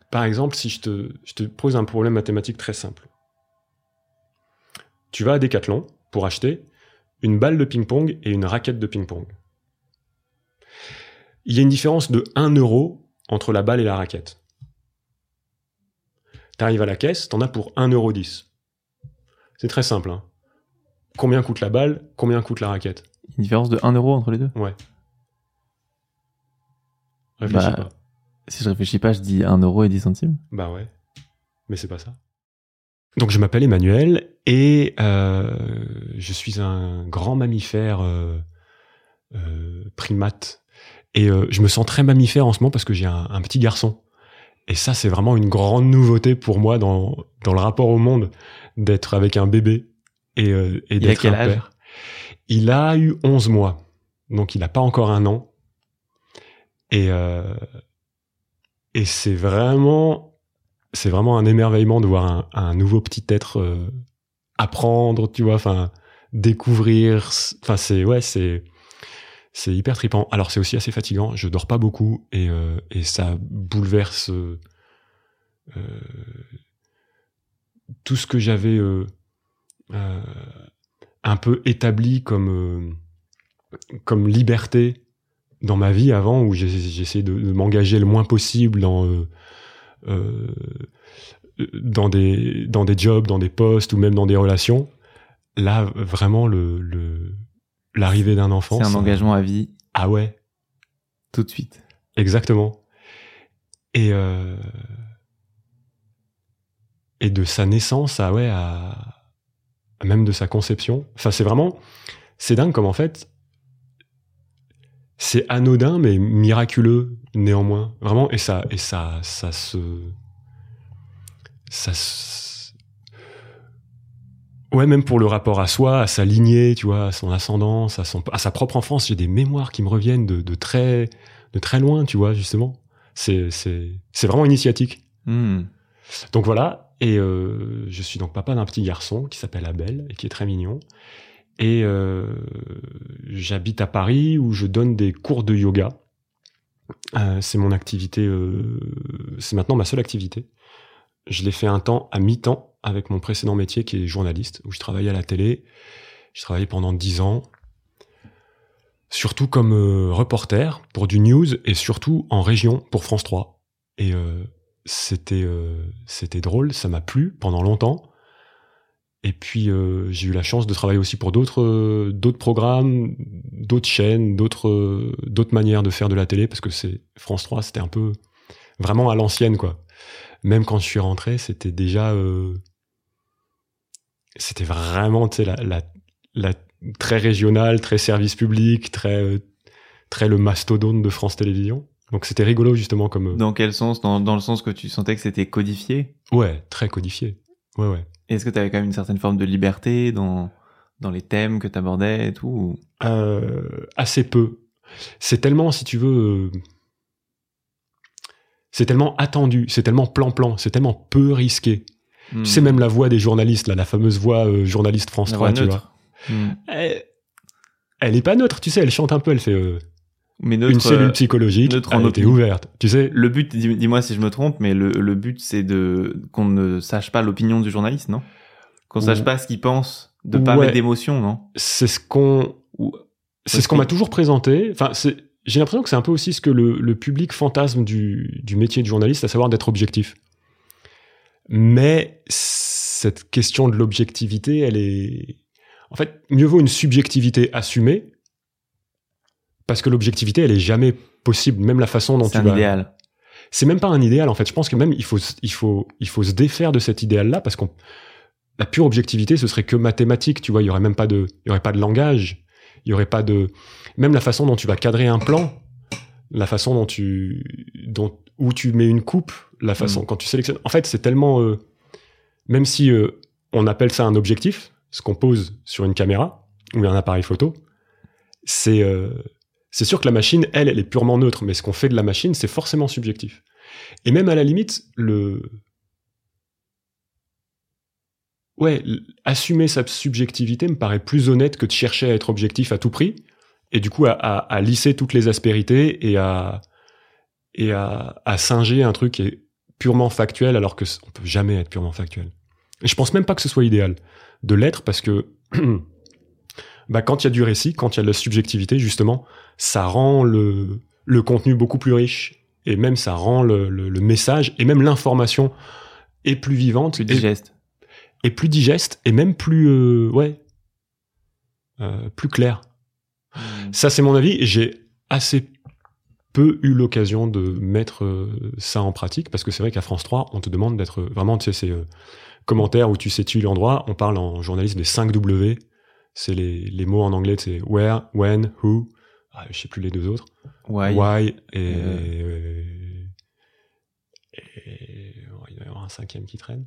Par exemple, si je te pose un problème mathématique très simple. Tu vas à Decathlon pour acheter une balle de ping-pong et une raquette de ping-pong. Il y a une différence de 1 euro entre la balle et la raquette. Tu arrives à la caisse, t'en as pour 1,10 €. C'est très simple. Hein. Combien coûte la balle, combien coûte la raquette? Une différence de 1 euro entre les deux? Ouais. Réfléchis pas. Si je réfléchis pas, je dis 1 euro et 10 centimes. Bah ouais. Mais c'est pas ça. Donc je m'appelle Emmanuel et je suis un grand mammifère primate. Et je me sens très mammifère en ce moment parce que j'ai un petit garçon. Et ça, c'est vraiment une grande nouveauté pour moi dans le rapport au monde, d'être avec un bébé et d'être un père. Il a eu 11 mois, donc il n'a pas encore 1 an. Et c'est vraiment un émerveillement de voir un nouveau petit être apprendre, tu vois, enfin découvrir. Enfin c'est hyper trippant. Alors c'est aussi assez fatigant. Je dors pas beaucoup et ça bouleverse tout ce que j'avais un peu établi comme liberté dans ma vie avant, où j'essayais de m'engager le moins possible dans des jobs, dans des postes ou même dans des relations. Là, vraiment, l'arrivée d'un enfant... C'est un engagement à vie. Ah ouais. Tout de suite. Exactement. Et de sa naissance à même de sa conception. Enfin, c'est dingue comme en fait... C'est anodin, mais miraculeux, néanmoins. Vraiment, et ça ouais, même pour le rapport à soi, à sa lignée, tu vois, à son ascendance, à sa propre enfance, j'ai des mémoires qui me reviennent de très loin, tu vois, justement. C'est vraiment initiatique. Donc voilà, et je suis donc papa d'un petit garçon qui s'appelle Abel et qui est très mignon. Et j'habite à Paris où je donne des cours de yoga. C'est mon activité, c'est maintenant ma seule activité. Je l'ai fait un temps à mi-temps avec mon précédent métier qui est journaliste, où je travaillais à la télé. J'ai travaillé pendant 10 ans, surtout comme reporter pour du news et surtout en région pour France 3. Et c'était drôle, ça m'a plu pendant longtemps. Et puis j'ai eu la chance de travailler aussi pour d'autres programmes, d'autres chaînes, d'autres manières de faire de la télé, parce que France 3, c'était un peu vraiment à l'ancienne, quoi. Même quand je suis rentré, c'était déjà c'était vraiment, tu sais, la très régionale, très service public, très le mastodonte de France Télévisions. Donc c'était rigolo justement comme... Dans quel sens? Dans le sens que tu sentais que c'était codifié? Ouais, très codifié. Ouais. Est-ce que tu avais quand même une certaine forme de liberté dans les thèmes que tu abordais et tout? Assez peu. C'est tellement, si tu veux... c'est tellement attendu, c'est tellement plan-plan, c'est tellement peu risqué. Tu sais, même la voix des journalistes, là, la fameuse voix journaliste France 3, tu vois. Elle est pas neutre, tu sais, elle chante un peu, elle fait... mais neutre, une cellule psychologique, elle était ouverte, tu sais. Le but, dis-moi si je me trompe, mais le but, c'est qu'on ne sache pas l'opinion du journaliste, non? Qu'on sache pas ce qu'il pense, de pas mettre d'émotion, non? C'est ce qu'on m'a toujours présenté. Enfin, j'ai l'impression que c'est un peu aussi ce que le public fantasme du métier de journaliste, à savoir d'être objectif. Mais cette question de l'objectivité, elle est... En fait, mieux vaut une subjectivité assumée, parce que l'objectivité, elle est jamais possible, même la façon dont c'est un idéal. C'est même pas un idéal, en fait. Je pense que même il faut se défaire de cet idéal-là, parce la pure objectivité, ce serait que mathématique, tu vois. Il y aurait même pas de langage. Il y aurait pas de... Même la façon dont tu vas cadrer un plan, la façon où tu mets une coupe, la façon quand tu sélectionnes... En fait, c'est tellement... même si on appelle ça un objectif, ce qu'on pose sur une caméra ou un appareil photo, c'est sûr que la machine, elle est purement neutre, mais ce qu'on fait de la machine, c'est forcément subjectif. Et même à la limite, assumer sa subjectivité me paraît plus honnête que de chercher à être objectif à tout prix, et du coup à lisser toutes les aspérités et à singer un truc qui est purement factuel, alors que on peut jamais être purement factuel. Et je pense même pas que ce soit idéal de l'être, parce que quand il y a du récit, quand il y a de la subjectivité, justement, ça rend le contenu beaucoup plus riche, et même ça rend le message, et même l'information est plus vivante. Plus digeste. Et plus digeste, et même plus, plus clair. Ça, c'est mon avis, et j'ai assez peu eu l'occasion de mettre ça en pratique, parce que c'est vrai qu'à France 3, on te demande d'être vraiment, tu sais, ces commentaires où tu situes l'endroit, on parle en journalisme des 5 W, c'est les mots en anglais, c'est where, when, who, je sais plus les deux autres, why et il va y avoir un 5e qui traîne.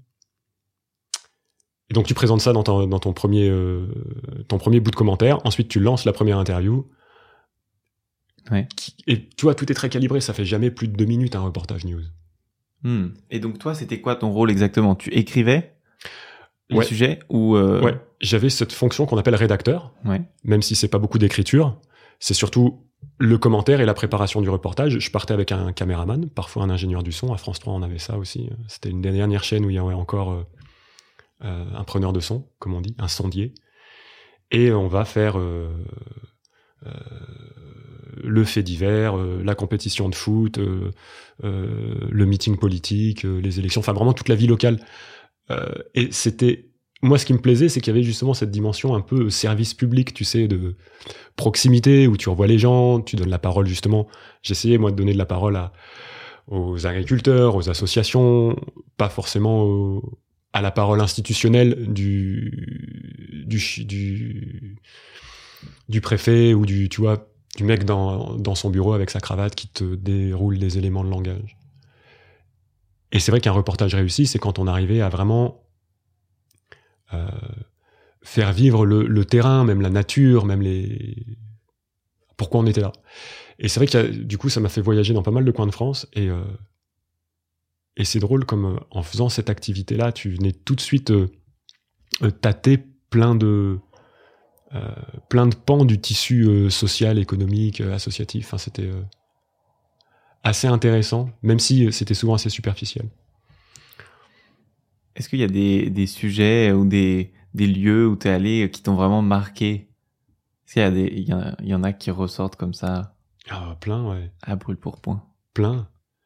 Et donc tu présentes ça dans ton premier bout de commentaire, ensuite tu lances la première interview. Ouais. Et tu vois, tout est très calibré, ça fait jamais plus de 2 minutes un reportage news. Et donc toi, c'était quoi ton rôle exactement? Tu écrivais les sujets ou Ouais, j'avais cette fonction qu'on appelle rédacteur, même si c'est pas beaucoup d'écriture, c'est surtout le commentaire et la préparation du reportage. Je partais avec un caméraman, parfois un ingénieur du son, à France 3 on avait ça aussi, c'était une des dernières chaînes où il y avait encore un preneur de son, comme on dit, un sondier, et on va faire le fait divers, la compétition de foot, le meeting politique, les élections, enfin vraiment toute la vie locale. Et c'était... Moi, ce qui me plaisait, c'est qu'il y avait justement cette dimension un peu service public, tu sais, de proximité, où tu revois les gens, tu donnes la parole, justement. J'essayais, moi, de donner de la parole aux agriculteurs, aux associations, pas forcément à la parole institutionnelle du préfet ou du mec dans son bureau avec sa cravate qui te déroule des éléments de langage. Et c'est vrai qu'un reportage réussi, c'est quand on arrivait à vraiment faire vivre le terrain, même la nature, même pourquoi on était là. Et c'est vrai que du coup, ça m'a fait voyager dans pas mal de coins de France, et c'est drôle comme en faisant cette activité-là, tu venais tout de suite tâter plein de pans du tissu social, économique, associatif. Enfin, c'était assez intéressant, même si c'était souvent assez superficiel. Est-ce qu'il y a des sujets ou des lieux où tu es allé qui t'ont vraiment marqué? Est-ce qu'il y en a qui ressortent comme ça? Plein, ouais. À brûle-pourpoint. Plein.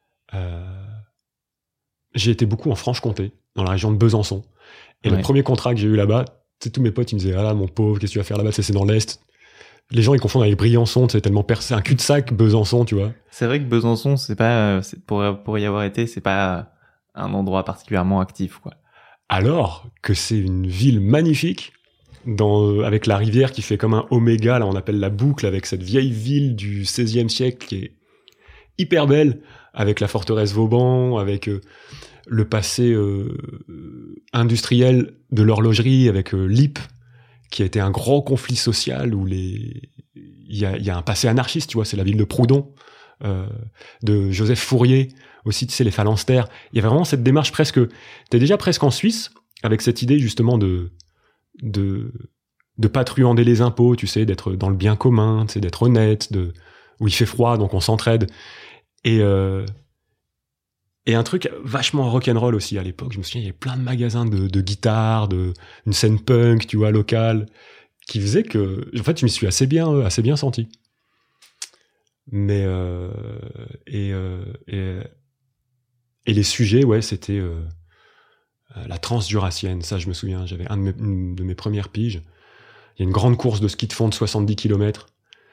J'ai été beaucoup en Franche-Comté, dans la région de Besançon. Et le premier contrat que j'ai eu là-bas, tous mes potes, ils me disaient « Ah là, mon pauvre, qu'est-ce que tu vas faire là-bas? C'est dans l'Est. » Les gens, ils confondent avec Briançon, c'est tellement c'est un cul-de-sac, Besançon, tu vois. C'est vrai que Besançon, c'est pas, pour y avoir été, c'est pas un endroit particulièrement actif, quoi. Alors que c'est une ville magnifique, avec la rivière qui fait comme un oméga, là on appelle la boucle, avec cette vieille ville du XVIe siècle qui est hyper belle, avec la forteresse Vauban, avec le passé industriel de l'horlogerie, avec l'IP, qui a été un grand conflit social où il y a un passé anarchiste, tu vois, c'est la ville de Proudhon, de Joseph Fourier, aussi, tu sais, les phalanstères. Il y avait vraiment cette démarche t'es déjà presque en Suisse, avec cette idée justement de pas truander les impôts, tu sais, d'être dans le bien commun, tu sais, d'être honnête, où il fait froid, donc on s'entraide. Et un truc vachement rock'n'roll aussi à l'époque. Je me souviens, il y avait plein de magasins de guitares, une scène punk, tu vois, locale, qui faisait que, en fait, je m'y suis assez bien senti. Mais et les sujets, ouais, c'était la transjurassienne. Ça, je me souviens, j'avais une de mes premières piges. Il y a une grande course de ski de fond de 70 km.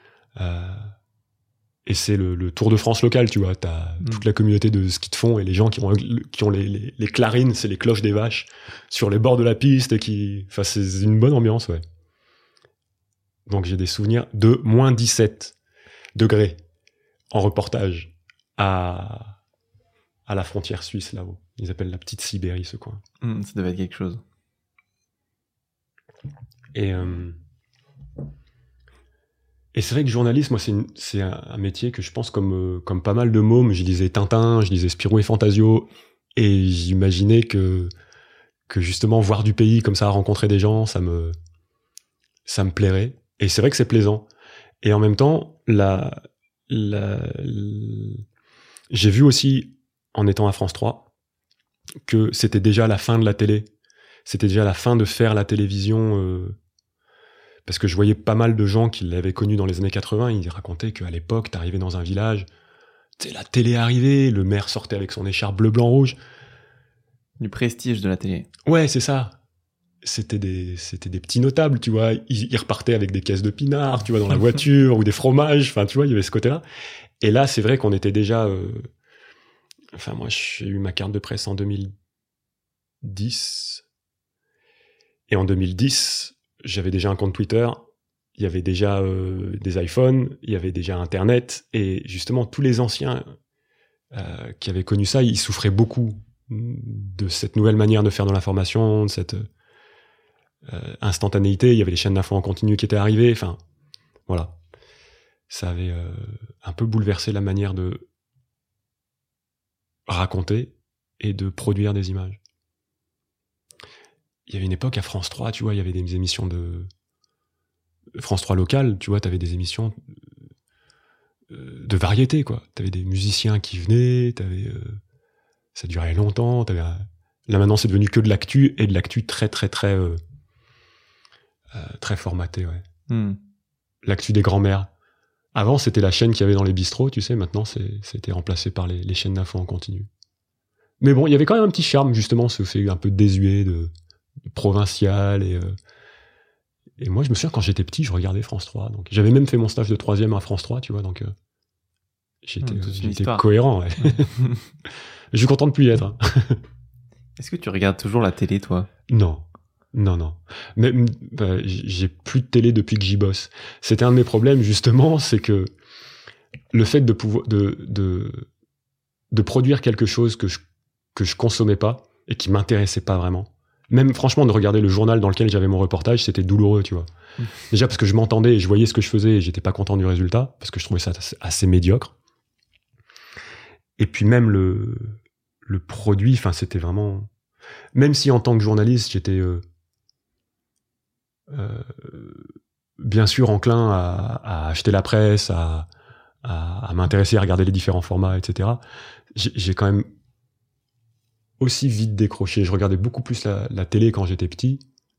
Et c'est le Tour de France local, tu vois. T'as toute la communauté de ski de fond et les gens qui ont les clarines, c'est les cloches des vaches, sur les bords de la piste, enfin, c'est une bonne ambiance, ouais. Donc j'ai des souvenirs de moins 17 degrés en reportage à la frontière suisse, là-haut. Ils appellent la petite Sibérie, ce coin. Ça devait être quelque chose. Et c'est vrai que journaliste, moi, c'est un métier que je pense comme pas mal de mômes. Je disais Tintin, je disais Spirou et Fantasio, et j'imaginais que justement voir du pays comme ça, rencontrer des gens, ça me plairait. Et c'est vrai que c'est plaisant. Et en même temps, j'ai vu aussi, en étant à France 3, que c'était déjà la fin de la télé. C'était déjà la fin de faire la télévision, parce que je voyais pas mal de gens qui l'avaient connu dans les années 80, ils racontaient qu'à l'époque, t'arrivais dans un village, la télé arrivait, le maire sortait avec son écharpe bleu, blanc, rouge. Du prestige de la télé. Ouais, c'est ça. C'était des petits notables, tu vois. Ils repartaient avec des caisses de pinard, tu vois, dans la voiture, ou des fromages, enfin, tu vois, il y avait ce côté-là. Et là, c'est vrai qu'on était déjà... Enfin, moi, j'ai eu ma carte de presse en 2010. Et en 2010, j'avais déjà un compte Twitter, il y avait déjà des iPhones, il y avait déjà Internet, et justement, tous les anciens qui avaient connu ça, ils souffraient beaucoup de cette nouvelle manière de faire de l'information, de cette instantanéité. Il y avait les chaînes d'infos en continu qui étaient arrivées, enfin, voilà. Ça avait un peu bouleversé la manière de raconter et de produire des images. Il y avait une époque à France 3, tu vois, il y avait des émissions de France 3 locales, tu vois, t'avais des émissions de variété, quoi. T'avais des musiciens qui venaient, ça durait longtemps, là maintenant c'est devenu que de l'actu, et de l'actu très très très très formaté, ouais. L'actu des grands-mères. Avant, c'était la chaîne qu'il y avait dans les bistrots, tu sais, maintenant c'était remplacé par les chaînes d'infos en continu. Mais bon, il y avait quand même un petit charme, justement, ce fait un peu désuet, de provincial, et moi, je me souviens, quand j'étais petit, je regardais France 3, donc j'avais même fait mon stage de 3e à France 3, tu vois, donc j'étais cohérent, ouais. Je suis content de plus y être. Hein. Est-ce que tu regardes toujours la télé, toi? Non. Mais j'ai plus de télé depuis que j'y bosse. C'était un de mes problèmes, justement, c'est que le fait de pouvoir de produire quelque chose que je consommais pas et qui m'intéressait pas vraiment. Même franchement, de regarder le journal dans lequel j'avais mon reportage, c'était douloureux, tu vois. Déjà parce que je m'entendais et je voyais ce que je faisais et j'étais pas content du résultat, parce que je trouvais ça assez médiocre. Et puis même le produit, enfin, c'était vraiment... Même si en tant que journaliste, j'étais bien sûr enclin à acheter la presse, à m'intéresser, à regarder les différents formats, etc. J'ai quand même aussi vite décroché. Je regardais beaucoup plus la télé quand j'étais petit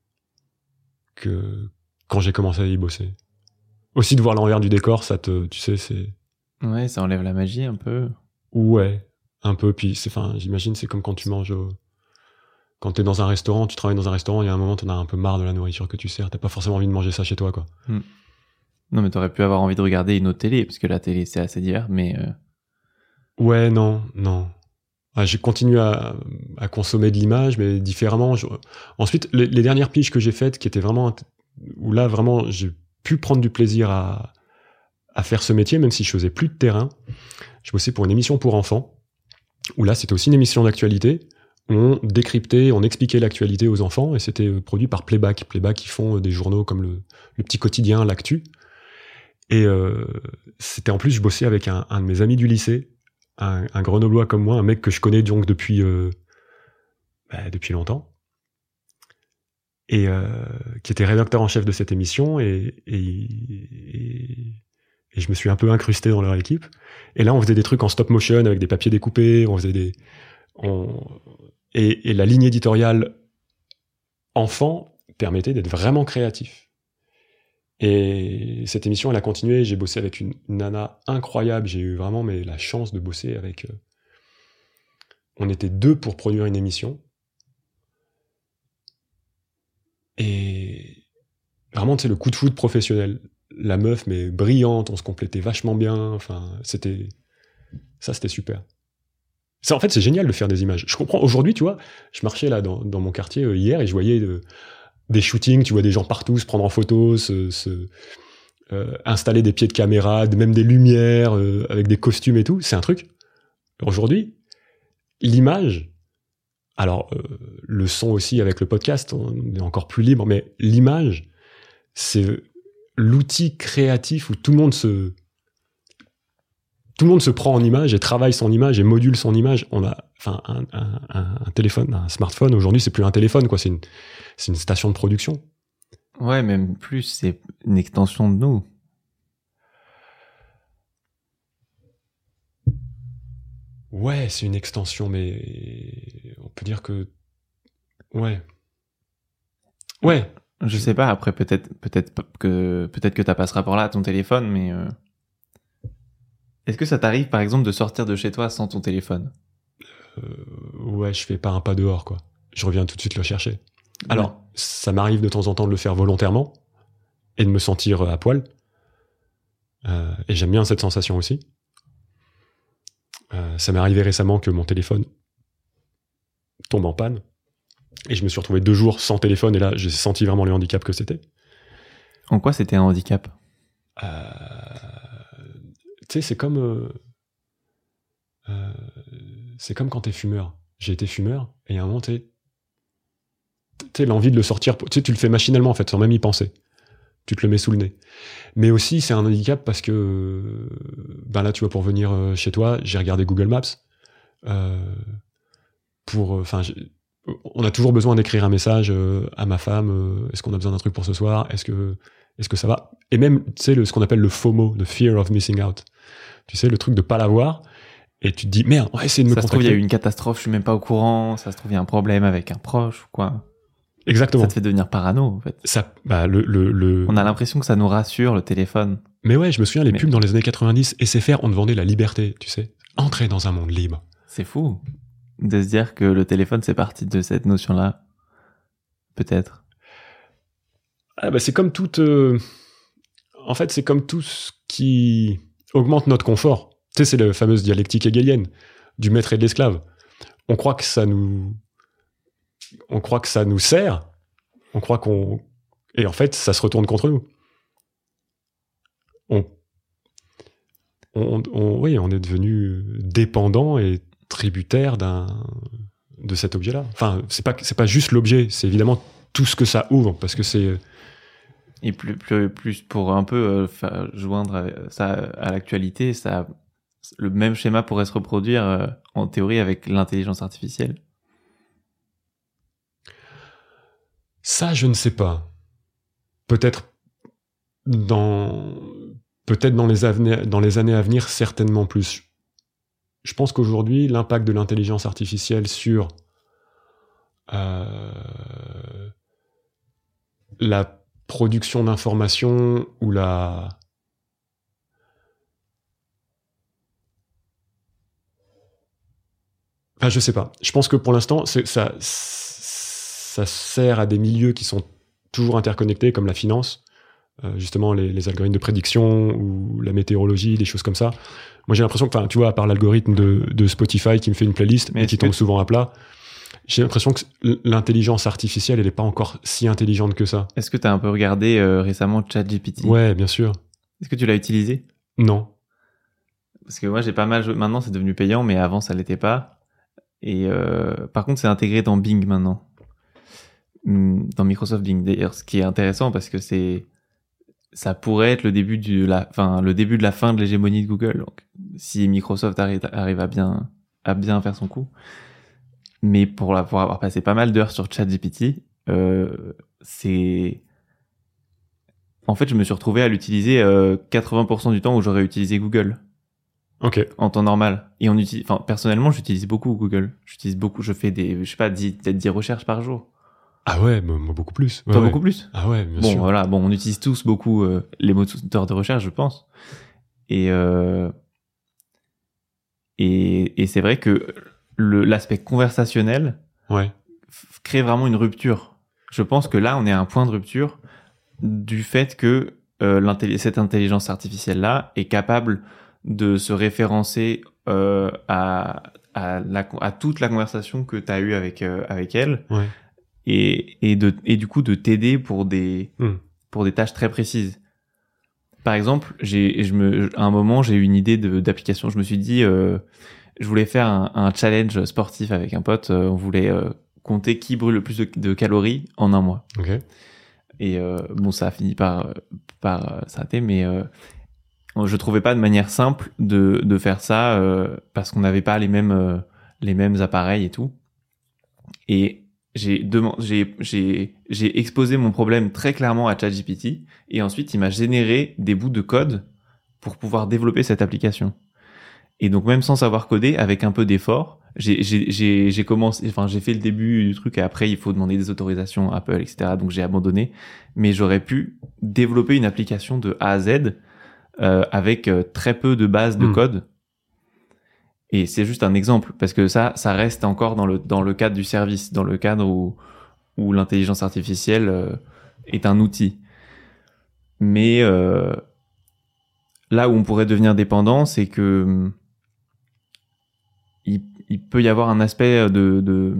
que quand j'ai commencé à y bosser. Aussi de voir l'envers du décor, tu sais, c'est... Ouais, ça enlève la magie un peu. Ouais, un peu. Puis, j'imagine, c'est comme quand tu manges... Quand t'es dans un restaurant, tu travailles dans un restaurant, il y a un moment, t'en as un peu marre de la nourriture que tu sers. T'as pas forcément envie de manger ça chez toi, quoi. Non, mais t'aurais pu avoir envie de regarder une autre télé, parce que la télé, c'est assez divers, mais... Ouais, non. Ouais, j'ai continué à consommer de l'image, mais différemment. Ensuite, les dernières piges que j'ai faites, qui étaient vraiment... Où là, vraiment, j'ai pu prendre du plaisir à faire ce métier, même si je faisais plus de terrain. Je bossais pour une émission pour enfants, où là, c'était aussi une émission d'actualité. On décryptait, on expliquait l'actualité aux enfants, et c'était produit par Playback. Playback, qui font des journaux comme le Petit Quotidien, l'Actu. Et c'était en plus, je bossais avec un de mes amis du lycée, un grenoblois comme moi, un mec que je connais donc depuis longtemps, et qui était rédacteur en chef de cette émission, et je me suis un peu incrusté dans leur équipe. Et là, on faisait des trucs en stop motion avec des papiers découpés, et la ligne éditoriale enfant permettait d'être vraiment créatif. Et cette émission, elle a continué. J'ai bossé avec une nana incroyable. J'ai eu vraiment la chance de bosser avec... On était 2 pour produire une émission. Et vraiment, c'est le coup de foudre professionnel. La meuf, mais brillante, on se complétait vachement bien. Enfin, c'était super. En fait, c'est génial de faire des images. Je comprends. Aujourd'hui, tu vois, je marchais là dans mon quartier hier et je voyais des shootings, tu vois des gens partout se prendre en photo, installer des pieds de caméra, même des lumières avec des costumes et tout. C'est un truc. Aujourd'hui, l'image, alors le son aussi avec le podcast, on est encore plus libre, mais l'image, c'est l'outil créatif où tout le monde se prend en image et travaille son image et module son image. On a, un téléphone, un smartphone, aujourd'hui, c'est plus un téléphone, quoi. C'est une station de production. Ouais, même plus, c'est une extension de nous. Ouais, c'est une extension, mais peux dire que ouais. Je sais pas. Après, peut-être que t'as pas ce rapport-là à ton téléphone, mais est-ce que ça t'arrive, par exemple, de sortir de chez toi sans ton téléphone? Ouais, je fais pas un pas dehors, quoi. Je reviens tout de suite le chercher. Alors, ça m'arrive de temps en temps de le faire volontairement et de me sentir à poil. Et j'aime bien cette sensation aussi. Ça m'est arrivé récemment que mon téléphone tombe en panne. Et je me suis retrouvé 2 jours sans téléphone, et là, j'ai senti vraiment le handicap que c'était. En quoi c'était un handicap? Tu sais, c'est comme quand t'es fumeur. J'ai été fumeur, et à un moment, tu sais, l'envie de le sortir, tu sais, tu le fais machinalement, en fait, sans même y penser. Tu te le mets sous le nez. Mais aussi, c'est un handicap parce que, ben là, tu vois, pour venir chez toi, j'ai regardé Google Maps. On a toujours besoin d'écrire un message à ma femme. Est-ce qu'on a besoin d'un truc pour ce soir? Est-ce que ça va? Et même, tu sais, ce qu'on appelle le FOMO, le Fear of Missing Out. Tu sais, le truc de pas l'avoir. Et tu te dis, merde, on va essayer de me contacter. Ça se trouve, il y a eu une catastrophe, je suis même pas au courant. Ça se trouve, il y a un problème avec un proche ou quoi. Exactement. Ça te fait devenir parano, en fait. On a l'impression que ça nous rassure, le téléphone. Mais ouais, je me souviens, les pubs dans les années 90, SFR, on te vendait la liberté, tu sais. Entrer dans un monde libre. C'est fou de se dire que le téléphone, c'est partie de cette notion-là. Peut-être. C'est comme toute... En fait, c'est comme tout ce qui augmente notre confort. Tu sais, c'est la fameuse dialectique hegelienne du maître et de l'esclave. On croit que ça nous sert. Et en fait, ça se retourne contre nous. On est devenu dépendant et tributaire de cet objet-là. Enfin, c'est pas juste l'objet, c'est évidemment tout ce que ça ouvre, parce que c'est... Et plus pour un peu joindre ça à l'actualité, le même schéma pourrait se reproduire en théorie avec l'intelligence artificielle. Ça, je ne sais pas. Peut-être dans les années à venir, certainement plus. Je pense qu'aujourd'hui, l'impact de l'intelligence artificielle sur la production d'informations ou la... Enfin, je sais pas. Je pense que pour l'instant, ça sert à des milieux qui sont toujours interconnectés, comme la finance, justement les algorithmes de prédiction ou la météorologie, des choses comme ça. Moi, j'ai l'impression que, tu vois, à part l'algorithme de Spotify qui me fait une playlist, mais qui tombe souvent à plat, j'ai l'impression que l'intelligence artificielle, elle n'est pas encore si intelligente que ça. Est-ce que tu as un peu regardé récemment ChatGPT? Ouais, bien sûr. Est-ce que tu l'as utilisé? Non. Parce que moi, j'ai pas mal joué. Maintenant, c'est devenu payant, mais avant, ça l'était pas. Et par contre, c'est intégré dans Bing maintenant. Dans Microsoft Bing. D'ailleurs, ce qui est intéressant parce que ça pourrait être le début de la fin de l'hégémonie de Google. Donc, si Microsoft arrive à bien faire son coup. Mais pour avoir passé pas mal d'heures sur ChatGPT, en fait, je me suis retrouvé à l'utiliser 80% du temps où j'aurais utilisé Google. Ok. En temps normal. Et personnellement, j'utilise beaucoup Google. Je fais peut-être 10 recherches par jour. Ah ouais, moi beaucoup plus. Toi, beaucoup plus? Ah ouais, bien sûr. Bon, voilà. Bon, on utilise tous beaucoup les moteurs de recherche, je pense. Et c'est vrai que l'aspect conversationnel crée vraiment une rupture. Je pense que là, on est à un point de rupture du fait que cette intelligence artificielle-là est capable de se référencer à toute la conversation que tu as eue avec elle. Ouais. Et du coup de t'aider pour des tâches très précises. Par exemple, à un moment j'ai eu une idée d'application. Je me suis dit, je voulais faire un challenge sportif avec un pote. On voulait compter qui brûle le plus de calories en un mois. Okay. Et ça a fini par s'arrêter, mais je trouvais pas de manière simple de faire ça parce qu'on n'avait pas les mêmes appareils et tout. Et j'ai exposé mon problème très clairement à ChatGPT et ensuite il m'a généré des bouts de code pour pouvoir développer cette application. Et donc même sans savoir coder, avec un peu d'effort, j'ai commencé, enfin j'ai fait le début du truc et après il faut demander des autorisations à Apple, etc. Donc j'ai abandonné, mais j'aurais pu développer une application de A à Z avec très peu de base de code. Et c'est juste un exemple parce que ça reste encore dans le cadre du service, dans le cadre où l'intelligence artificielle est un outil. Mais là où on pourrait devenir dépendant, c'est que il peut y avoir un aspect un peu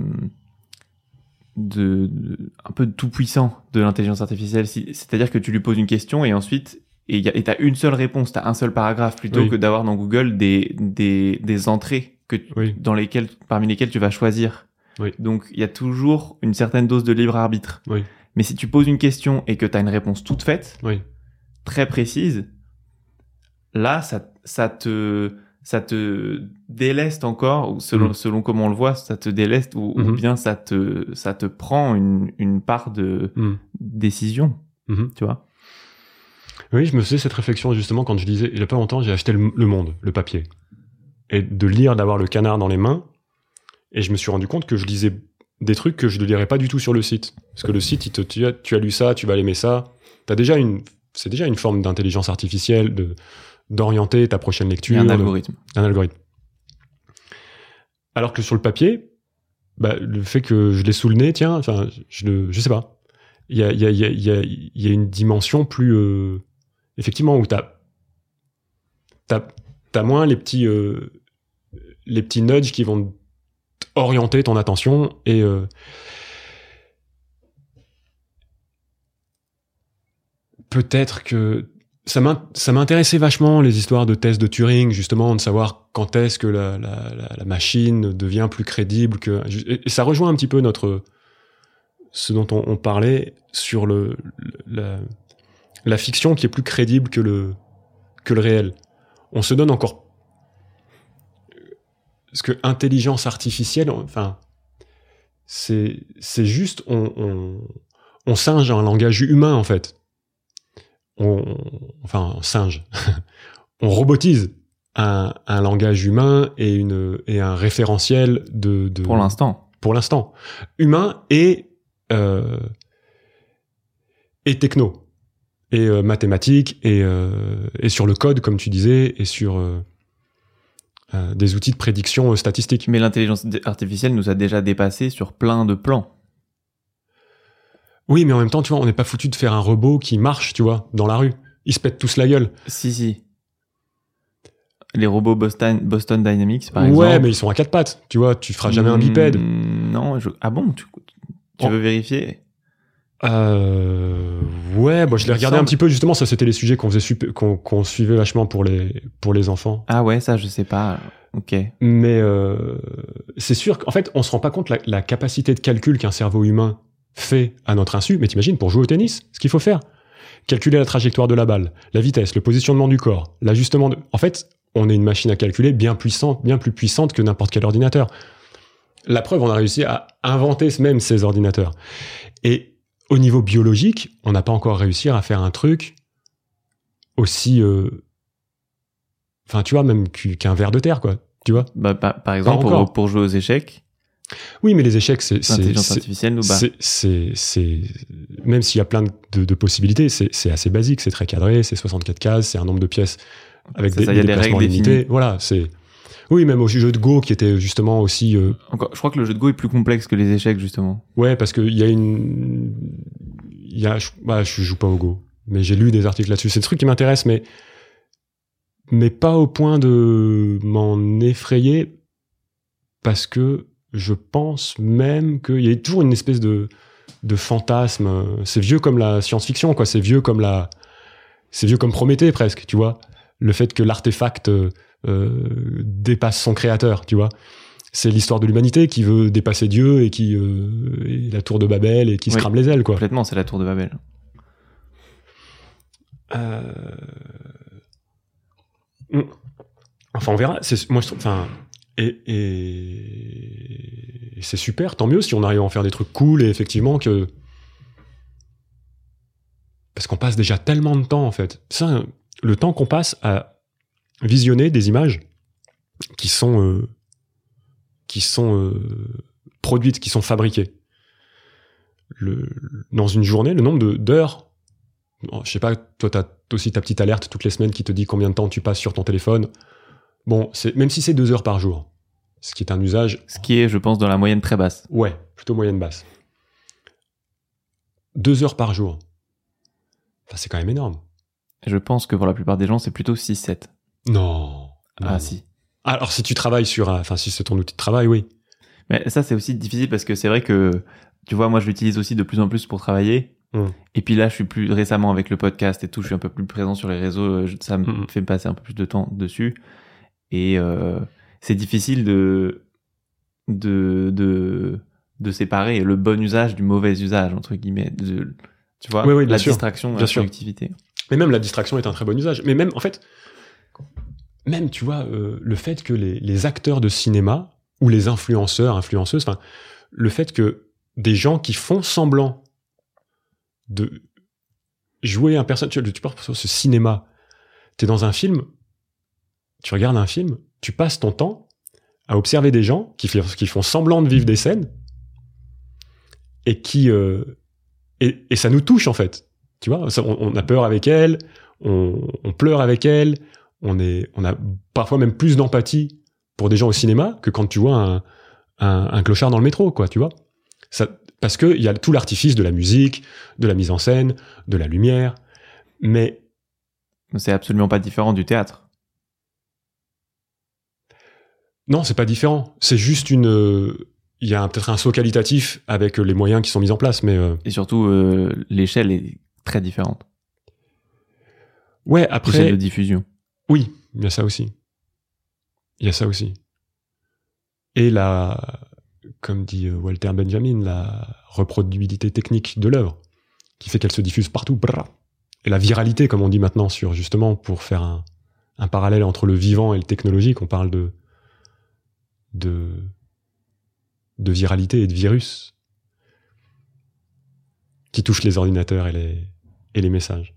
de tout puissant de l'intelligence artificielle. C'est-à-dire que tu lui poses une question et ensuite et t'as une seule réponse, t'as un seul paragraphe plutôt que d'avoir dans Google des entrées parmi lesquelles tu vas choisir. Oui. Donc il y a toujours une certaine dose de libre arbitre. Oui. Mais si tu poses une question et que t'as une réponse toute faite, très précise, là ça te déleste encore, ou selon comment on le voit, ça te déleste ou bien ça te prend une part de décision, tu vois. Oui, je me faisais cette réflexion justement quand je disais, il y a pas longtemps, j'ai acheté le Monde, le papier. Et de lire, d'avoir le canard dans les mains, et je me suis rendu compte que je lisais des trucs que je ne lirais pas du tout sur le site. Parce que le site, tu as lu ça, tu vas aimer ça. C'est déjà une forme d'intelligence artificielle, d'orienter ta prochaine lecture. Un algorithme. Alors que sur le papier, le fait que je l'ai sous le nez, tiens, enfin, je sais pas. Il y a une dimension plus, effectivement, où t'as moins les petits nudges qui vont orienter ton attention et peut-être que ça m'intéressait vachement les histoires de tests de Turing, justement, de savoir quand est-ce que la machine devient plus crédible et ça rejoint un petit peu ce dont on parlait sur la fiction qui est plus crédible que le réel. On se donne encore parce que intelligence artificielle, enfin, c'est juste on singe un langage humain en fait. On singe. On robotise un langage humain et un référentiel de pour l'instant humain et techno et mathématiques et sur le code comme tu disais et sur des outils de prédiction statistique. Mais l'intelligence artificielle nous a déjà dépassés sur plein de plans. Oui, mais en même temps, tu vois, on n'est pas foutu de faire un robot qui marche, tu vois, dans la rue. Ils se pètent tous la gueule. Si. Les robots Boston Dynamics, par exemple. Ouais, mais ils sont à quatre pattes, tu vois, tu feras jamais un bipède. Non, ah bon, tu veux vérifier? Ouais, je l'ai regardé un petit peu, justement, ça c'était les sujets qu'on suivait vachement pour les enfants. Ah ouais, ça je sais pas, ok. Mais c'est sûr qu'en fait, on se rend pas compte la capacité de calcul qu'un cerveau humain fait à notre insu, mais t'imagines, pour jouer au tennis, ce qu'il faut faire. Calculer la trajectoire de la balle, la vitesse, le positionnement du corps, l'ajustement de... En fait, on est une machine à calculer bien plus puissante que n'importe quel ordinateur. La preuve, on a réussi à inventer même ces ordinateurs. Et au niveau biologique, on n'a pas encore réussi à faire un truc aussi... Enfin, tu vois, même qu'un ver de terre, quoi. Tu vois ? Par exemple, pour jouer aux échecs... Oui, mais les échecs, l'intelligence artificielle nous bat. Même s'il y a plein de possibilités, c'est assez basique, c'est très cadré, c'est 64 cases, c'est un nombre de pièces avec des déplacements limités. Voilà, c'est... Oui, même au jeu de Go qui était justement aussi... Encore, je crois que le jeu de Go est plus complexe que les échecs, justement. Ouais, parce qu'il y a je joue pas au Go, mais j'ai lu des articles là-dessus. C'est des trucs qui m'intéressent, mais pas au point de m'en effrayer, parce que je pense même qu'il y a toujours une espèce de fantasme. C'est vieux comme la science-fiction, quoi. C'est vieux comme Prométhée, presque, tu vois. Le fait que l'artefact dépasse son créateur, tu vois. C'est l'histoire de l'humanité qui veut dépasser Dieu et et la tour de Babel et qui se crame les ailes, quoi. Complètement, c'est la tour de Babel. Enfin, on verra. Moi, je trouve... Enfin... Et c'est super, tant mieux si on arrive à en faire des trucs cool et effectivement que... Parce qu'on passe déjà tellement de temps, en fait. Ça, le temps qu'on passe à visionner des images, qui sont produites, qui sont fabriquées. Dans une journée, le nombre d'heures, je sais pas, toi t'as aussi ta petite alerte toutes les semaines qui te dit combien de temps tu passes sur ton téléphone. Bon, même si c'est 2 heures par jour, ce qui est un usage... Ce qui est, je pense, dans la moyenne très basse. Ouais, plutôt moyenne basse. 2 heures par jour. Enfin, c'est quand même énorme. Je pense que pour la plupart des gens, c'est plutôt 6-7. Non. Ah, si. Alors, si tu travailles si c'est ton outil de travail, oui. Mais ça, c'est aussi difficile parce que c'est vrai que, tu vois, moi, je l'utilise aussi de plus en plus pour travailler. Et puis là, je suis plus récemment avec le podcast et tout, je suis un peu plus présent sur les réseaux. Ça me fait passer un peu plus de temps dessus. Et c'est difficile de séparer le bon usage du mauvais usage, entre guillemets. Tu vois, oui, la distraction, la productivité. Mais même la distraction est un très bon usage. Mais même, en fait, tu vois, le fait que les acteurs de cinéma ou les influenceurs, influenceuses, enfin, le fait que des gens qui font semblant de jouer un personnage, tu parles sur ce cinéma, t'es dans un film, tu regardes un film, tu passes ton temps à observer des gens qui font semblant de vivre des scènes et et ça nous touche en fait. Tu vois, on a peur avec elles, on pleure avec elles, on a parfois même plus d'empathie pour des gens au cinéma que quand tu vois un clochard dans le métro, quoi, tu vois. Parce que il y a tout l'artifice de la musique, de la mise en scène, de la lumière, mais c'est absolument pas différent du théâtre. Non, c'est pas différent. C'est juste il y a peut-être un saut qualitatif avec les moyens qui sont mis en place, mais... Et surtout, l'échelle est très différente. Ouais, après... L'échelle de diffusion. Oui, il y a ça aussi. Et comme dit Walter Benjamin, la reproductibilité technique de l'œuvre, qui fait qu'elle se diffuse partout. Et la viralité, comme on dit maintenant, justement, pour faire un parallèle entre le vivant et le technologique, on parle de viralité et de virus qui touchent les ordinateurs et les messages.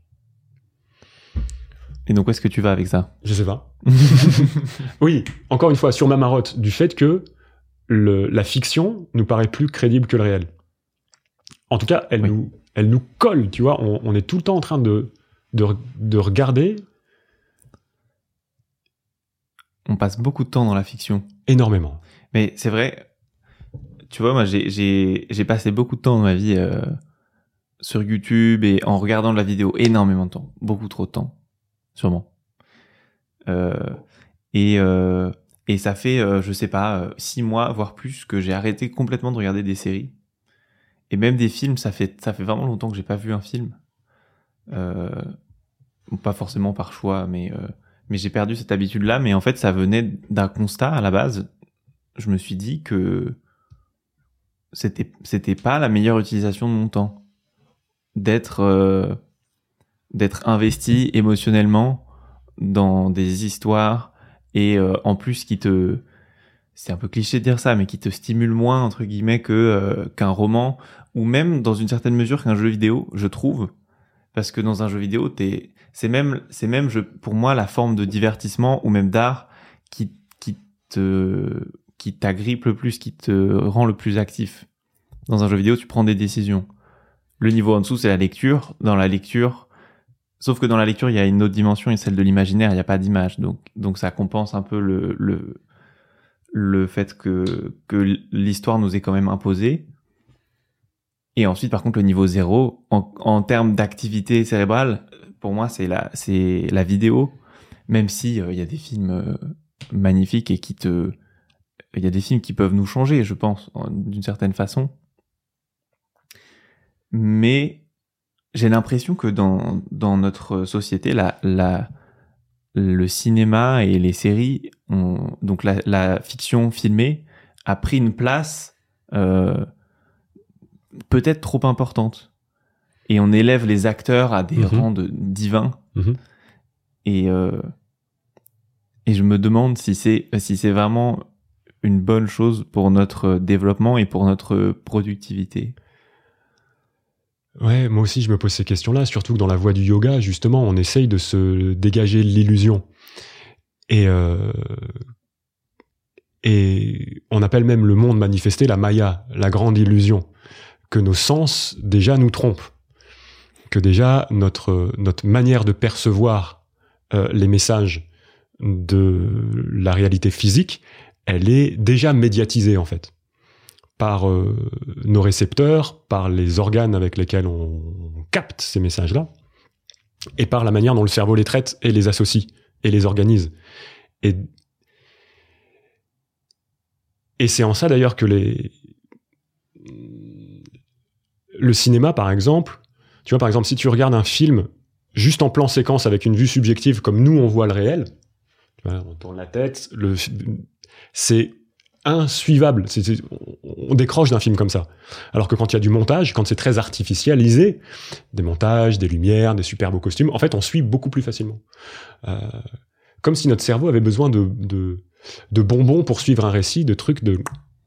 Et donc, où est-ce que tu vas avec ça ? Je sais pas. Oui, encore une fois, sur ma marotte, du fait que la fiction nous paraît plus crédible que le réel. En tout cas, elle nous colle, tu vois. On est tout le temps en train de regarder. On passe beaucoup de temps dans la fiction. Énormément. Mais c'est vrai, tu vois, moi, j'ai passé beaucoup de temps dans ma vie sur YouTube et en regardant de la vidéo, énormément de temps, beaucoup trop de temps, sûrement. Et ça fait, je sais pas, 6 mois, voire plus, que j'ai arrêté complètement de regarder des séries. Et même des films, ça fait vraiment longtemps que j'ai pas vu un film. Pas forcément par choix, mais j'ai perdu cette habitude-là. Mais en fait, ça venait d'un constat à la base. Je me suis dit que c'était pas la meilleure utilisation de mon temps d'être investi émotionnellement dans des histoires et en plus c'est un peu cliché de dire ça, mais qui te stimule moins entre guillemets qu'un roman ou même dans une certaine mesure qu'un jeu vidéo, je trouve, parce que dans un jeu vidéo c'est même pour moi la forme de divertissement ou même d'art qui t'agrippe le plus, qui te rend le plus actif. Dans un jeu vidéo, tu prends des décisions. Le niveau en dessous, c'est la lecture. Dans la lecture, sauf que dans la lecture, il y a une autre dimension, et celle de l'imaginaire, il n'y a pas d'image. Donc ça compense un peu le fait que l'histoire nous est quand même imposée. Et ensuite, par contre, le niveau 0, en termes d'activité cérébrale, pour moi, c'est la vidéo. Même si il y a des films magnifiques et il y a des films qui peuvent nous changer, je pense, d'une certaine façon. Mais j'ai l'impression que dans notre société, le cinéma et les séries, donc la fiction filmée, a pris une place peut-être trop importante. Et on élève les acteurs à des rangs de divins. Et je me demande si c'est vraiment une bonne chose pour notre développement et pour notre productivité. Ouais, moi aussi je me pose ces questions-là, surtout que dans la voie du yoga, justement, on essaye de se dégager de l'illusion. Et Et on appelle même le monde manifesté la Maya, la grande illusion, que nos sens déjà nous trompent, que déjà notre manière de percevoir les messages de la réalité physique, elle est déjà médiatisée en fait, par nos récepteurs, par les organes avec lesquels on capte ces messages-là, et par la manière dont le cerveau les traite et les associe et les organise. Et c'est en ça d'ailleurs que le cinéma, par exemple, tu vois, par exemple, si tu regardes un film juste en plan séquence avec une vue subjective comme nous on voit le réel, tu vois, on tourne la tête, c'est insuivable. On décroche d'un film comme ça. Alors que quand il y a du montage, quand c'est très artificialisé, des montages, des lumières, des super beaux costumes, en fait, on suit beaucoup plus facilement. Comme si notre cerveau avait besoin de bonbons pour suivre un récit, de trucs de...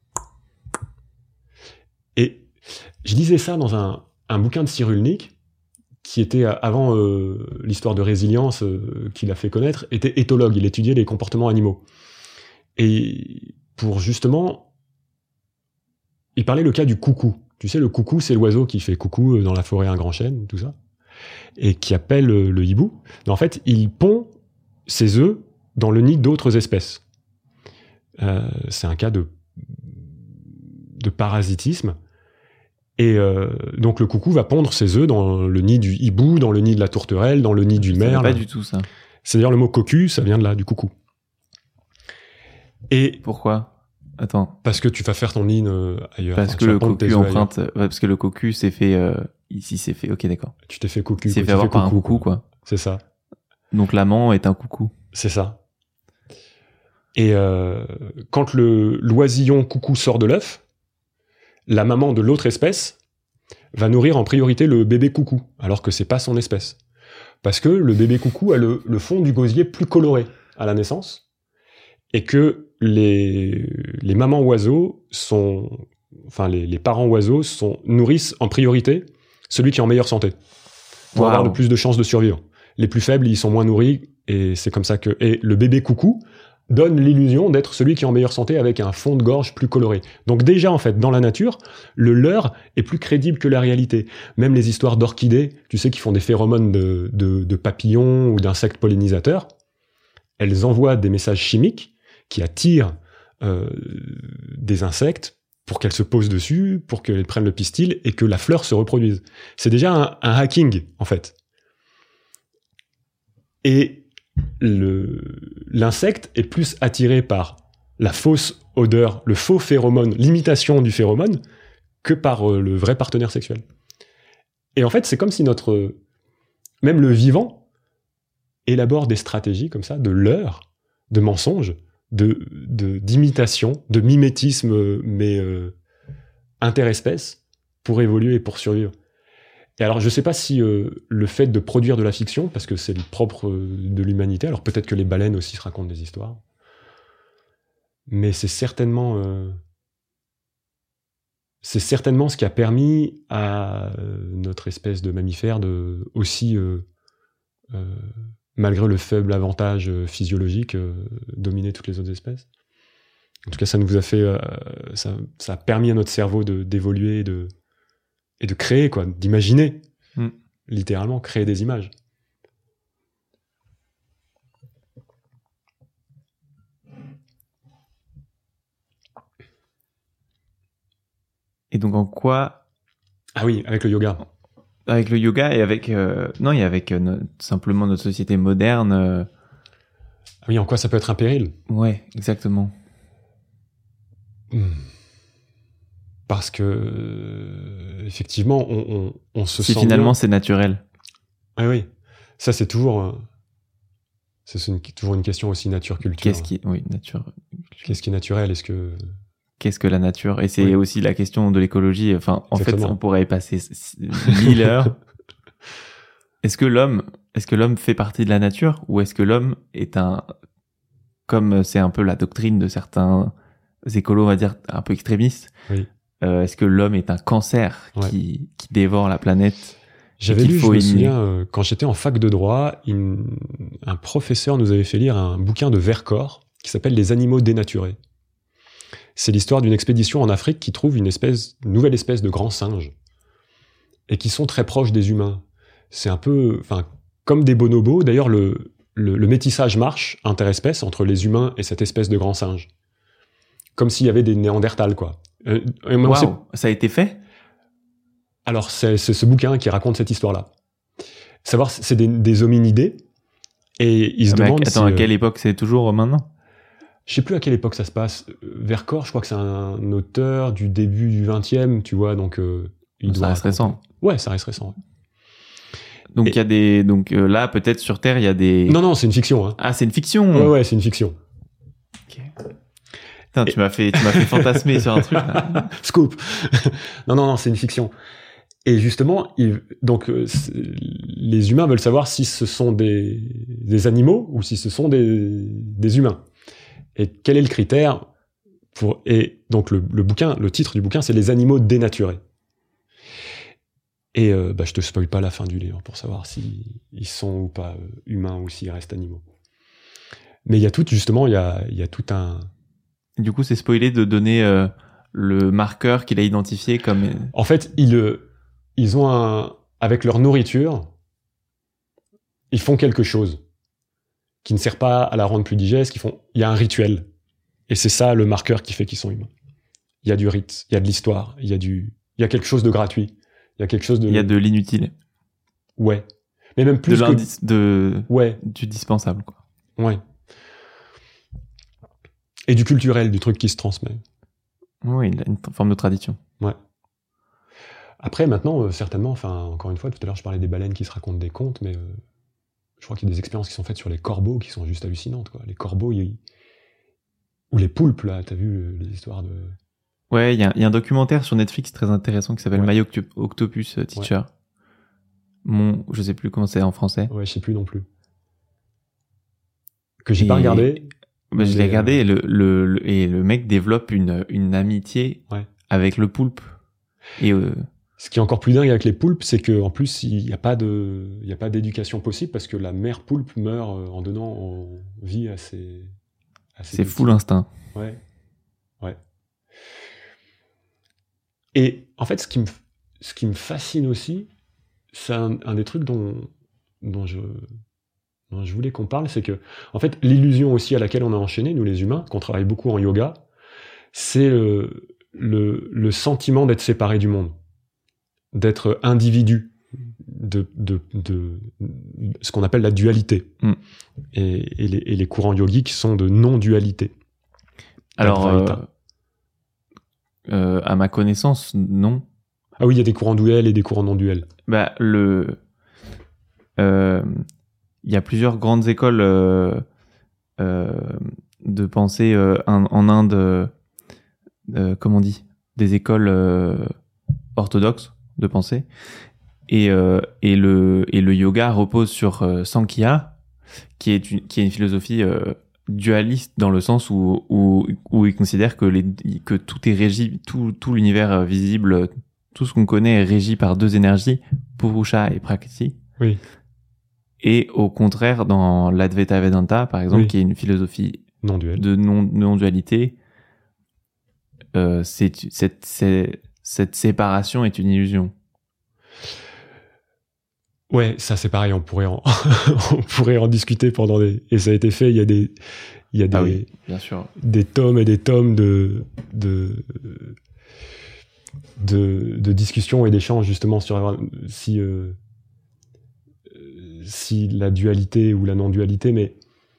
Et je lisais ça dans un bouquin de Cyrulnik, qui était, avant l'histoire de résilience qu'il a fait connaître, était éthologue, il étudiait les comportements animaux. Et pour justement... Il parlait le cas du coucou. Tu sais, le coucou, c'est l'oiseau qui fait coucou dans la forêt un grand chêne, tout ça, et qui appelle le hibou. Mais en fait, il pond ses œufs dans le nid d'autres espèces. C'est un cas de parasitisme. Et donc le coucou va pondre ses œufs dans le nid du hibou, dans le nid de la tourterelle, dans le nid du merle. Pas du tout ça. C'est d'ailleurs le mot cocu, ça vient de là, du coucou. Et pourquoi? Attends. Parce que tu vas faire ton nid ailleurs. Parce que le cocu emprunte. Ouais, parce que le cocu s'est fait ici, c'est fait. Ok, d'accord. Tu t'es fait cocu. C'est fait avoir par un coucou, quoi. C'est ça. Donc l'amant est un coucou. C'est ça. Et quand l'oisillon coucou sort de l'œuf, la maman de l'autre espèce va nourrir en priorité le bébé coucou, alors que c'est pas son espèce. Parce que le bébé coucou a le fond du gosier plus coloré à la naissance, et que les mamans oiseaux les parents oiseaux nourrissent en priorité celui qui est en meilleure santé, pour avoir le plus de chances de survivre. Les plus faibles, ils sont moins nourris, et c'est comme ça que... Et le bébé coucou donne l'illusion d'être celui qui est en meilleure santé avec un fond de gorge plus coloré. Donc déjà, en fait, dans la nature, le leurre est plus crédible que la réalité. Même les histoires d'orchidées, tu sais, qui font des phéromones de papillons ou d'insectes pollinisateurs, elles envoient des messages chimiques qui attirent des insectes pour qu'elles se posent dessus, pour qu'elles prennent le pistil et que la fleur se reproduise. C'est déjà un hacking, en fait. Et l'insecte est plus attiré par la fausse odeur, le faux phéromone, l'imitation du phéromone, que par le vrai partenaire sexuel. Et en fait, c'est comme si même le vivant élabore des stratégies comme ça, de leurre, de mensonge, d'imitation, de mimétisme, mais interespèce, pour évoluer et pour survivre. Et alors, je ne sais pas si le fait de produire de la fiction, parce que c'est le propre de l'humanité, alors peut-être que les baleines aussi se racontent des histoires, mais c'est certainement ce qui a permis à notre espèce de mammifère de aussi, malgré le faible avantage physiologique, dominer toutes les autres espèces. En tout cas, ça nous a fait, ça a permis à notre cerveau d'évoluer et de créer, quoi, d'imaginer, littéralement, créer des images. Et donc en quoi... Ah oui, avec le yoga. Avec le yoga et avec... non, et avec simplement notre société moderne... Ah oui, en quoi ça peut être un péril? Ouais, exactement. Parce que effectivement, on se sent finalement bien. C'est naturel. Ah oui, ça c'est toujours toujours une question aussi nature-culture. Nature. Qu'est-ce qui est naturel? Qu'est-ce que la nature? Et c'est aussi la question de l'écologie. Enfin, en fait, on pourrait y passer 1000 heures. Est-ce que l'homme fait partie de la nature, ou est-ce que l'homme est comme c'est un peu la doctrine de certains écolos, on va dire, un peu extrémistes. Oui. Est-ce que l'homme est un cancer qui dévore la planète? J'avais lu, je me souviens, quand j'étais en fac de droit, un professeur nous avait fait lire un bouquin de Vercors qui s'appelle « Les animaux dénaturés ». C'est l'histoire d'une expédition en Afrique qui trouve une nouvelle espèce de grands singes et qui sont très proches des humains. C'est un peu, enfin, comme des bonobos. D'ailleurs, le métissage marche interespèces entre les humains et cette espèce de grand singe. Comme s'il y avait des néandertals, quoi. Ça a été fait? Alors, c'est ce bouquin qui raconte cette histoire-là. Savoir, c'est des hominidés, et ils se demandent à quelle époque? C'est toujours maintenant? Je sais plus à quelle époque ça se passe. Vercors, je crois que c'est un auteur du début du 20e, tu vois, donc ça reste récent. Ouais, ça reste récent. Ouais. Donc il y a des là peut-être sur Terre il y a des Non, c'est une fiction hein. Ah, c'est une fiction. Ouais, c'est une fiction. OK. Putain, tu m'as fait fantasmer sur un truc là. Scoop. Non, c'est une fiction. Et justement, les humains veulent savoir si ce sont des animaux ou si ce sont des humains. Et quel est le critère et donc le titre du bouquin, c'est Les animaux dénaturés. Et je te spoil pas la fin du livre pour savoir s'ils sont ou pas humains ou s'ils restent animaux. Mais il y a tout un... Du coup, c'est spoilé de donner le marqueur qu'il a identifié comme... En fait, ils ont avec leur nourriture, ils font quelque chose qui ne sert pas à la rendre plus digeste, il y a un rituel. Et c'est ça le marqueur qui fait qu'ils sont humains. Il y a du rite, il y a de l'histoire, il y a quelque chose de gratuit. Il y a quelque chose de... Il y a de l'inutile. Ouais. Mais même plus du dispensable, quoi. Ouais. Et du culturel, du truc qui se transmet. Oui, il a une forme de tradition. Ouais. Après, maintenant, certainement, enfin, encore une fois, tout à l'heure, je parlais des baleines qui se racontent des contes, mais je crois qu'il y a des expériences qui sont faites sur les corbeaux qui sont juste hallucinantes, quoi. Les corbeaux, ou les poulpes, là, t'as vu les histoires de... Ouais, il y a un documentaire sur Netflix très intéressant qui s'appelle My Octopus Teacher. Ouais. Je sais plus comment c'est en français. Ouais, je sais plus non plus. Que j'ai pas regardé. Bah, je l'ai regardé et le mec développe une amitié avec le poulpe. Et ce qui est encore plus dingue avec les poulpes, c'est que en plus il y a pas d'éducation possible parce que la mère poulpe meurt en donnant vie à ses c'est fou l'instinct. Ouais. Et en fait, ce qui me fascine aussi, c'est un des trucs dont je voulais qu'on parle, c'est que, en fait, l'illusion aussi à laquelle on a enchaîné, nous les humains, qu'on travaille beaucoup en yoga, c'est le sentiment d'être séparé du monde, d'être individu, de ce qu'on appelle la dualité. Et les courants yogiques sont de non-dualité. Alors, à ma connaissance, non. Ah oui, il y a des courants duels et des courants non-duels. Bah, il y a plusieurs grandes écoles de pensée en Inde, comment on dit, des écoles orthodoxes de pensée, et le yoga repose sur Sankhya, qui est une philosophie dualiste dans le sens où il considère que tout est régi, tout l'univers visible, tout ce qu'on connaît est régi par deux énergies, Purusha et Prakriti. Oui. Et au contraire, dans l'Advaita Vedanta, par exemple, qui est une philosophie de non-dualité, cette séparation est une illusion. Ouais, ça c'est pareil, on pourrait en discuter pendant et ça a été fait, il y a des bien sûr, des tomes et des tomes de discussions et d'échanges justement sur si la dualité ou la non-dualité, mais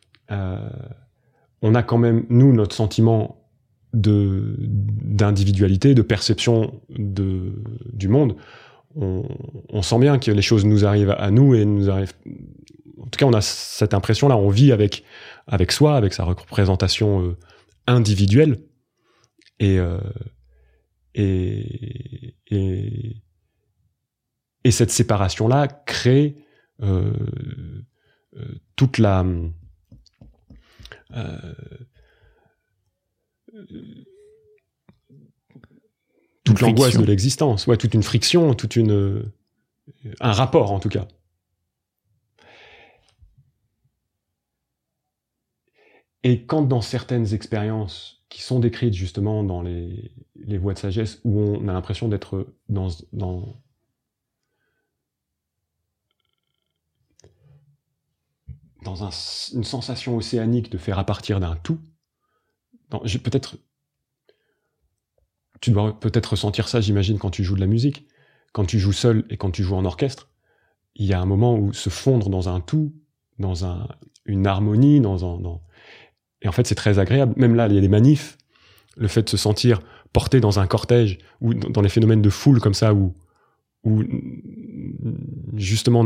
on a quand même, nous, notre sentiment d'individualité, de perception du monde. On sent bien que les choses nous arrivent à nous et nous arrivent... En tout cas, on a cette impression-là, on vit avec soi, avec sa représentation individuelle. Et cette séparation-là crée toute la... toute l'angoisse de l'existence, toute une friction, un rapport en tout cas. Et quand dans certaines expériences qui sont décrites justement dans les voies de sagesse, où on a l'impression d'être dans une sensation océanique de faire à partir d'un tout, tu dois peut-être ressentir ça, j'imagine, quand tu joues de la musique. Quand tu joues seul et quand tu joues en orchestre, il y a un moment où se fondre dans un tout, dans une harmonie, et en fait, c'est très agréable. Même là, il y a des manifs, le fait de se sentir porté dans un cortège, ou dans les phénomènes de foule comme ça, où justement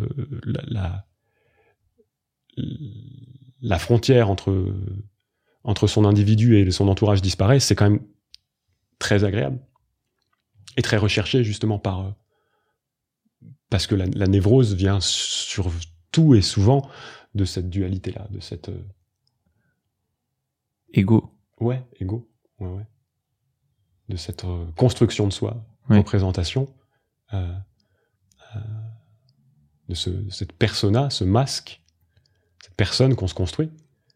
la frontière entre son individu et son entourage disparaît, c'est quand même très agréable. Et très recherché, justement, parce que la névrose vient surtout et souvent de cette dualité-là, de cette... Ego. Ouais, ego. Ouais. De cette construction de soi, ouais. Représentation, de cette persona, ce masque, cette personne qu'on se construit,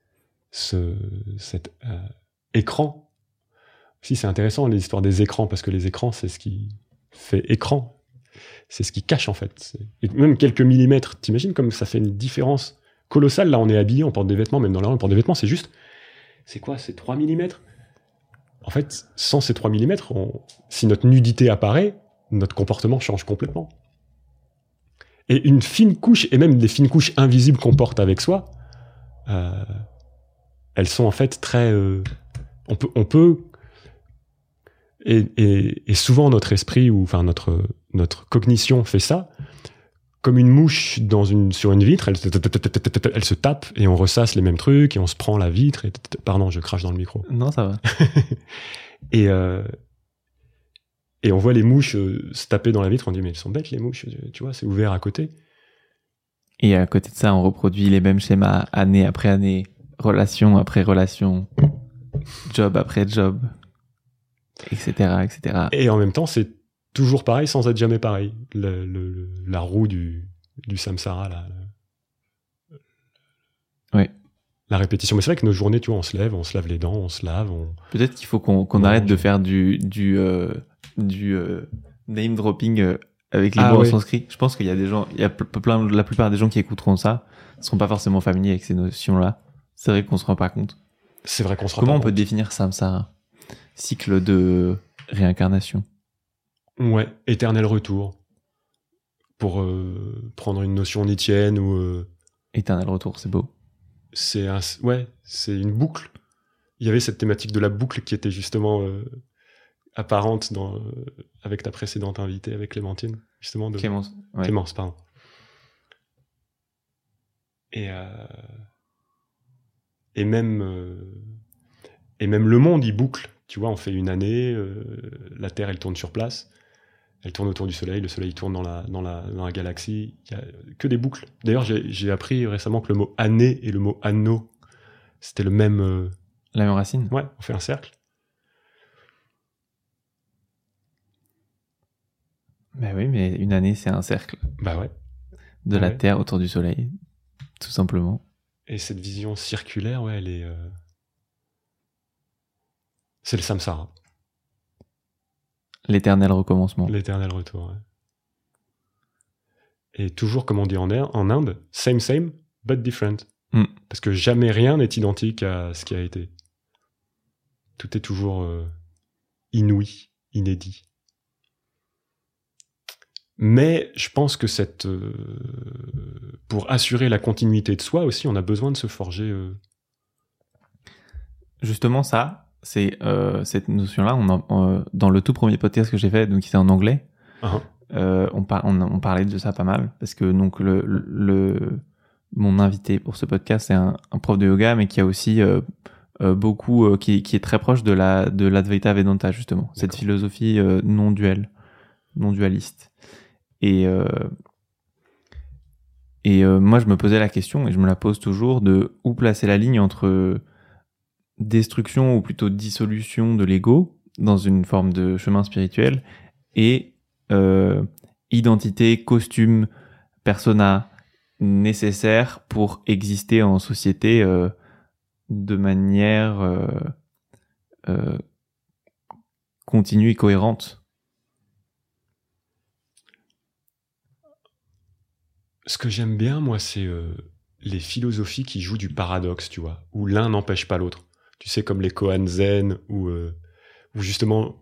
cet écran. Si, c'est intéressant l'histoire des écrans, parce que les écrans, c'est ce qui fait écran. C'est ce qui cache, en fait. Et même quelques millimètres, t'imagines comme ça fait une différence colossale. Là, on est habillé, on porte des vêtements, même dans la rue, on porte des vêtements, c'est juste... C'est quoi, c'est 3 millimètres? En fait, sans ces 3 millimètres, si notre nudité apparaît, notre comportement change complètement. Et une fine couche, et même des fines couches invisibles qu'on porte avec soi, elles sont en fait très... On peut et souvent notre esprit, ou enfin notre cognition fait ça, comme une mouche sur une vitre, elle se tape et on ressasse les mêmes trucs et on se prend la vitre. Pardon, je crache dans le micro. Non, ça va. Et on voit les mouches se taper dans la vitre, on dit mais elles sont bêtes les mouches, tu vois, c'est ouvert à côté. Et à côté de ça, on reproduit les mêmes schémas année après année, relation après relation, job après job, etc. Et en même temps, c'est toujours pareil sans être jamais pareil. La roue du samsara, là. Oui. La répétition. Mais c'est vrai que nos journées, tu vois, on se lave les dents, on se lave. Peut-être qu'il faut qu'on arrête de faire du name dropping avec les mots en sanskrit. Je pense qu'il y a des gens, la plupart des gens qui écouteront ça ne seront pas forcément familiers avec ces notions-là. C'est vrai qu'on se rend pas compte. C'est vrai qu'on se rend Comment pas on compte. peut définir samsara? Cycle de réincarnation. Ouais, éternel retour. Pour prendre une notion nietzschéenne ou... Éternel retour, c'est beau. C'est une boucle. Il y avait cette thématique de la boucle qui était justement apparente avec ta précédente invitée, avec Clémentine, justement. Clémence. Ouais. Clémence, pardon. Et même le monde, il boucle. Tu vois, on fait une année, la Terre, elle tourne sur place. Elle tourne autour du Soleil, le Soleil tourne dans la galaxie. Il n'y a que des boucles. D'ailleurs, j'ai appris récemment que le mot année et le mot anneau, c'était le même... La même racine? Ouais, on fait un cercle. Ben oui, mais une année, c'est un cercle. Bah ouais. De la Terre autour du Soleil, tout simplement. Et cette vision circulaire, ouais, elle est... C'est le samsara. L'éternel recommencement. L'éternel retour, ouais. Et toujours, comme on dit en Inde, same, but different. Parce que jamais rien n'est identique à ce qui a été. Tout est toujours inouï, inédit. Mais je pense que pour assurer la continuité de soi aussi, on a besoin de se forger... Justement, ça... C'est cette notion-là. Dans le tout premier podcast que j'ai fait, donc qui était en anglais, on parlait de ça pas mal parce que donc mon invité pour ce podcast c'est un prof de yoga, mais qui a aussi beaucoup qui est très proche de l'Advaita Vedanta justement. D'accord. Cette philosophie non dualiste. Et moi je me posais la question et je me la pose toujours de où placer la ligne entre destruction ou plutôt dissolution de l'ego dans une forme de chemin spirituel et identité, costume, persona nécessaire pour exister en société de manière continue et cohérente. Ce que j'aime bien, moi, c'est les philosophies qui jouent du paradoxe, tu vois, où l'un n'empêche pas l'autre. Tu sais, comme les koans zen, où justement,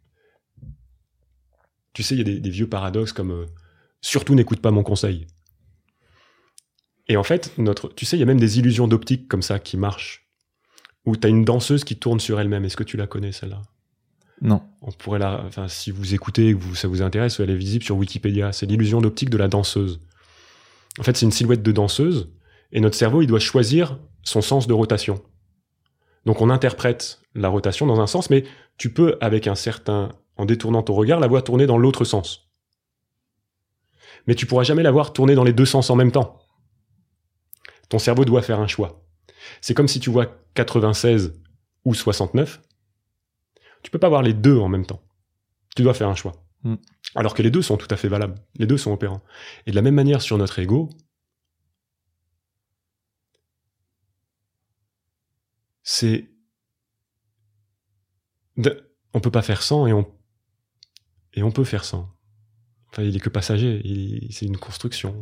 tu sais, il y a des vieux paradoxes comme surtout n'écoute pas mon conseil. Et en fait, tu sais, il y a même des illusions d'optique comme ça qui marchent, où tu as une danseuse qui tourne sur elle-même. Est-ce que tu la connais, celle-là? Non. On pourrait si vous écoutez et que ça vous intéresse, elle est visible sur Wikipédia. C'est l'illusion d'optique de la danseuse. En fait, c'est une silhouette de danseuse, et notre cerveau, il doit choisir son sens de rotation. Donc on interprète la rotation dans un sens, mais tu peux, en détournant ton regard, la voir tourner dans l'autre sens. Mais tu pourras jamais la voir tourner dans les deux sens en même temps. Ton cerveau doit faire un choix. C'est comme si tu vois 96 ou 69, tu peux pas voir les deux en même temps. Tu dois faire un choix. Alors que les deux sont tout à fait valables. Les deux sont opérants. Et de la même manière, sur notre ego, on peut pas faire sans et on peut faire sans. Enfin, il est que passager. C'est une construction.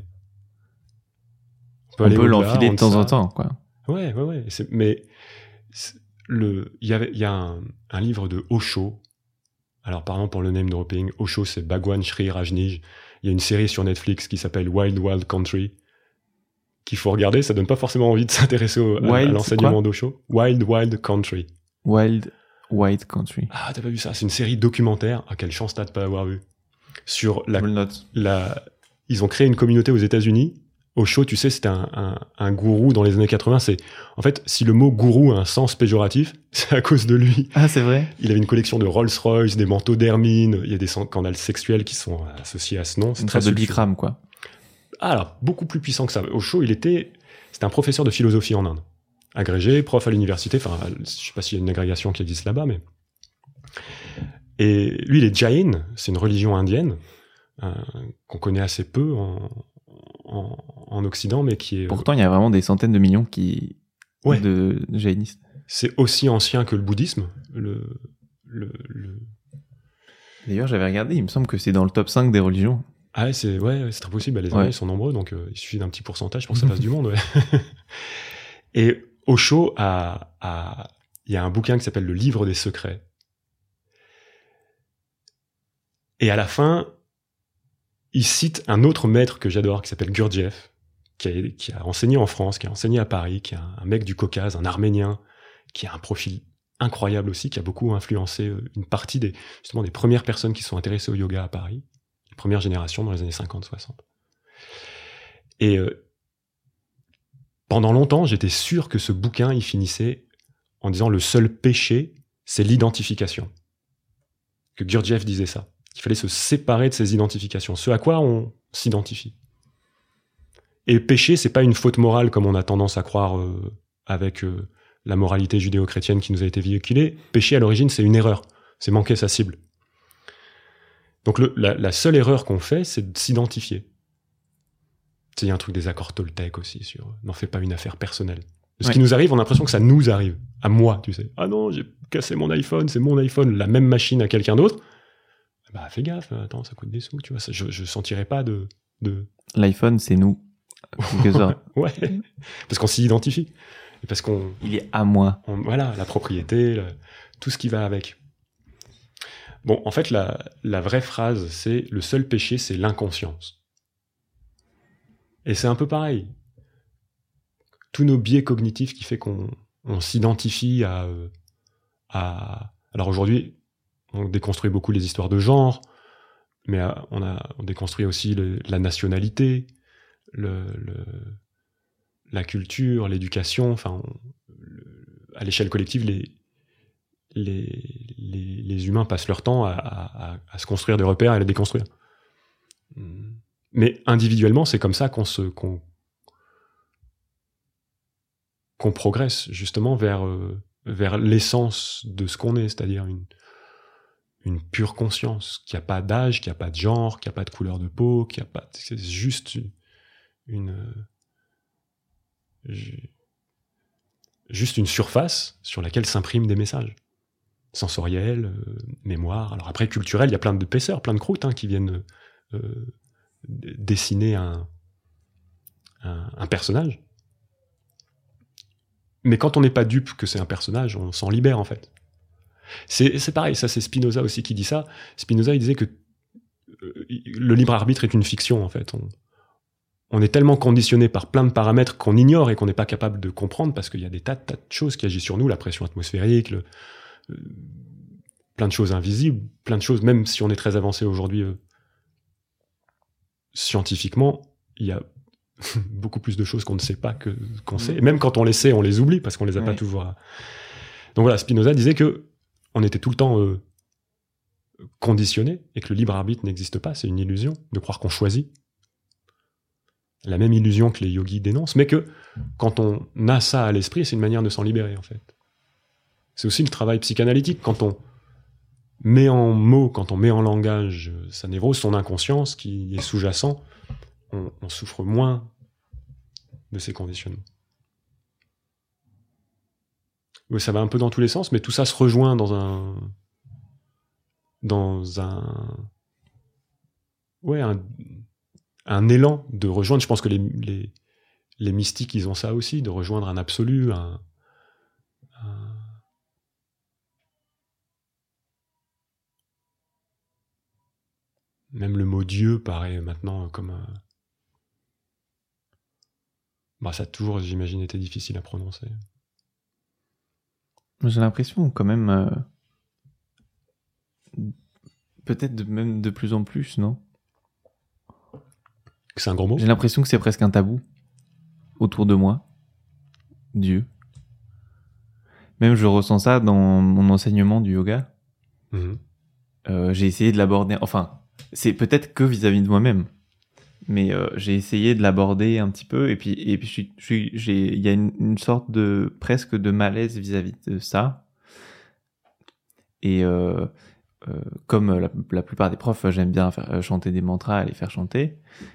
On peut l'enfiler de temps en temps, quoi. Ouais. Mais il y a un livre de Osho. Alors, pardon pour le name dropping. Osho, c'est Bhagwan Sri Rajneesh. Il y a une série sur Netflix qui s'appelle Wild Wild Country, qu'il faut regarder. Ça donne pas forcément envie de s'intéresser à l'enseignement d'Osho. Wild Wild Country. Wild Wild Country. Ah, t'as pas vu ça? C'est une série documentaire. Ah, quelle chance t'as de pas l'avoir vu. Sur ils ont créé une communauté aux États-Unis. Osho, tu sais, c'était un gourou dans les années 80. En fait, si le mot gourou a un sens péjoratif, c'est à cause de lui. Ah, c'est vrai? Il avait une collection de Rolls-Royce, des manteaux d'hermine. Il y a des scandales sexuels qui sont associés à ce nom. C'est une sorte de Bikram, quoi. Ah, alors, beaucoup plus puissant que ça. Osho, c'était un professeur de philosophie en Inde. Agrégé, prof à l'université. Enfin, je sais pas s'il y a une agrégation qui existe là-bas, mais... Et lui, il est Jain. C'est une religion indienne qu'on connaît assez peu en Occident, mais qui est... Pourtant, il y a vraiment des centaines de millions de jaïnistes. C'est aussi ancien que le bouddhisme. D'ailleurs, j'avais regardé, il me semble que c'est dans le top 5 des religions. Ah ouais, c'est très possible. Les Indiens, ils sont nombreux, donc il suffit d'un petit pourcentage pour que ça fasse du monde. Ouais. Et Osho il y a un bouquin qui s'appelle Le Livre des Secrets. Et à la fin, il cite un autre maître que j'adore qui s'appelle Gurdjieff, qui a enseigné en France, qui a enseigné à Paris, qui est un mec du Caucase, un Arménien, qui a un profil incroyable aussi, qui a beaucoup influencé une partie des premières personnes qui sont intéressées au yoga à Paris, les premières générations dans les années 50-60. Et pendant longtemps, j'étais sûr que ce bouquin, il finissait en disant « le seul péché, c'est l'identification ». Que Gurdjieff disait ça. Il fallait se séparer de ces identifications, ce à quoi on s'identifie. Et péché, c'est pas une faute morale comme on a tendance à croire avec la moralité judéo-chrétienne qui nous a été véhiculée. Péché, à l'origine, c'est une erreur. C'est manquer sa cible. Donc la seule erreur qu'on fait, c'est de s'identifier. Il y a un truc des accords Toltec aussi sur « n'en fais pas une affaire personnelle ». Ce qui nous arrive, on a l'impression que ça nous arrive. À moi, tu sais. Ah non, j'ai cassé mon iPhone, c'est mon iPhone, la même machine à quelqu'un d'autre. Bah fais gaffe, attends, ça coûte des sous, tu vois. Je sentirais pas de... L'iPhone, c'est nous. Ouais, parce qu'on s'y identifie. Et parce qu'on... Il est à moi. Voilà, la propriété, tout ce qui va avec. Bon, en fait, la vraie phrase, c'est « le seul péché, c'est l'inconscience ». Et c'est un peu pareil. Tous nos biais cognitifs qui fait qu'on s'identifie à... Alors aujourd'hui, on déconstruit beaucoup les histoires de genre, mais on déconstruit aussi la nationalité, la culture, l'éducation. Enfin, à l'échelle collective, les humains passent leur temps à se construire des repères et à les déconstruire. Mais individuellement, c'est comme ça qu'on progresse justement vers l'essence de ce qu'on est, c'est-à-dire une pure conscience, qui n'a pas d'âge, qui n'a pas de genre, qui n'a pas de couleur de peau, c'est juste juste une surface sur laquelle s'impriment des messages. Sensoriels, mémoire. Alors après, culturel, il y a plein d'épaisseurs, plein de croûtes qui viennent dessiner un personnage. Mais quand on n'est pas dupe que c'est un personnage, on s'en libère en fait. C'est pareil, ça c'est Spinoza aussi qui dit ça. Spinoza, il disait que le libre arbitre est une fiction en fait. On est tellement conditionné par plein de paramètres qu'on ignore et qu'on n'est pas capable de comprendre parce qu'il y a des tas de choses qui agissent sur nous, la pression atmosphérique, plein de choses invisibles, plein de choses, même si on est très avancé aujourd'hui scientifiquement, il y a beaucoup plus de choses qu'on ne sait pas qu'on sait. Et même quand on les sait, on les oublie parce qu'on les a pas toujours. Donc voilà, Spinoza disait que on était tout le temps conditionné et que le libre arbitre n'existe pas. C'est une illusion de croire qu'on choisit. La même illusion que les yogis dénoncent, mais que quand on a ça à l'esprit, c'est une manière de s'en libérer en fait. C'est aussi le travail psychanalytique. Quand on met en mots, quand on met en langage sa névrose, son inconscience qui est sous-jacent, on souffre moins de ces conditionnements. Oui, ça va un peu dans tous les sens, mais tout ça se rejoint dans un élan de rejoindre. Je pense que les mystiques, ils ont ça aussi, de rejoindre un absolu, même le mot Dieu paraît maintenant comme ça a toujours, j'imagine, été difficile à prononcer. J'ai l'impression quand même peut-être même de plus en plus, non ? C'est un gros mot ? J'ai l'impression que c'est presque un tabou autour de moi. Dieu. Même je ressens ça dans mon enseignement du yoga. J'ai essayé de l'aborder, enfin, c'est peut-être que vis-à-vis de moi-même, mais j'ai essayé de l'aborder un petit peu, et puis il y a une sorte de presque de malaise vis-à-vis de ça. Et comme la plupart des profs, j'aime bien faire chanter des mantras et les faire chanter.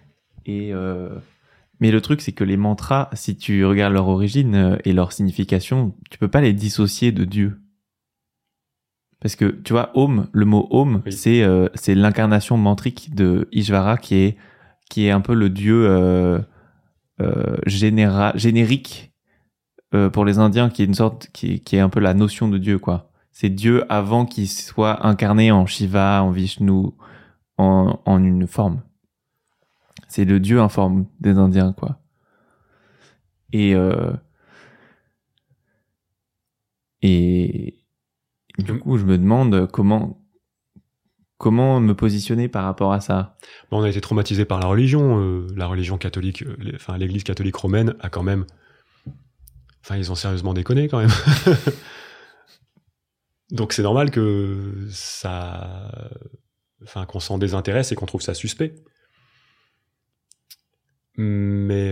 Mais le truc, c'est que les mantras, si tu regardes leur origine et leur signification, tu peux pas les dissocier de Dieu. Parce que, tu vois, Om, le mot Om, oui. C'est l'incarnation mantrique de Ishvara qui est un peu le dieu générique pour les Indiens, qui est une sorte, qui est un peu la notion de Dieu, quoi. C'est Dieu avant qu'il soit incarné en Shiva, en Vishnu, en une forme. C'est le dieu informe des Indiens, quoi. Et du coup, je me demande comment me positionner par rapport à ça. On a été traumatisé par la religion catholique, l'Église catholique romaine a quand même, ils ont sérieusement déconné quand même. Donc c'est normal que qu'on s'en désintéresse et qu'on trouve ça suspect. Mais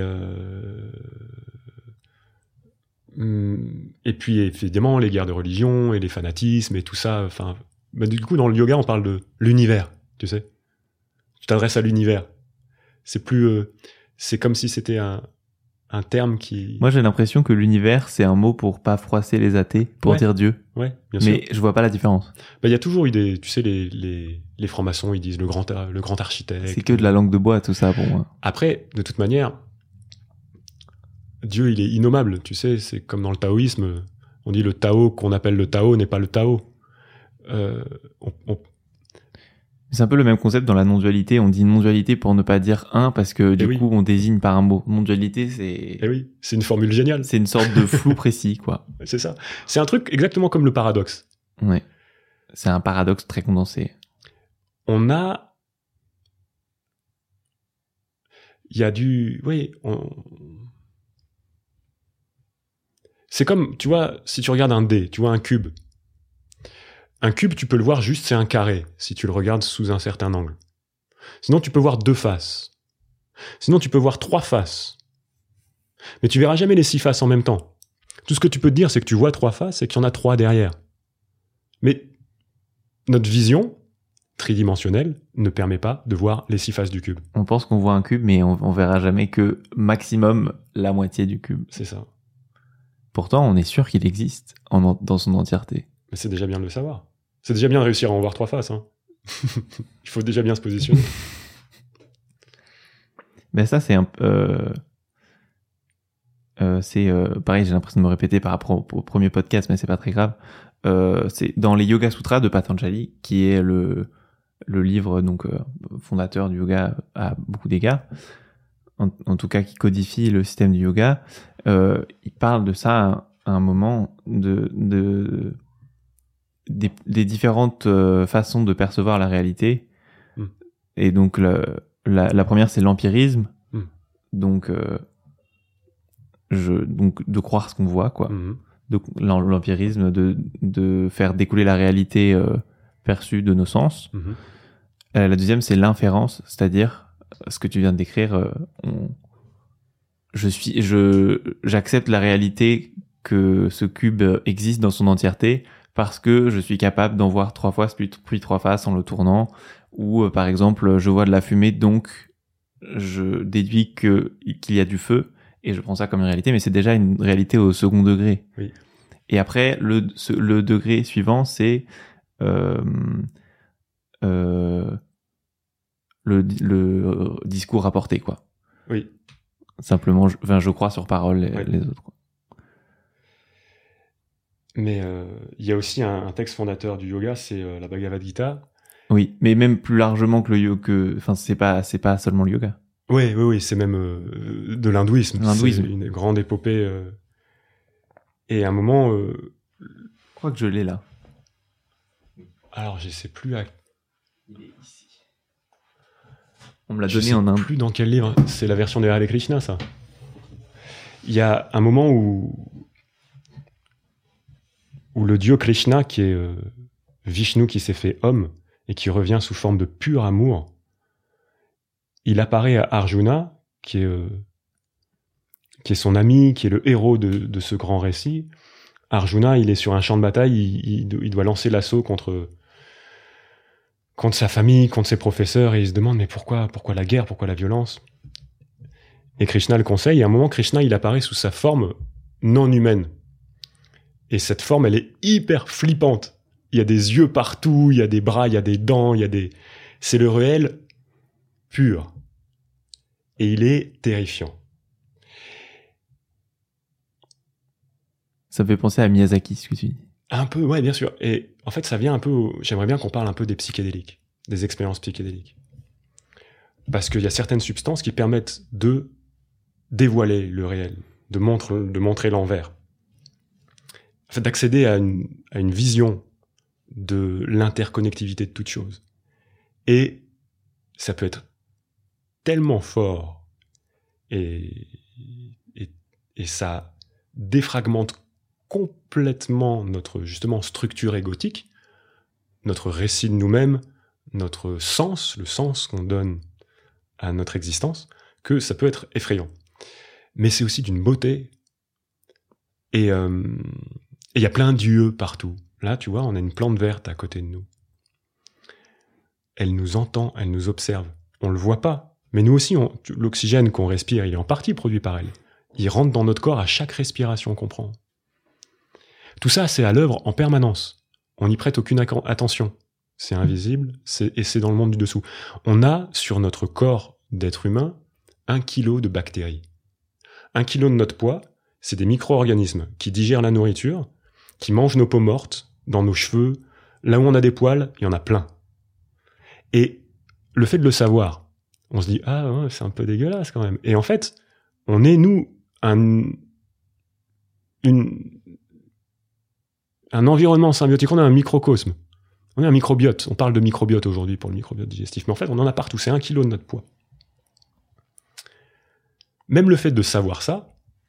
et puis évidemment les guerres de religion et les fanatismes et tout ça. Du coup dans le yoga on parle de l'univers, tu sais. Tu t'adresses à l'univers. C'est plus, c'est comme si c'était un terme qui. Moi j'ai l'impression que l'univers c'est un mot pour pas froisser les athées, pour dire Dieu. Ouais, bien sûr. Mais je vois pas la différence. Il y a toujours eu tu sais les francs-maçons ils disent le grand architecte. C'est que de la langue de bois tout ça pour moi. Après de toute manière. Dieu, il est innommable, tu sais, c'est comme dans le taoïsme, on dit le Tao qu'on appelle le Tao n'est pas le Tao. C'est un peu le même concept dans la non-dualité, on dit non-dualité pour ne pas dire un, parce que du coup on désigne par un mot. Non-dualité, c'est... Eh oui, c'est une formule géniale. C'est une sorte de flou précis, quoi. C'est ça. C'est un truc exactement comme le paradoxe. Ouais. C'est un paradoxe très condensé. C'est comme, tu vois, si tu regardes un dé, tu vois un cube. Un cube, tu peux le voir juste, c'est un carré, si tu le regardes sous un certain angle. Sinon, tu peux voir 2 faces. Sinon, tu peux voir 3 faces. Mais tu verras jamais les 6 faces en même temps. Tout ce que tu peux te dire, c'est que tu vois 3 faces et qu'il y en a 3 derrière. Mais notre vision tridimensionnelle ne permet pas de voir les 6 faces du cube. On pense qu'on voit un cube, mais on verra jamais que maximum la moitié du cube. C'est ça. Pourtant, on est sûr qu'il existe dans son entièreté. Mais c'est déjà bien de le savoir. C'est déjà bien de réussir à en voir 3 faces. Hein. Il faut déjà bien se positionner. Mais ça, c'est pareil, j'ai l'impression de me répéter par rapport au premier podcast, mais c'est pas très grave. C'est dans les Yoga Sutras de Patanjali, qui est le livre donc fondateur du yoga à beaucoup d'égards, en tout cas qui codifie le système du yoga. Il parle de ça à un moment des différentes façons de percevoir la réalité. Et donc la première, c'est l'empirisme. Donc de croire ce qu'on voit, quoi. L'empirisme, de faire découler la réalité perçue de nos sens. La deuxième, c'est l'inférence, c'est-à-dire ce que tu viens de décrire. J'accepte la réalité que ce cube existe dans son entièreté parce que je suis capable d'en voir 3 fois puis 3 faces en le tournant. Ou par exemple, je vois de la fumée, donc je déduis qu'il y a du feu. Et je prends ça comme une réalité, mais c'est déjà une réalité au second degré. Oui. Et après, le degré suivant, c'est le discours rapporté, quoi. Oui. Simplement, je crois sur parole les autres, quoi. Mais il y a aussi un texte fondateur du yoga, c'est la Bhagavad Gita. Oui, mais même plus largement que le yoga, enfin c'est pas seulement le yoga. Oui, c'est même de l'hindouisme. C'est une grande épopée. Et à un moment... Je crois que je l'ai là. Alors, je sais plus à... Il est ici. On me l'a donné en Inde. Je sais plus dans quel livre. C'est la version des Hare Krishna, ça. Il y a un moment où le dieu Krishna, qui est Vishnu, qui s'est fait homme, et qui revient sous forme de pur amour, il apparaît à Arjuna, qui est son ami, qui est le héros de ce grand récit. Arjuna, il est sur un champ de bataille, il doit lancer l'assaut contre sa famille, contre ses professeurs, et il se demande mais pourquoi la guerre, pourquoi la violence? Et Krishna le conseille, et à un moment, Krishna, il apparaît sous sa forme non humaine. Et cette forme, elle est hyper flippante. Il y a des yeux partout, il y a des bras, il y a des dents, c'est le réel pur. Et il est terrifiant. Ça me fait penser à Miyazaki, ce que tu dis. Un peu, ouais, bien sûr. Et en fait, ça vient un peu... J'aimerais bien qu'on parle un peu des psychédéliques, des expériences psychédéliques. Parce qu'il y a certaines substances qui permettent de dévoiler le réel, de montrer l'envers. En fait, d'accéder à une vision de l'interconnectivité de toute chose. Et ça peut être tellement fort et ça défragmente complètement notre, justement, structure égotique, notre récit de nous-mêmes, notre sens, le sens qu'on donne à notre existence, que ça peut être effrayant. Mais c'est aussi d'une beauté. Et il y a plein d'yeux partout. Là, tu vois, on a une plante verte à côté de nous. Elle nous entend, elle nous observe. On le voit pas. Mais nous aussi, l'oxygène qu'on respire, il est en partie produit par elle. Il rentre dans notre corps à chaque respiration qu'on prend. Tout ça, c'est à l'œuvre en permanence. On n'y prête aucune attention. C'est invisible, et c'est dans le monde du dessous. On a, sur notre corps d'être humain, 1 kilo de bactéries. 1 kilo de notre poids, c'est des micro-organismes qui digèrent la nourriture, qui mangent nos peaux mortes, dans nos cheveux. Là où on a des poils, il y en a plein. Et le fait de le savoir, on se dit « Ah, ouais, c'est un peu dégueulasse quand même ». Et en fait, on est, nous, un environnement symbiotique, on est un microcosme. On est un microbiote. On parle de microbiote aujourd'hui pour le microbiote digestif. Mais en fait, on en a partout. C'est 1 kilo de notre poids. Même le fait de savoir ça,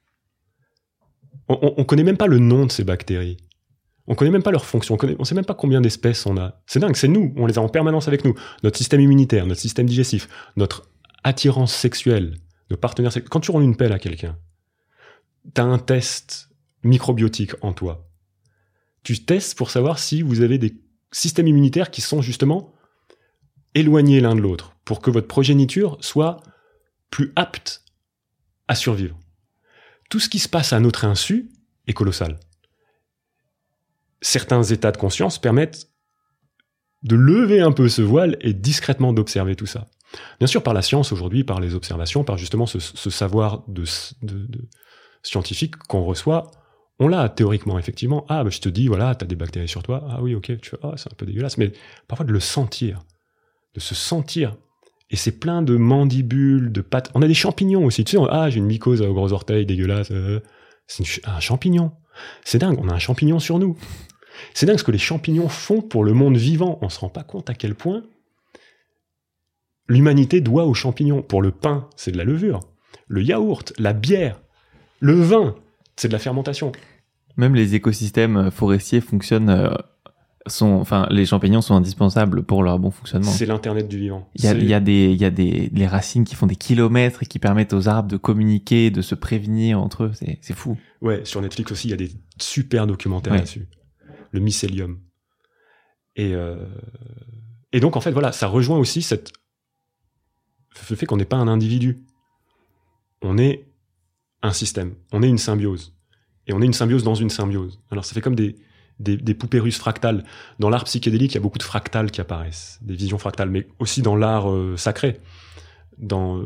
on connaît même pas le nom de ces bactéries. On connaît même pas leur fonction. On sait même pas combien d'espèces on a. C'est dingue, c'est nous. On les a en permanence avec nous. Notre système immunitaire, notre système digestif, notre attirance sexuelle, nos partenaires sexuels. Quand tu rends une pelle à quelqu'un, t'as un test microbiotique en toi. Tu testes pour savoir si vous avez des systèmes immunitaires qui sont justement éloignés l'un de l'autre, pour que votre progéniture soit plus apte à survivre. Tout ce qui se passe à notre insu, est colossal. Certains états de conscience permettent de lever un peu ce voile et discrètement d'observer tout ça. Bien sûr, par la science aujourd'hui, par les observations, par justement ce savoir de scientifique qu'on reçoit, on l'a théoriquement, effectivement. Ah, bah, je te dis, voilà, t'as des bactéries sur toi. Ah oui, ok, tu fais, c'est un peu dégueulasse. Mais parfois de le sentir, de se sentir. Et c'est plein de mandibules, de pattes. On a des champignons aussi. Tu sais, j'ai une mycose aux gros orteils, dégueulasse. C'est un champignon. C'est dingue, on a un champignon sur nous. C'est dingue ce que les champignons font pour le monde vivant. On se rend pas compte à quel point l'humanité doit aux champignons. Pour le pain, c'est de la levure. Le yaourt, la bière, le vin, c'est de la fermentation. Même les écosystèmes forestiers fonctionnent... les champignons sont indispensables pour leur bon fonctionnement. C'est l'internet du vivant. Il y a les racines qui font des kilomètres et qui permettent aux arbres de communiquer, de se prévenir entre eux. C'est fou. Ouais, sur Netflix aussi, il y a des super documentaires là-dessus. Le mycélium. Et donc, en fait, voilà, ça rejoint aussi ce fait qu'on n'est pas un individu. On est un système. On est une symbiose. Et on est une symbiose dans une symbiose. Alors, ça fait comme des poupées russes fractales. Dans l'art psychédélique, il y a beaucoup de fractales qui apparaissent, des visions fractales, mais aussi dans l'art sacré, dans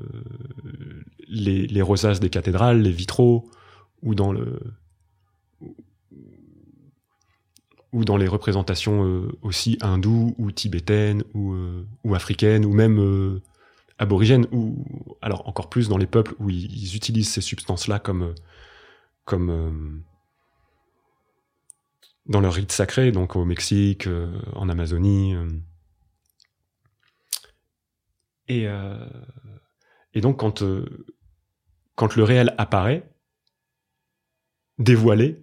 les rosaces des cathédrales, les vitraux, ou dans les représentations aussi hindoues ou tibétaines ou africaines ou même aborigènes, ou alors encore plus dans les peuples où ils utilisent ces substances-là comme dans leur rite sacré, donc au Mexique, en Amazonie. Et donc, quand le réel apparaît, dévoilé,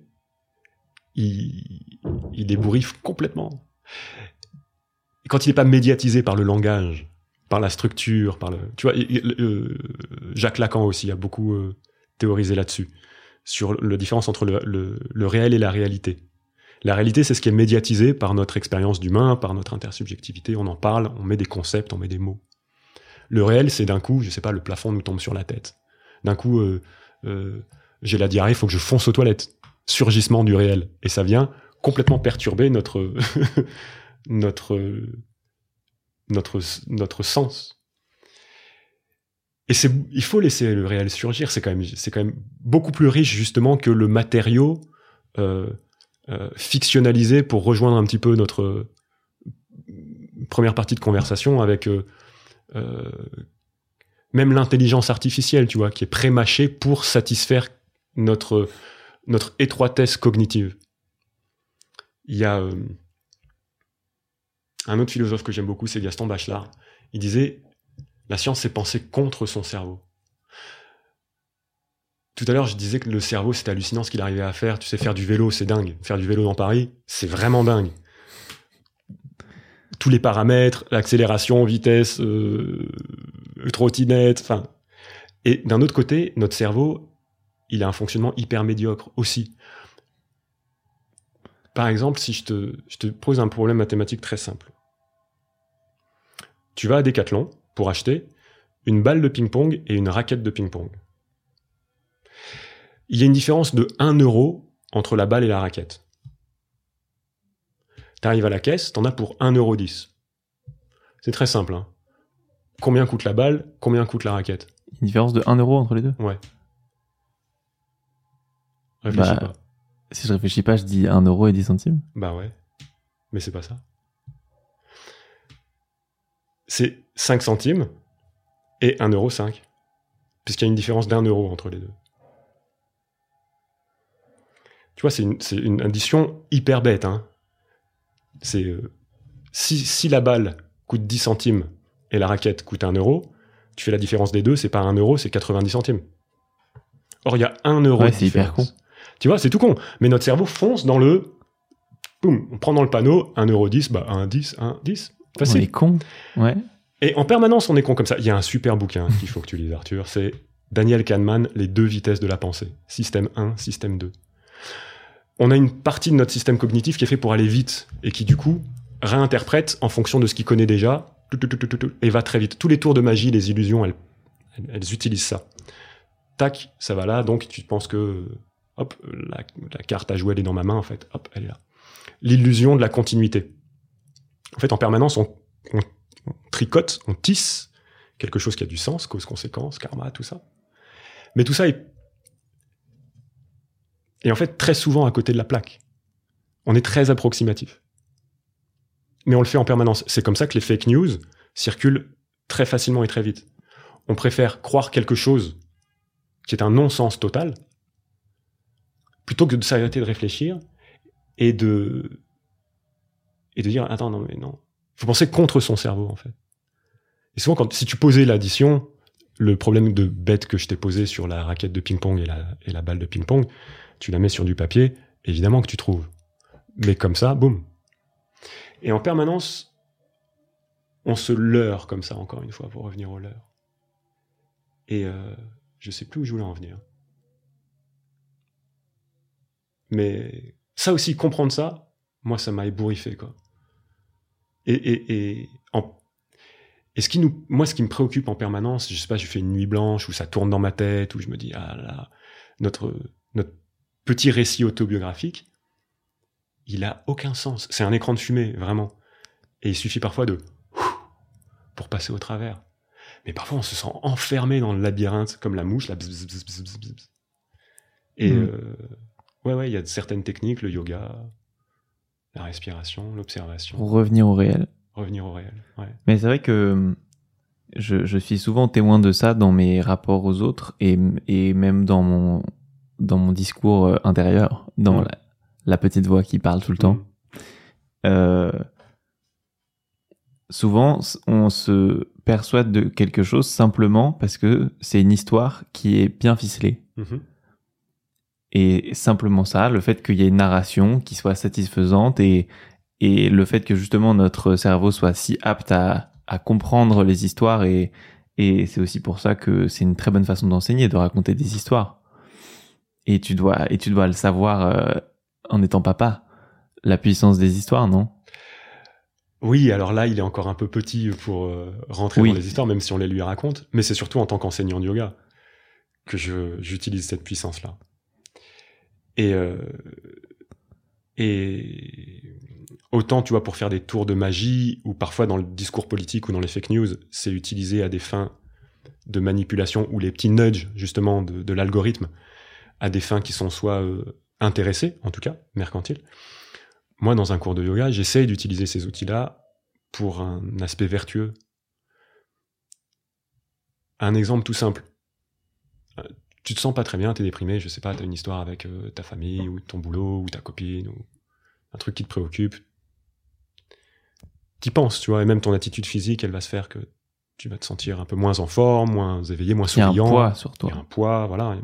il ébouriffe complètement. Et quand il n'est pas médiatisé par le langage, par la structure, tu vois, Jacques Lacan aussi a beaucoup théorisé là-dessus, sur la différence entre le réel et la réalité. La réalité, c'est ce qui est médiatisé par notre expérience d'humain, par notre intersubjectivité. On en parle, on met des concepts, on met des mots. Le réel, c'est d'un coup, je sais pas, le plafond nous tombe sur la tête. D'un coup, j'ai la diarrhée, il faut que je fonce aux toilettes. Surgissement du réel. Et ça vient complètement perturber notre sens. Et il faut laisser le réel surgir. C'est quand même beaucoup plus riche, justement, que le matériau fictionnalisé pour rejoindre un petit peu notre première partie de conversation avec même l'intelligence artificielle, tu vois, qui est pré-mâchée pour satisfaire notre étroitesse cognitive. Il y a un autre philosophe que j'aime beaucoup, c'est Gaston Bachelard. Il disait « La science, c'est penser contre son cerveau ». Tout à l'heure, je disais que le cerveau, c'était hallucinant ce qu'il arrivait à faire. Tu sais, faire du vélo, c'est dingue. Faire du vélo dans Paris, c'est vraiment dingue. Tous les paramètres, l'accélération, vitesse, trottinette, enfin. Et d'un autre côté, notre cerveau, il a un fonctionnement hyper médiocre aussi. Par exemple, si je te pose un problème mathématique très simple. Tu vas à Decathlon pour acheter une balle de ping-pong et une raquette de ping-pong. Il y a une différence de 1 euro entre la balle et la raquette. Tu arrives à la caisse, t'en as pour 1,10 €. C'est très simple. Hein. Combien coûte la balle, combien coûte la raquette ? Une différence de 1 euro entre les deux ? Ouais. Réfléchis pas. Si je réfléchis pas, je dis 1 euro et 10 centimes. Bah ouais. Mais c'est pas ça. C'est 5 centimes et 1,05 €. Puisqu'il y a une différence d'1 euro entre les deux. Tu vois, c'est une addition hyper bête. Hein. C'est si la balle coûte 10 centimes et la raquette coûte 1 euro, tu fais la différence des deux, c'est pas 1 euro, c'est 90 centimes. Or, il y a 1 euro de différence. C'est hyper con. Tu vois, c'est tout con. Mais notre cerveau fonce dans le... Boum, on prend dans le panneau 1,10 €, bah 1,10 €, 1,10 €. Facile. On est con, ouais. Et en permanence, on est con comme ça. Il y a un super bouquin qu'il faut que tu lises, Arthur. C'est Daniel Kahneman, Les 2 vitesses de la pensée. Système 1, système 2. On a une partie de notre système cognitif qui est fait pour aller vite et qui, du coup, réinterprète en fonction de ce qu'il connaît déjà et va très vite. Tous les tours de magie, les illusions, elles utilisent ça. Tac, ça va là, donc tu penses que hop, la carte à jouer, elle est dans ma main, en fait, hop, elle est là. L'illusion de la continuité. En fait, en permanence, on tricote, on tisse quelque chose qui a du sens, cause-conséquence, karma, tout ça. Mais tout ça est en fait très souvent à côté de la plaque. On est très approximatif. Mais on le fait en permanence. C'est comme ça que les fake news circulent très facilement et très vite. On préfère croire quelque chose qui est un non-sens total, plutôt que de s'arrêter de réfléchir et de dire « Attends, non, mais non. » Il faut penser contre son cerveau, en fait. Et souvent, si tu posais l'addition, le problème de bête que je t'ai posé sur la raquette de ping-pong et la balle de ping-pong, tu la mets sur du papier, évidemment que tu trouves. Mais comme ça, boum. Et en permanence, on se leurre comme ça, encore une fois, pour revenir au leurre. Et je sais plus où je voulais en venir. Mais ça aussi, comprendre ça, moi, ça m'a ébouriffé, quoi. Et ce qui me préoccupe en permanence, je sais pas, je fais une nuit blanche où ça tourne dans ma tête, où je me dis, ah là, notre petit récit autobiographique, il a aucun sens. C'est un écran de fumée, vraiment. Et il suffit parfois pour passer au travers. Mais parfois, on se sent enfermé dans le labyrinthe, comme la mouche, là, bzz, bzz, bzz, bzz, bzz. Et il y a certaines techniques, le yoga, la respiration, l'observation. Pour revenir au réel. Revenir au réel, ouais. Mais c'est vrai que je suis souvent témoin de ça dans mes rapports aux autres et même dans mon discours intérieur, dans la petite voix qui parle tout le temps. Souvent, on se persuade de quelque chose simplement parce que c'est une histoire qui est bien ficelée. Et simplement ça, le fait qu'il y ait une narration qui soit satisfaisante et le fait que justement notre cerveau soit si apte à comprendre les histoires et c'est aussi pour ça que c'est une très bonne façon d'enseigner, de raconter des histoires. Et tu dois le savoir en étant papa, la puissance des histoires, non ? Oui, alors là, il est encore un peu petit pour rentrer dans les histoires, même si on les lui raconte. Mais c'est surtout en tant qu'enseignant de yoga que j'utilise cette puissance-là. Et autant, tu vois, pour faire des tours de magie, ou parfois dans le discours politique ou dans les fake news, c'est utilisé à des fins de manipulation, ou les petits nudges, justement, de l'algorithme, à des fins qui sont soit intéressées, en tout cas, mercantiles. Moi, dans un cours de yoga, j'essaye d'utiliser ces outils-là pour un aspect vertueux. Un exemple tout simple. Tu te sens pas très bien, t'es déprimé, je sais pas, t'as une histoire avec ta famille, ou ton boulot, ou ta copine, ou un truc qui te préoccupe. T'y penses, tu vois, et même ton attitude physique, elle va se faire que tu vas te sentir un peu moins en forme, moins éveillé, moins souriant. Il y a un poids sur toi. Il y a un poids, voilà.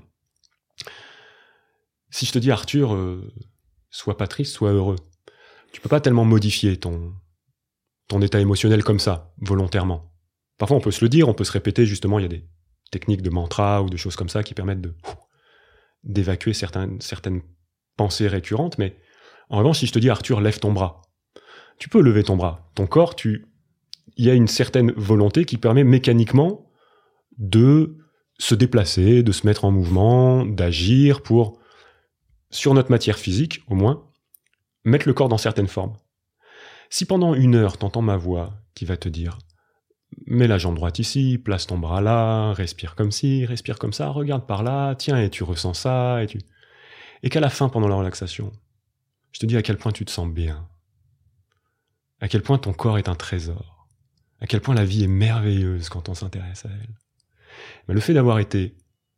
Si je te dis, Arthur, sois pas triste, sois heureux. Tu peux pas tellement modifier ton état émotionnel comme ça, volontairement. Parfois, on peut se le dire, on peut se répéter, justement, il y a des techniques de mantra ou de choses comme ça qui permettent d'évacuer certaines pensées récurrentes, mais en revanche, si je te dis, Arthur, lève ton bras, tu peux lever ton bras. Ton corps, il y a une certaine volonté qui permet mécaniquement de se déplacer, de se mettre en mouvement, d'agir pour, sur notre matière physique, au moins, mettre le corps dans certaines formes. Si pendant 1 heure, t'entends ma voix qui va te dire « Mets la jambe droite ici, place ton bras là, respire comme ci, respire comme ça, regarde par là, tiens, et tu ressens ça, et qu'à la fin, pendant la relaxation, je te dis à quel point tu te sens bien, à quel point ton corps est un trésor, à quel point la vie est merveilleuse quand on s'intéresse à elle. » Mais le fait d'avoir été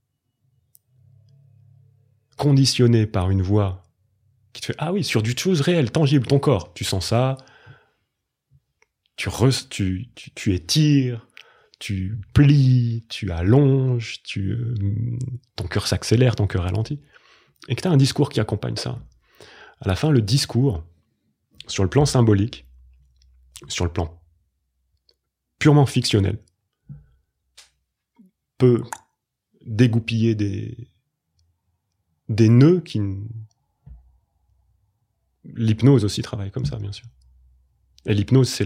conditionné par une voix qui te fait « Ah oui, sur du chose réelle, tangible, ton corps, tu sens ça, tu étires, tu plies, tu allonges, ton cœur s'accélère, ton cœur ralentit. » Et que tu as un discours qui accompagne ça. À la fin, le discours, sur le plan symbolique, sur le plan purement fictionnel, peut dégoupiller des nœuds qui... L'hypnose aussi travaille comme ça, bien sûr. Et l'hypnose, c'est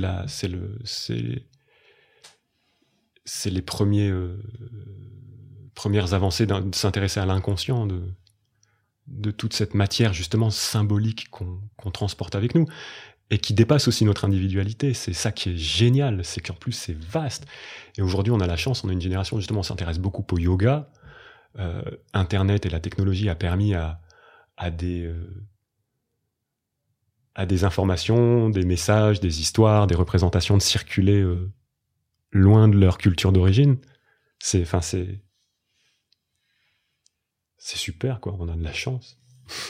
les premières avancées de s'intéresser à l'inconscient, de toute cette matière justement symbolique qu'on transporte avec nous et qui dépasse aussi notre individualité. C'est ça qui est génial, c'est qu'en plus c'est vaste. Et aujourd'hui on a la chance, on a une génération justement, on s'intéresse beaucoup au yoga. Internet et la technologie a permis à des informations, des messages, des histoires, des représentations de circuler loin de leur culture d'origine. C'est super, quoi. On a de la chance.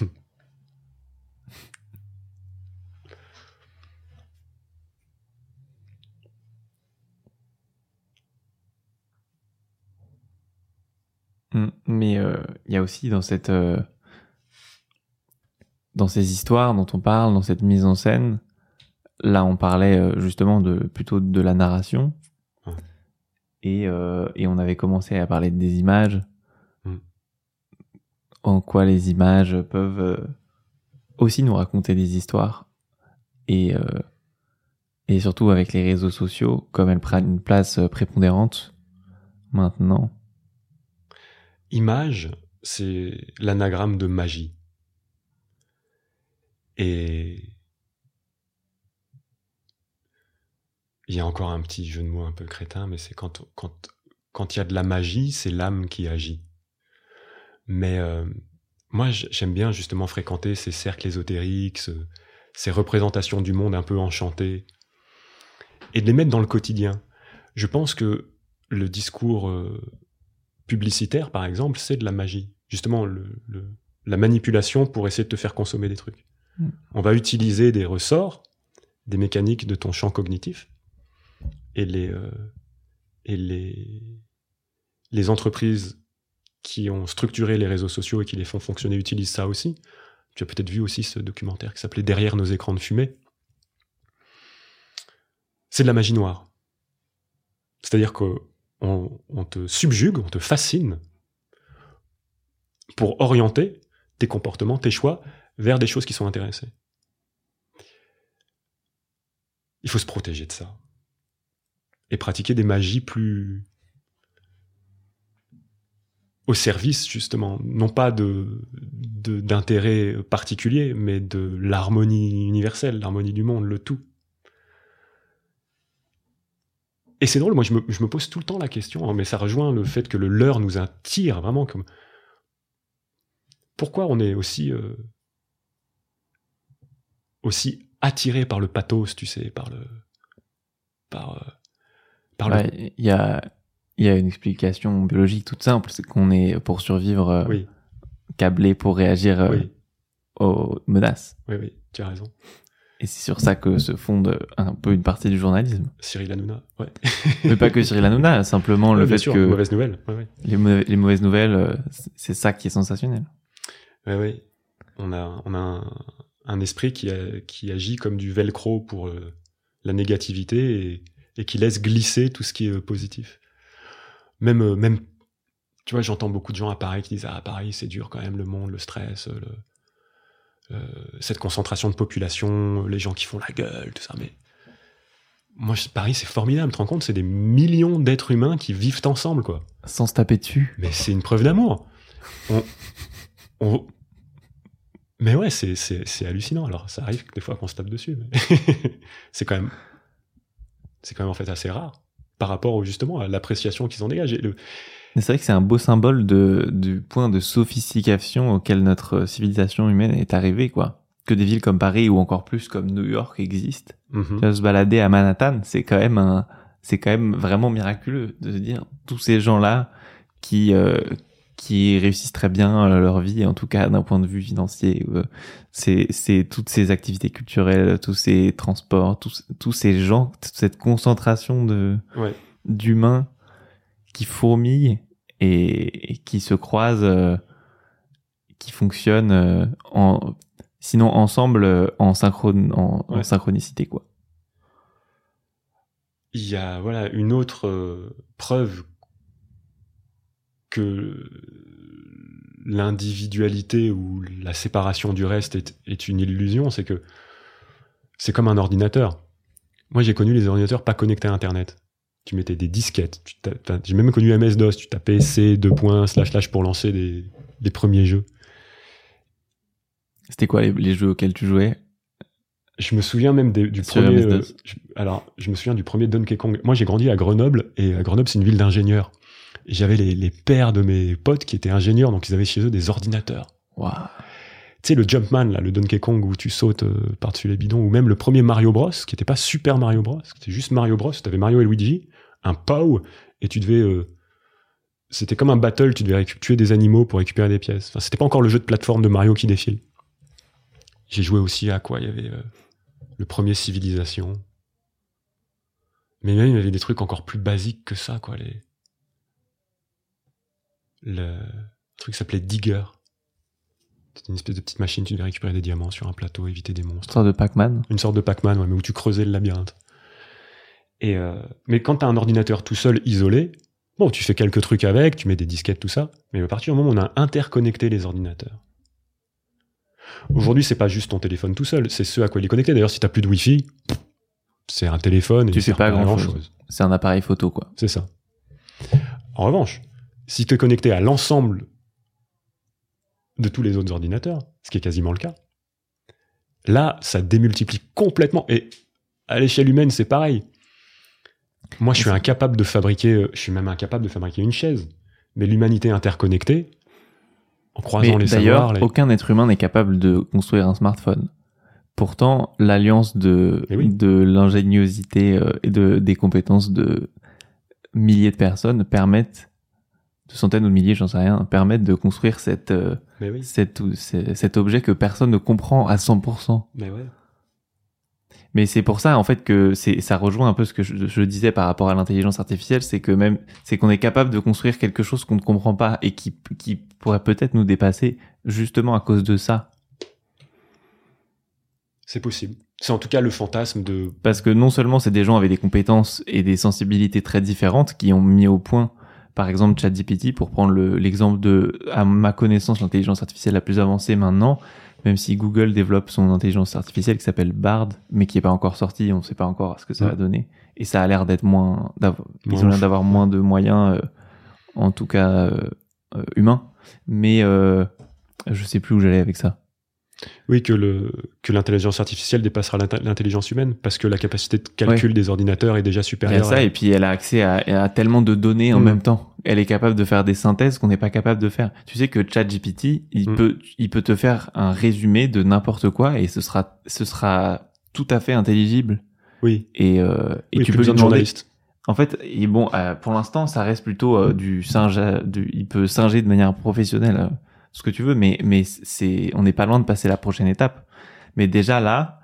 Mais il y a aussi dans ces histoires dont on parle, dans cette mise en scène, là on parlait justement plutôt de la narration, et on avait commencé à parler des images, en quoi les images peuvent aussi nous raconter des histoires, et surtout avec les réseaux sociaux, comme elles prennent une place prépondérante maintenant. Image, c'est l'anagramme de magie. Et il y a encore un petit jeu de mots un peu crétin, mais c'est quand il y a de la magie, c'est l'âme qui agit. Mais moi, j'aime bien justement fréquenter ces cercles ésotériques, ces représentations du monde un peu enchantées, et de les mettre dans le quotidien. Je pense que le discours publicitaire, par exemple, c'est de la magie. Justement, la manipulation pour essayer de te faire consommer des trucs. On va utiliser des ressorts, des mécaniques de ton champ cognitif, et les entreprises qui ont structuré les réseaux sociaux et qui les font fonctionner utilisent ça aussi. Tu as peut-être vu aussi ce documentaire qui s'appelait « Derrière nos écrans de fumée ». C'est de la magie noire. C'est-à-dire qu'on te subjugue, on te fascine pour orienter tes comportements, tes choix vers des choses qui sont intéressées. Il faut se protéger de ça. Et pratiquer des magies plus au service, justement, non pas d'intérêt particulier, mais de l'harmonie universelle, l'harmonie du monde, le tout. Et c'est drôle, moi je me pose tout le temps la question, hein, mais ça rejoint le fait que le leurre nous attire vraiment comme... Pourquoi on est aussi attiré par le pathos, tu sais, il y a une explication biologique toute simple, c'est qu'on est, pour survivre, câblé pour réagir aux menaces. Oui, tu as raison. Et c'est sur ça que se fonde un peu une partie du journalisme. Cyril Hanouna, ouais. Mais pas que Cyril Hanouna, simplement le fait que... Mauvaise nouvelle. Les mauvaises nouvelles, c'est ça qui est sensationnel. Oui. On a un esprit qui agit comme du velcro pour la négativité et qui laisse glisser tout ce qui est positif. Même, tu vois, j'entends beaucoup de gens à Paris qui disent « Ah, Paris, c'est dur quand même, le monde, le stress, cette concentration de population, les gens qui font la gueule, tout ça. » Mais moi, Paris, c'est formidable, tu te rends compte, c'est des millions d'êtres humains qui vivent ensemble, quoi. Sans se taper dessus. Mais c'est une preuve d'amour. Mais ouais, c'est hallucinant. Alors, ça arrive des fois qu'on se tape dessus, mais c'est quand même en fait assez rare par rapport justement à l'appréciation qu'ils en dégagent. Mais c'est vrai que c'est un beau symbole du point de sophistication auquel notre civilisation humaine est arrivée, quoi. Que des villes comme Paris ou encore plus comme New York existent. Mm-hmm. Se balader à Manhattan, c'est quand même vraiment miraculeux de se dire tous ces gens-là qui réussissent très bien leur vie, en tout cas d'un point de vue financier. C'est toutes ces activités culturelles, tous ces transports, tous ces gens, toute cette concentration d'humains qui fourmillent et qui se croisent, qui fonctionnent sinon ensemble en synchronicité, quoi. Il y a une autre preuve que l'individualité ou la séparation du reste est une illusion, c'est que c'est comme un ordinateur. Moi, j'ai connu les ordinateurs pas connectés à Internet. Tu mettais des disquettes. J'ai même connu MS-DOS. Tu tapais C, // pour lancer les premiers jeux. C'était quoi les jeux auxquels tu jouais? Je me souviens même du premier. Je me souviens du premier Donkey Kong. Moi, j'ai grandi à Grenoble, et Grenoble, c'est une ville d'ingénieurs. Et j'avais les pères de mes potes qui étaient ingénieurs, donc ils avaient chez eux des ordinateurs. Waouh. Tu sais, le Jumpman, là, le Donkey Kong où tu sautes par-dessus les bidons, ou même le premier Mario Bros, qui n'était pas Super Mario Bros, c'était juste Mario Bros. Tu avais Mario et Luigi, un POW, et tu devais. C'était comme un battle, tu devais tuer des animaux pour récupérer des pièces. Enfin, c'était pas encore le jeu de plateforme de Mario qui défile. J'ai joué aussi à quoi? Il y avait le premier Civilization. Mais même, il y avait des trucs encore plus basiques que ça, quoi. Le truc s'appelait Digger. C'était une espèce de petite machine, tu devais récupérer des diamants sur un plateau, éviter des monstres. Une sorte de Pac-Man. Une sorte de Pac-Man, ouais, mais où tu creusais le labyrinthe. Mais quand t'as un ordinateur tout seul, isolé, bon, tu fais quelques trucs avec, tu mets des disquettes, tout ça, mais à partir du moment où on a interconnecté les ordinateurs. Aujourd'hui, c'est pas juste ton téléphone tout seul, c'est ce à quoi il est connecté. D'ailleurs, si t'as plus de Wi-Fi, c'est un téléphone et tu fais pas grand-chose. C'est un appareil photo, quoi. C'est ça. En revanche, si tu es connecté à l'ensemble de tous les autres ordinateurs, ce qui est quasiment le cas, là, ça démultiplie complètement. Et à l'échelle humaine, c'est pareil. Moi, je suis incapable de fabriquer une chaise. Mais l'humanité interconnectée, en croisant les savoirs... D'ailleurs, aucun être humain n'est capable de construire un smartphone. Pourtant, l'alliance de l'ingéniosité et des compétences de milliers de personnes permettent, de centaines ou de milliers, j'en sais rien, permettent de construire cet objet que personne ne comprend à 100%. Mais ouais. Mais c'est pour ça, en fait, que ça rejoint un peu ce que je disais par rapport à l'intelligence artificielle, c'est qu'on est capable de construire quelque chose qu'on ne comprend pas et qui pourrait peut-être nous dépasser justement à cause de ça. C'est possible. C'est en tout cas le fantasme de... Parce que non seulement c'est des gens avec des compétences et des sensibilités très différentes qui ont mis au point, par exemple, ChatGPT, pour prendre l'exemple de, à ma connaissance, l'intelligence artificielle la plus avancée maintenant, même si Google développe son intelligence artificielle qui s'appelle Bard, mais qui est pas encore sortie, on sait pas encore ce que ça va donner. Et ça a l'air d'être ils ont l'air d'avoir moins de moyens, en tout cas, humains. Mais, je sais plus où j'allais avec ça. Oui, que l'intelligence artificielle dépassera l'intelligence humaine, parce que la capacité de calcul des ordinateurs est déjà supérieure. Il y a ça, et puis elle a accès à tellement de données en même temps. Elle est capable de faire des synthèses qu'on n'est pas capable de faire. Tu sais que ChatGPT, il peut te faire un résumé de n'importe quoi, et ce sera tout à fait intelligible. Oui. Et oui, tu peux lui demander. En fait, pour l'instant, ça reste plutôt du singe. Il peut singer de manière professionnelle. Ce que tu veux, mais on n'est pas loin de passer la prochaine étape. Mais déjà là,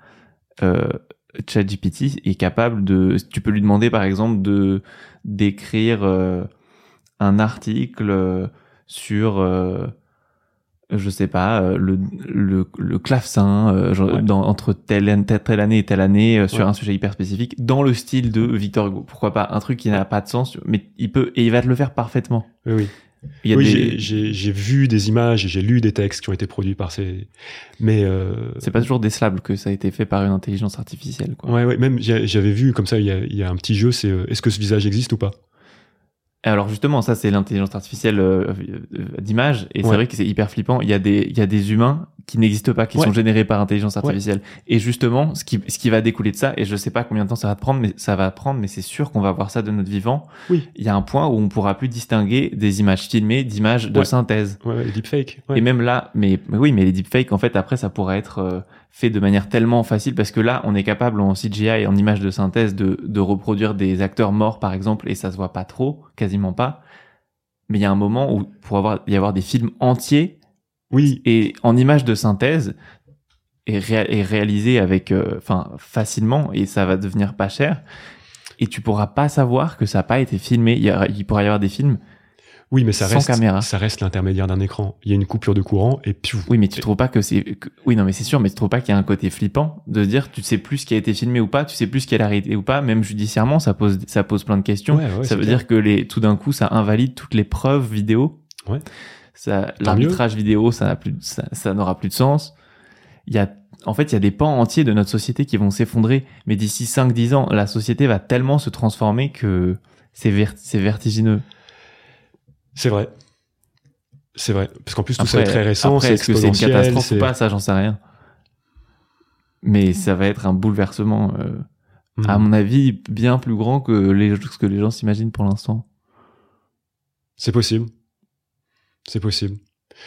ChatGPT est capable tu peux lui demander par exemple d'écrire un article sur je sais pas le clavecin entre telle année et telle année sur un sujet hyper spécifique dans le style de Victor Hugo. Pourquoi pas un truc qui n'a pas de sens, mais il va te le faire parfaitement. Oui. J'ai vu des images et j'ai lu des textes qui ont été produits par mais c'est pas toujours décelable que ça a été fait par une intelligence artificielle, quoi. Ouais, même j'avais vu comme ça, il y a un petit jeu, c'est est-ce que ce visage existe ou pas? Alors justement, ça c'est l'intelligence artificielle d'image, et c'est vrai que c'est hyper flippant. Il y a des humains qui n'existent pas, qui sont générés par intelligence artificielle. Et justement, ce qui va découler de ça, et je sais pas combien de temps ça va prendre, mais c'est sûr qu'on va voir ça de notre vivant. Oui. Il y a un point où on pourra plus distinguer des images filmées d'images de synthèse. Ouais, les deepfakes. Ouais. Et même là, mais les deepfakes, en fait, après, ça pourra être fait de manière tellement facile, parce que là, on est capable en CGI et en images de synthèse de reproduire des acteurs morts, par exemple, et ça se voit pas trop, quasiment pas. Mais il y a un moment où y avoir des films entiers, et en images de synthèse, et réalisés avec, facilement, et ça va devenir pas cher, et tu pourras pas savoir que ça a pas été filmé. Il pourra y avoir des films. Oui, mais ça reste l'intermédiaire d'un écran. Il y a une coupure de courant et puis. Oui, mais tu trouves pas oui, non, mais c'est sûr, mais tu trouves pas qu'il y a un côté flippant de dire tu sais plus ce qui a été filmé ou pas, tu sais plus ce qui est la réalité ou pas, même judiciairement, ça pose plein de questions. Ça veut dire que tout d'un coup, ça invalide toutes les preuves vidéo. Ouais. L'arbitrage vidéo, ça n'aura plus de sens. Il y a des pans entiers de notre société qui vont s'effondrer, mais d'ici 5-10 ans, la société va tellement se transformer que c'est vertigineux. C'est vrai. C'est vrai, parce qu'en plus tout ça est très récent, après, c'est est-ce que c'est une exponentiel, catastrophe ou pas, ça j'en sais rien. Mais ça va être un bouleversement, à mon avis, bien plus grand que ce que les gens s'imaginent pour l'instant. C'est possible. C'est possible.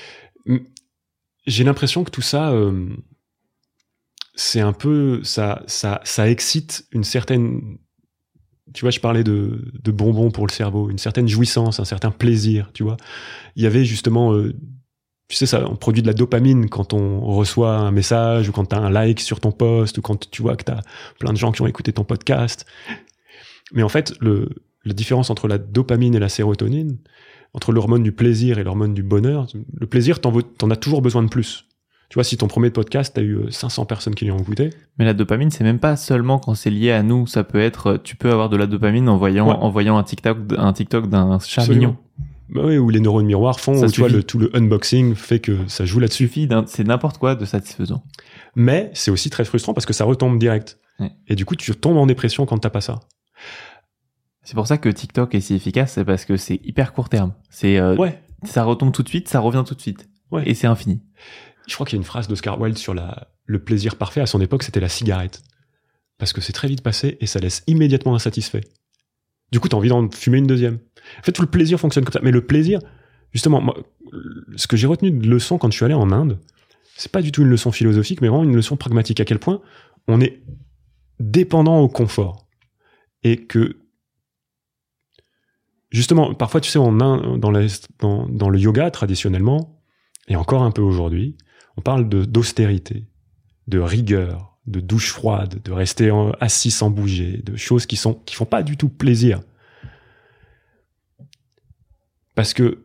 J'ai l'impression que tout ça, c'est un peu, ça excite une certaine, tu vois, je parlais de bonbons pour le cerveau, une certaine jouissance, un certain plaisir, tu vois. Il y avait justement, tu sais, ça, on produit de la dopamine quand on reçoit un message ou quand t'as un like sur ton post ou quand tu vois que t'as plein de gens qui ont écouté ton podcast. Mais en fait, la différence entre la dopamine et la sérotonine, entre l'hormone du plaisir et l'hormone du bonheur, le plaisir, t'en as toujours besoin de plus. Tu vois, si ton premier podcast, t'as eu 500 personnes qui l'ont écouté. Mais la dopamine, c'est même pas seulement quand c'est lié à nous. Ça peut être, tu peux avoir de la dopamine en voyant un TikTok d'un chat mignon. Bah oui, où les neurones miroirs font, où, tu vois, tout le unboxing fait que ça joue là-dessus. C'est n'importe quoi de satisfaisant. Mais c'est aussi très frustrant parce que ça retombe direct. Ouais. Et du coup, tu tombes en dépression quand t'as pas ça. C'est pour ça que TikTok est si efficace, c'est parce que c'est hyper court terme. Ça retombe tout de suite, ça revient tout de suite. Ouais. Et c'est infini. Je crois qu'il y a une phrase d'Oscar Wilde sur le plaisir parfait. À son époque, c'était la cigarette. Parce que c'est très vite passé et ça laisse immédiatement insatisfait. Du coup, t'as envie d'en fumer une deuxième. En fait, tout le plaisir fonctionne comme ça. Mais le plaisir, justement, moi, ce que j'ai retenu de leçon quand je suis allé en Inde, c'est pas du tout une leçon philosophique, mais vraiment une leçon pragmatique. À quel point on est dépendant au confort. Et que, justement, parfois, tu sais, dans le yoga, traditionnellement, et encore un peu aujourd'hui, on parle d'austérité, de rigueur, de douche froide, de rester assis sans bouger, de choses qui font pas du tout plaisir. Parce que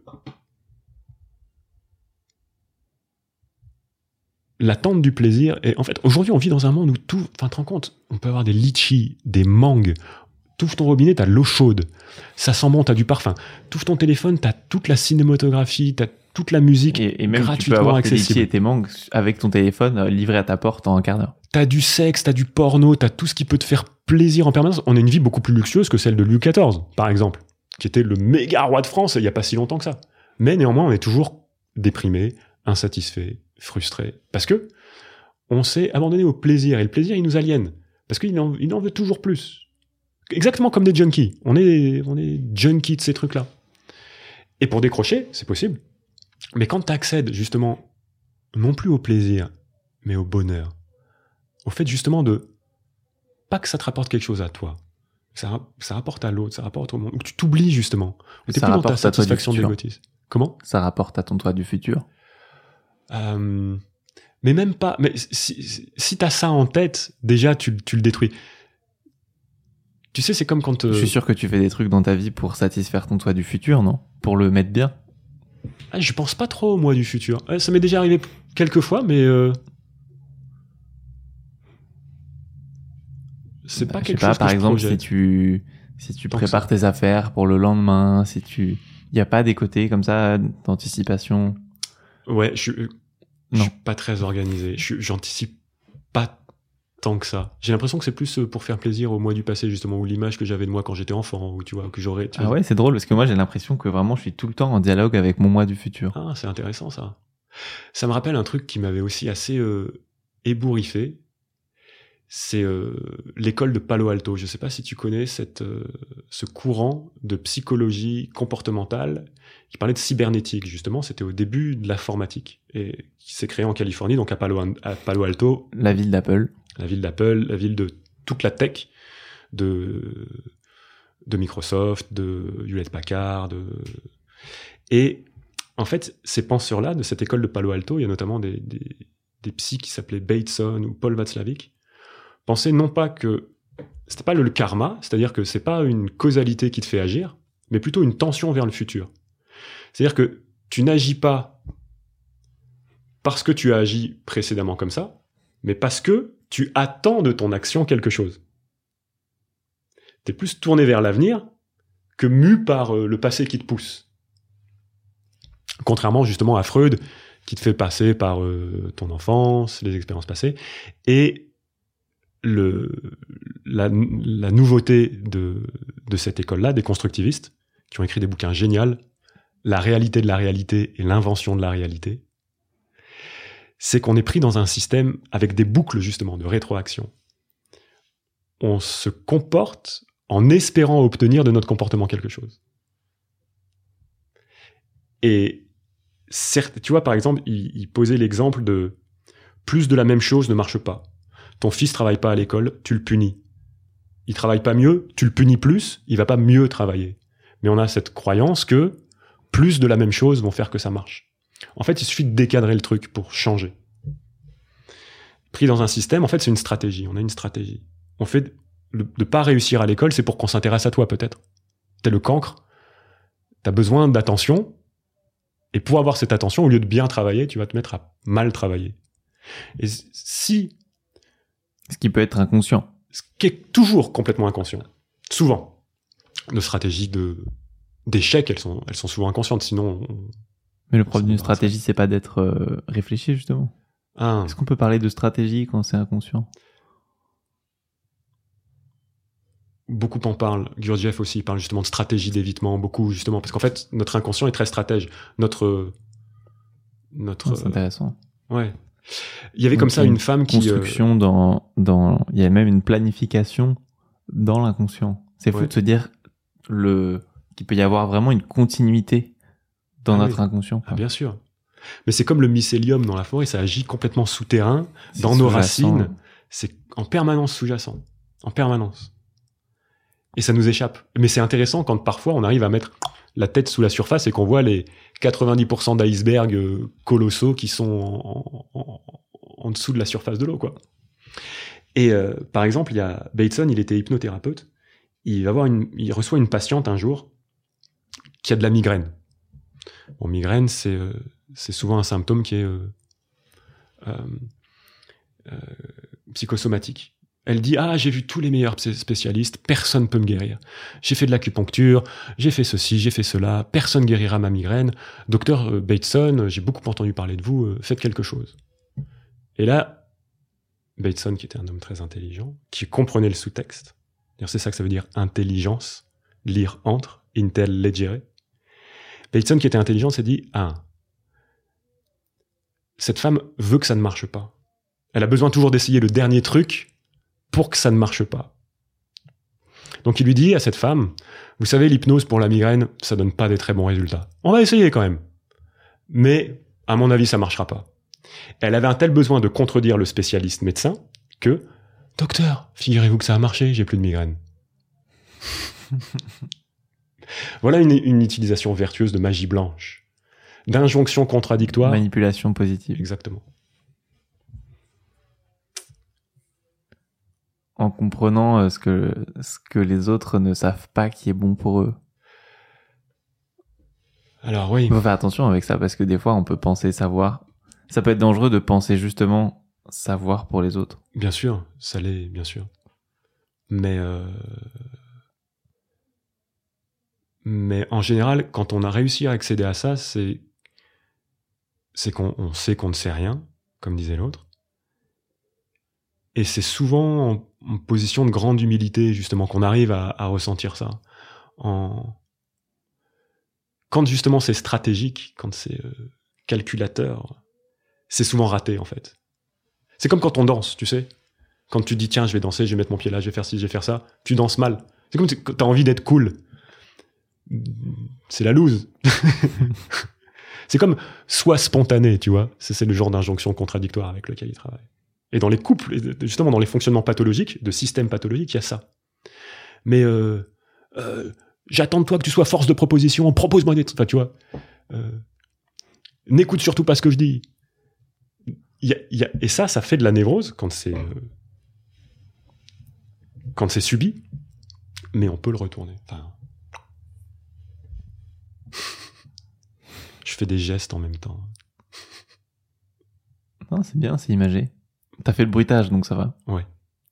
l'attente du plaisir, et en fait, aujourd'hui, on vit dans un monde où tu te rends compte, on peut avoir des litchis, des mangues, t'ouvres ton robinet, t'as de l'eau chaude, ça sent bon, t'as du parfum, t'ouvres ton téléphone, t'as toute la cinématographie, t'as toute la musique et même gratuitement tu peux avoir accessible. tes litchis et tes mangues avec ton téléphone livré à ta porte en un quart d'heure. T'as du sexe, t'as du porno, t'as tout ce qui peut te faire plaisir en permanence. On a une vie beaucoup plus luxueuse que celle de Louis XIV, par exemple, qui était le méga roi de France il y a pas si longtemps que ça. Mais néanmoins, on est toujours déprimé, insatisfait, frustré, parce que on s'est abandonné au plaisir, et le plaisir, il nous aliène, parce qu'il en veut toujours plus. Exactement comme des junkies. On est junkies de ces trucs-là. Et pour décrocher, c'est possible. Mais quand t'accèdes justement, non plus au plaisir, mais au bonheur, au fait justement de, pas que ça te rapporte quelque chose à toi, ça rapporte à l'autre, ça rapporte au monde, où tu t'oublies justement, où t'es plus dans ta satisfaction de l'égotisme. Comment ? Ça rapporte à ton toi du futur. Mais même pas, mais si t'as ça en tête, déjà tu le détruis. Tu sais, c'est comme quand... Je suis sûr que tu fais des trucs dans ta vie pour satisfaire ton toi du futur, non ? Pour le mettre bien ? Je pense pas trop au moi du futur. Ça m'est déjà arrivé quelques fois, mais... c'est pas quelque chose par que exemple, je projette. si tu prépares tes affaires pour le lendemain, il y a pas des côtés comme ça d'anticipation. Ouais, je suis pas très organisé. J'anticipe pas tant que ça. J'ai l'impression que c'est plus pour faire plaisir au moi du passé, justement, ou l'image que j'avais de moi quand j'étais enfant, ou tu vois, que j'aurais... Ah ouais, c'est drôle, parce que moi j'ai l'impression que vraiment je suis tout le temps en dialogue avec mon moi du futur. Ah, c'est intéressant ça. Ça me rappelle un truc qui m'avait aussi assez ébouriffé. C'est l'école de Palo Alto. Je sais pas si tu connais ce courant de psychologie comportementale qui parlait de cybernétique, justement. C'était au début de l'informatique et qui s'est créé en Californie, donc à Palo Alto. La ville d'Apple. La ville d'Apple, la ville de toute la tech, de Microsoft, de Hewlett-Packard. Et en fait, ces penseurs-là, de cette école de Palo Alto, il y a notamment des psys qui s'appelaient Bateson ou Paul Václavic, pensaient non pas que c'était pas le karma, c'est-à-dire que c'est pas une causalité qui te fait agir, mais plutôt une tension vers le futur. C'est-à-dire que tu n'agis pas parce que tu as agi précédemment comme ça, mais parce que tu attends de ton action quelque chose. T'es plus tourné vers l'avenir que mu par le passé qui te pousse. Contrairement justement à Freud, qui te fait passer par ton enfance, les expériences passées, et la nouveauté de cette école-là, des constructivistes, qui ont écrit des bouquins géniaux, la réalité de la réalité et l'invention de la réalité, c'est qu'on est pris dans un système avec des boucles, justement, de rétroaction. On se comporte en espérant obtenir de notre comportement quelque chose. Et certes, tu vois, par exemple, il posait l'exemple de plus de la même chose ne marche pas. Ton fils travaille pas à l'école, tu le punis. Il travaille pas mieux, tu le punis plus, il va pas mieux travailler. Mais on a cette croyance que plus de la même chose vont faire que ça marche. En fait, il suffit de décadrer le truc pour changer. Pris dans un système, en fait, c'est une stratégie. On a une stratégie. On fait de pas réussir à l'école, c'est pour qu'on s'intéresse à toi, peut-être. T'es le cancre, t'as besoin d'attention, et pour avoir cette attention, au lieu de bien travailler, tu vas te mettre à mal travailler. Et si... Ce qui peut être inconscient. Ce qui est toujours complètement inconscient. Souvent. Nos stratégies d'échec, elles sont souvent inconscientes, sinon... Mais le problème d'une stratégie, c'est pas d'être réfléchi, justement. Est-ce qu'on peut parler de stratégie quand c'est inconscient? Beaucoup en parlent. Gurdjieff aussi parle justement de stratégie d'évitement, beaucoup justement, parce qu'en fait, notre inconscient est très stratège. Notre c'est intéressant. Ouais. Il y avait comme ça une femme qui... Construction il y a même une planification dans l'inconscient. C'est fou de se dire qu'il peut y avoir vraiment une continuité dans notre inconscient. Ah, bien sûr. Mais c'est comme le mycélium dans la forêt, ça agit complètement souterrain, dans nos racines. C'est en permanence sous-jacent. En permanence. Et ça nous échappe. Mais c'est intéressant quand parfois on arrive à mettre la tête sous la surface et qu'on voit les 90% d'icebergs colossaux qui sont en dessous de la surface de l'eau, quoi. Et par exemple, il y a Bateson, il était hypnothérapeute. Il reçoit une patiente un jour qui a de la migraine. Bon, migraine, c'est souvent un symptôme qui est psychosomatique. Elle dit « Ah, j'ai vu tous les meilleurs spécialistes, personne ne peut me guérir. J'ai fait de l'acupuncture, j'ai fait ceci, j'ai fait cela, personne guérira ma migraine. Docteur Bateson, j'ai beaucoup entendu parler de vous, faites quelque chose. » Et là, Bateson, qui était un homme très intelligent, qui comprenait le sous-texte, c'est ça que ça veut dire intelligence, lire entre, intel legere. Bateson, qui était intelligent, s'est dit « Ah, cette femme veut que ça ne marche pas. Elle a besoin toujours d'essayer le dernier truc pour que ça ne marche pas. » Donc il lui dit à cette femme, vous savez, l'hypnose pour la migraine, ça donne pas des très bons résultats. On va essayer quand même. Mais, à mon avis, ça marchera pas. Elle avait un tel besoin de contredire le spécialiste médecin que, docteur, figurez-vous que ça a marché, j'ai plus de migraine. Voilà une utilisation vertueuse de magie blanche. D'injonctions contradictoires. Manipulation positive. Exactement. En comprenant ce que les autres ne savent pas qui est bon pour eux. Alors oui. Il faut faire attention avec ça parce que des fois on peut penser savoir. Ça peut être dangereux de penser justement savoir pour les autres. Bien sûr, ça l'est, bien sûr. Mais en général, quand on a réussi à accéder à ça, c'est qu'on sait qu'on ne sait rien, comme disait l'autre. Et c'est souvent en position de grande humilité, justement, qu'on arrive à ressentir ça. Quand justement c'est stratégique, quand c'est calculateur, c'est souvent raté, en fait. C'est comme quand on danse, tu sais. Quand tu dis, tiens, je vais danser, je vais mettre mon pied là, je vais faire ci, je vais faire ça, tu danses mal. C'est comme quand t'as envie d'être cool. C'est la loose. C'est comme sois spontané, tu vois. C'est le genre d'injonction contradictoire avec lequel il travaille. Et dans les couples, justement dans les fonctionnements pathologiques, de systèmes pathologiques, il y a ça. Mais j'attends de toi que tu sois force de proposition, propose-moi des trucs, enfin, tu vois. N'écoute surtout pas ce que je dis. Et ça fait de la névrose quand c'est subi, mais on peut le retourner. Enfin, je fais des gestes en même temps. Non, c'est bien, c'est imagé. T'as fait le bruitage, donc ça va. Ouais.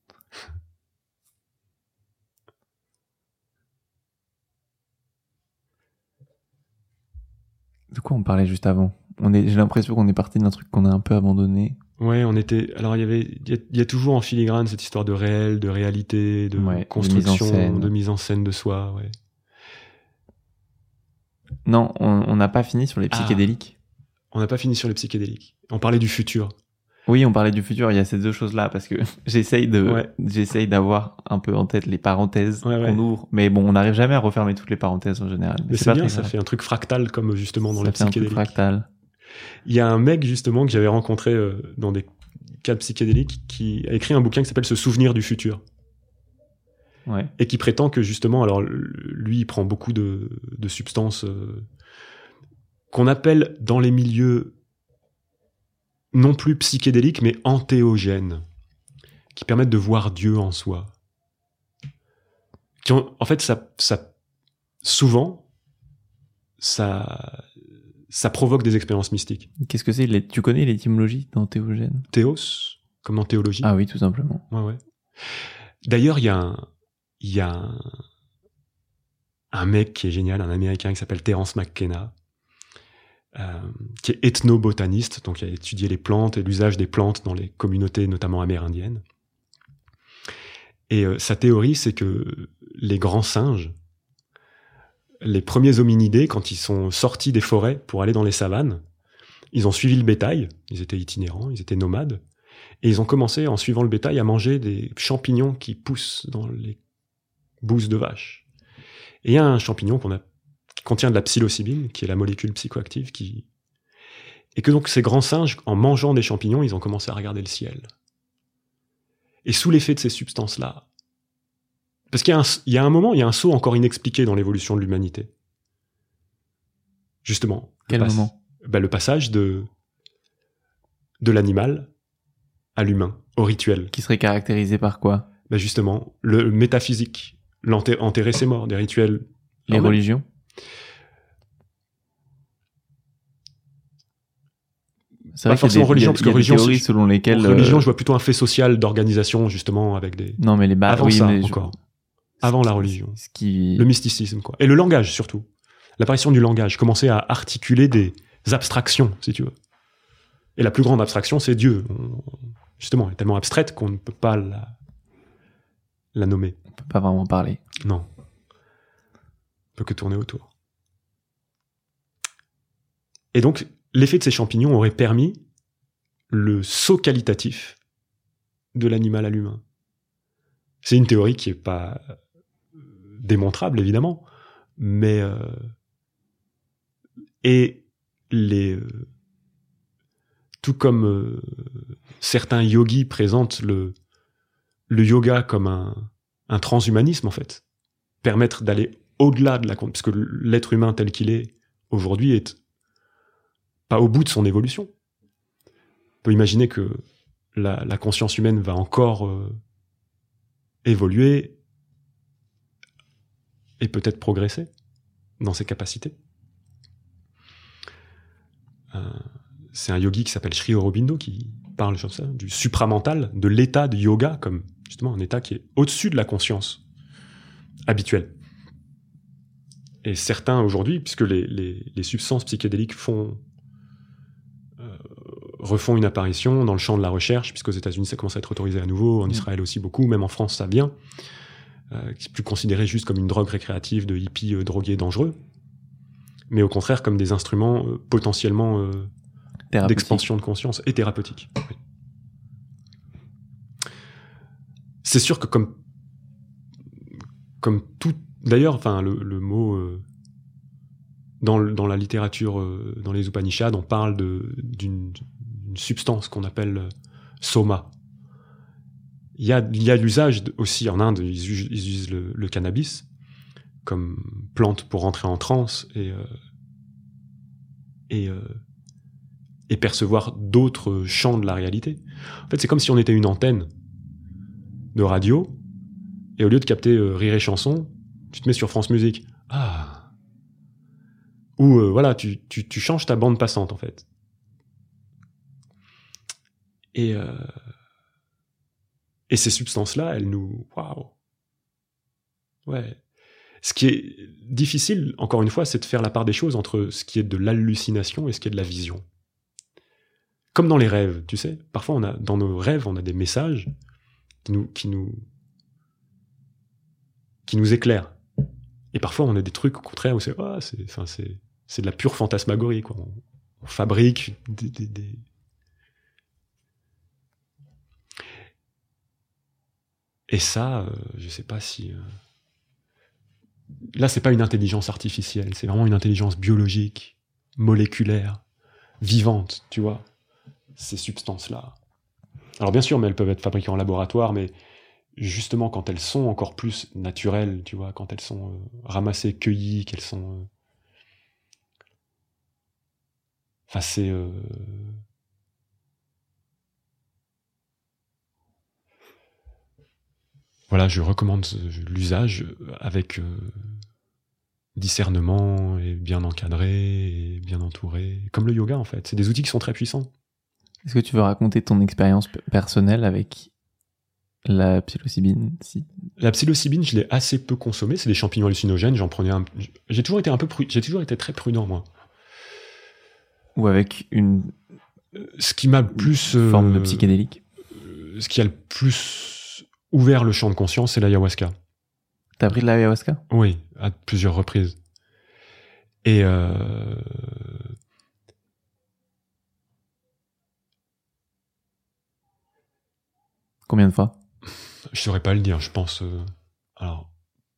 De quoi on parlait juste avant? J'ai l'impression qu'on est parti d'un truc qu'on a un peu abandonné. Ouais, alors il y a toujours en filigrane cette histoire de réel, de réalité, de construction, de mise en scène de soi, ouais. Non, on n'a pas fini sur les psychédéliques. On n'a pas fini sur les psychédéliques. On parlait du futur. Oui, on parlait du futur. Il y a ces deux choses-là parce que j'essaye d'avoir un peu en tête les parenthèses qu'on ouvre. Mais bon, on n'arrive jamais à refermer toutes les parenthèses en général. Mais c'est bien, ça fait un truc fractal comme justement dans les psychédéliques. Ça fait un truc fractal. Il y a un mec justement que j'avais rencontré dans des cas psychédéliques qui a écrit un bouquin qui s'appelle Se souvenir du futur. Ouais. Et qui prétend que justement, alors lui, il prend beaucoup de substances qu'on appelle dans les milieux non plus psychédéliques, mais antéogènes, qui permettent de voir Dieu en soi. En fait, souvent, ça provoque des expériences mystiques. Qu'est-ce que c'est? Tu connais l'étymologie d'antéogène? Théos, comme dans théologie. Ah oui, tout simplement. Ouais. D'ailleurs, il y a un mec qui est génial, un Américain qui s'appelle Terence McKenna, qui est ethnobotaniste, donc il a étudié les plantes et l'usage des plantes dans les communautés, notamment amérindiennes. Et sa théorie, c'est que les grands singes, les premiers hominidés, quand ils sont sortis des forêts pour aller dans les savanes, ils ont suivi le bétail, ils étaient itinérants, ils étaient nomades, et ils ont commencé, en suivant le bétail, à manger des champignons qui poussent dans les bousses de vache. Et il y a un champignon qui contient de la psilocybine, qui est la molécule psychoactive, et que donc ces grands singes, en mangeant des champignons, ils ont commencé à regarder le ciel. Et sous l'effet de ces substances-là, parce qu'il y a un moment, il y a un saut encore inexpliqué dans l'évolution de l'humanité. Justement. Quel moment? Le passage de l'animal à l'humain, au rituel. Qui serait caractérisé par quoi? Justement, le métaphysique, enterrer ses morts, des rituels. Les religions? C'est pas forcément religion, parce que religion, selon lesquelles. Religion, je vois plutôt un fait social d'organisation, justement, avec des. Non, mais les bases. Avant ça, encore. Avant la religion. Le mysticisme, quoi. Et le langage, surtout. L'apparition du langage. Commencer à articuler des abstractions, si tu veux. Et la plus grande abstraction, c'est Dieu. Justement, elle est tellement abstraite qu'on ne peut pas la nommer. On peut pas vraiment parler. Non. On peut que tourner autour. Et donc, l'effet de ces champignons aurait permis le saut qualitatif de l'animal à l'humain. C'est une théorie qui est pas démontrable, évidemment, mais tout comme certains yogis présentent le yoga comme un transhumanisme, en fait, permettre d'aller au-delà de parce que l'être humain tel qu'il est aujourd'hui est pas au bout de son évolution. On peut imaginer que la conscience humaine va encore évoluer et peut-être progresser dans ses capacités. C'est un yogi qui s'appelle Sri Aurobindo qui parle comme ça, du supramental, de l'état de yoga comme justement un état qui est au-dessus de la conscience habituelle. Et certains aujourd'hui, puisque les substances psychédéliques refont une apparition dans le champ de la recherche, puisqu'aux États-Unis ça commence à être autorisé à nouveau, en Israël aussi beaucoup, même en France ça vient, qui est plus considéré juste comme une drogue récréative de hippies drogués dangereux, mais au contraire comme des instruments potentiellement d'expansion de conscience et thérapeutiques. Oui. C'est sûr que comme tout, d'ailleurs, enfin le mot dans la littérature, dans les Upanishads, on parle d'une substance qu'on appelle soma. Il y a l'usage aussi en Inde, ils utilisent le cannabis comme plante pour rentrer en transe et percevoir d'autres champs de la réalité. En fait, c'est comme si on était une antenne de radio et au lieu de capter rire et chanson, tu te mets sur France Musique. Ah. Ou voilà, tu changes ta bande passante en fait. Et ces substances-là, elles nous... Waouh. Ouais. Ce qui est difficile, encore une fois, c'est de faire la part des choses entre ce qui est de l'hallucination et ce qui est de la vision. Comme dans les rêves, tu sais. Parfois, dans nos rêves, on a des messages qui nous éclairent. Et parfois, on a des trucs, au contraire, où c'est c'est de la pure fantasmagorie, quoi. On fabrique des... Et ça, je sais pas si... Là, c'est pas une intelligence artificielle, c'est vraiment une intelligence biologique, moléculaire, vivante, tu vois, ces substances-là. Alors bien sûr, mais elles peuvent être fabriquées en laboratoire, mais justement, quand elles sont encore plus naturelles, tu vois, quand elles sont ramassées, cueillies, qu'elles sont... Enfin, c'est... Voilà, je recommande l'usage avec discernement et bien encadré et bien entouré. Comme le yoga, en fait. C'est des outils qui sont très puissants. Est-ce que tu veux raconter ton expérience personnelle avec la psilocybine? La psilocybine, je l'ai assez peu consommée. C'est des champignons hallucinogènes. J'en prenais un... J'ai toujours été très prudent, moi. Ou avec une... Ce qui m'a le plus... forme de psychédélique. Ce qui a le plus ouvert le champ de conscience, c'est l'ayahuasca. T'as pris de l'ayahuasca? Oui, à plusieurs reprises. Et... Combien de fois? Je saurais pas le dire, je pense... Alors...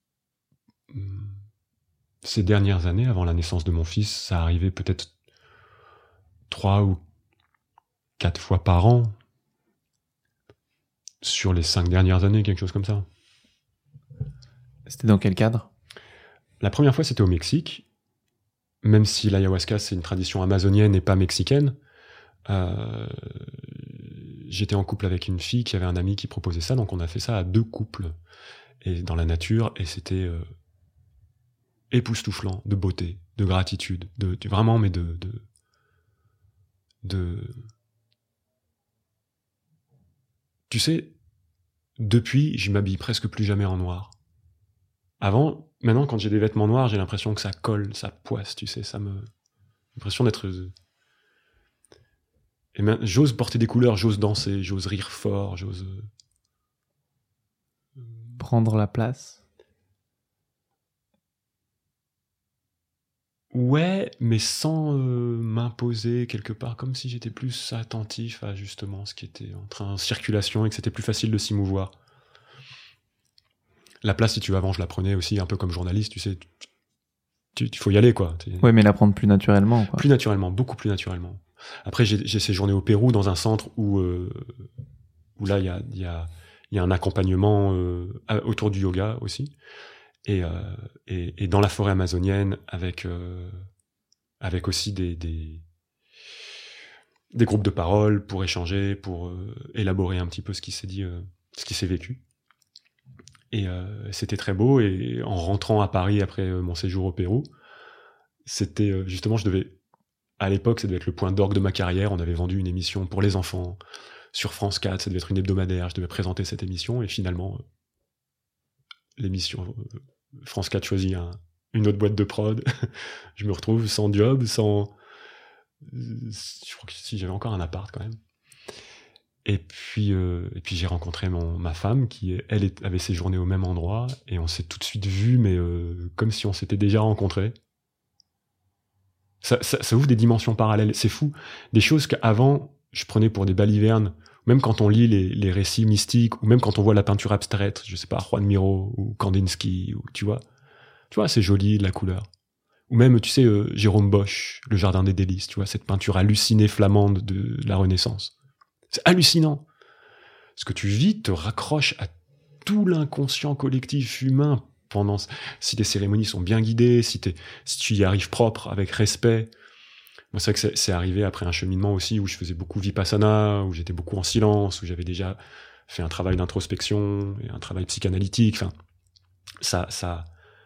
Ces dernières années, avant la naissance de mon fils, ça arrivait peut-être 3 ou 4 fois par an. Sur les 5 dernières années, quelque chose comme ça. C'était dans quel cadre? La première fois, c'était au Mexique. Même si l'ayahuasca, c'est une tradition amazonienne et pas mexicaine. J'étais en couple avec une fille qui avait un ami qui proposait ça, donc on a fait ça à 2 couples. Et dans la nature, et c'était époustouflant, de beauté, de gratitude, vraiment, mais Tu sais, depuis, je m'habille presque plus jamais en noir. Maintenant, quand j'ai des vêtements noirs, j'ai l'impression que ça colle, ça poisse, tu sais, l'impression d'être... Et j'ose porter des couleurs, j'ose danser, j'ose rire fort, j'ose... Prendre la place. Ouais, mais sans m'imposer quelque part, comme si j'étais plus attentif à justement ce qui était en circulation et que c'était plus facile de s'y mouvoir. La place, si tu veux, avant, je la prenais aussi un peu comme journaliste, tu sais, il faut y aller, quoi. Ouais, mais la prendre plus naturellement, quoi. Plus naturellement, beaucoup plus naturellement. Après, j'ai séjourné au Pérou, dans un centre où là, il y a un accompagnement autour du yoga aussi. Et dans la forêt amazonienne, avec aussi des groupes de parole pour échanger, pour élaborer un petit peu ce qui s'est dit, ce qui s'est vécu. Et c'était très beau. Et en rentrant à Paris après mon séjour au Pérou, c'était justement, à l'époque, ça devait être le point d'orgue de ma carrière. On avait vendu une émission pour les enfants sur France 4. Ça devait être une hebdomadaire. Je devais présenter cette émission. Et finalement, l'émission... France 4 choisit une autre boîte de prod. Je me retrouve sans job, sans... Je crois que si j'avais encore un appart quand même. Et puis j'ai rencontré ma femme qui, elle, avait séjourné au même endroit et on s'est tout de suite vus, mais comme si on s'était déjà rencontrés. Ça ouvre des dimensions parallèles. C'est fou. Des choses qu'avant, je prenais pour des balivernes. Même quand on lit les récits mystiques, ou même quand on voit la peinture abstraite, je sais pas, Juan Miro ou Kandinsky, ou tu vois, c'est joli, la couleur. Ou même, tu sais, Jérôme Bosch, Le Jardin des Délices, tu vois, cette peinture hallucinée flamande de la Renaissance. C'est hallucinant. Ce que tu vis te raccroche à tout l'inconscient collectif humain si tes cérémonies sont bien guidées, si tu y arrives propre, avec respect. Moi, c'est vrai que c'est arrivé après un cheminement aussi où je faisais beaucoup vipassana, où j'étais beaucoup en silence, où j'avais déjà fait un travail d'introspection et un travail psychanalytique. Enfin, ça...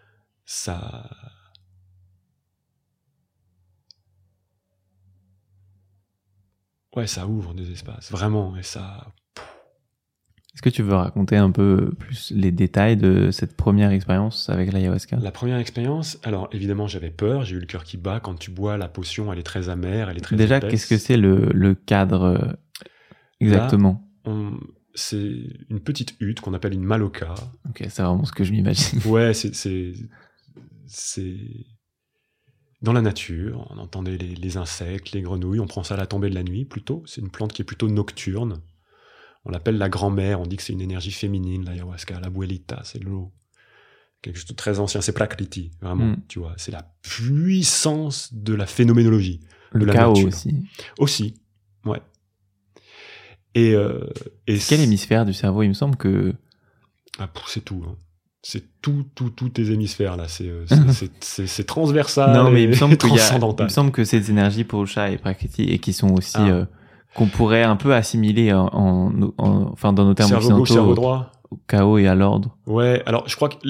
Ouais, ça ouvre des espaces, vraiment, et ça... Est-ce que tu veux raconter un peu plus les détails de cette première expérience avec l'ayahuasca? La première expérience, alors évidemment j'avais peur, j'ai eu le cœur qui bat. Quand tu bois la potion, elle est très amère, elle est très Déjà, épaisse. qu'est-ce que c'est le cadre exactement? Là, c'est une petite hutte qu'on appelle une maloca. Ok, c'est vraiment ce que je m'imagine. Ouais, dans la nature, on entendait les insectes, les grenouilles, on prend ça à la tombée de la nuit plutôt, c'est une plante qui est plutôt nocturne, on l'appelle la grand-mère, on dit que c'est une énergie féminine, l'ayahuasca, la abuelita, c'est de l'eau, quelque chose de très ancien, c'est prakriti, vraiment, tu vois, c'est la puissance de la phénoménologie, le de la chaos nature. Aussi, ouais. Et quel hémisphère du cerveau? Il me semble que... c'est tout, hein. C'est tous tes hémisphères, là. C'est transversal. Non, mais il me semble que ces énergies Purusha et Prakriti, et qui sont aussi, qu'on pourrait un peu assimiler enfin, dans nos termes cerveau occidentaux. Gauche, cerveau droit. Au chaos et à l'ordre. Ouais, alors, je crois que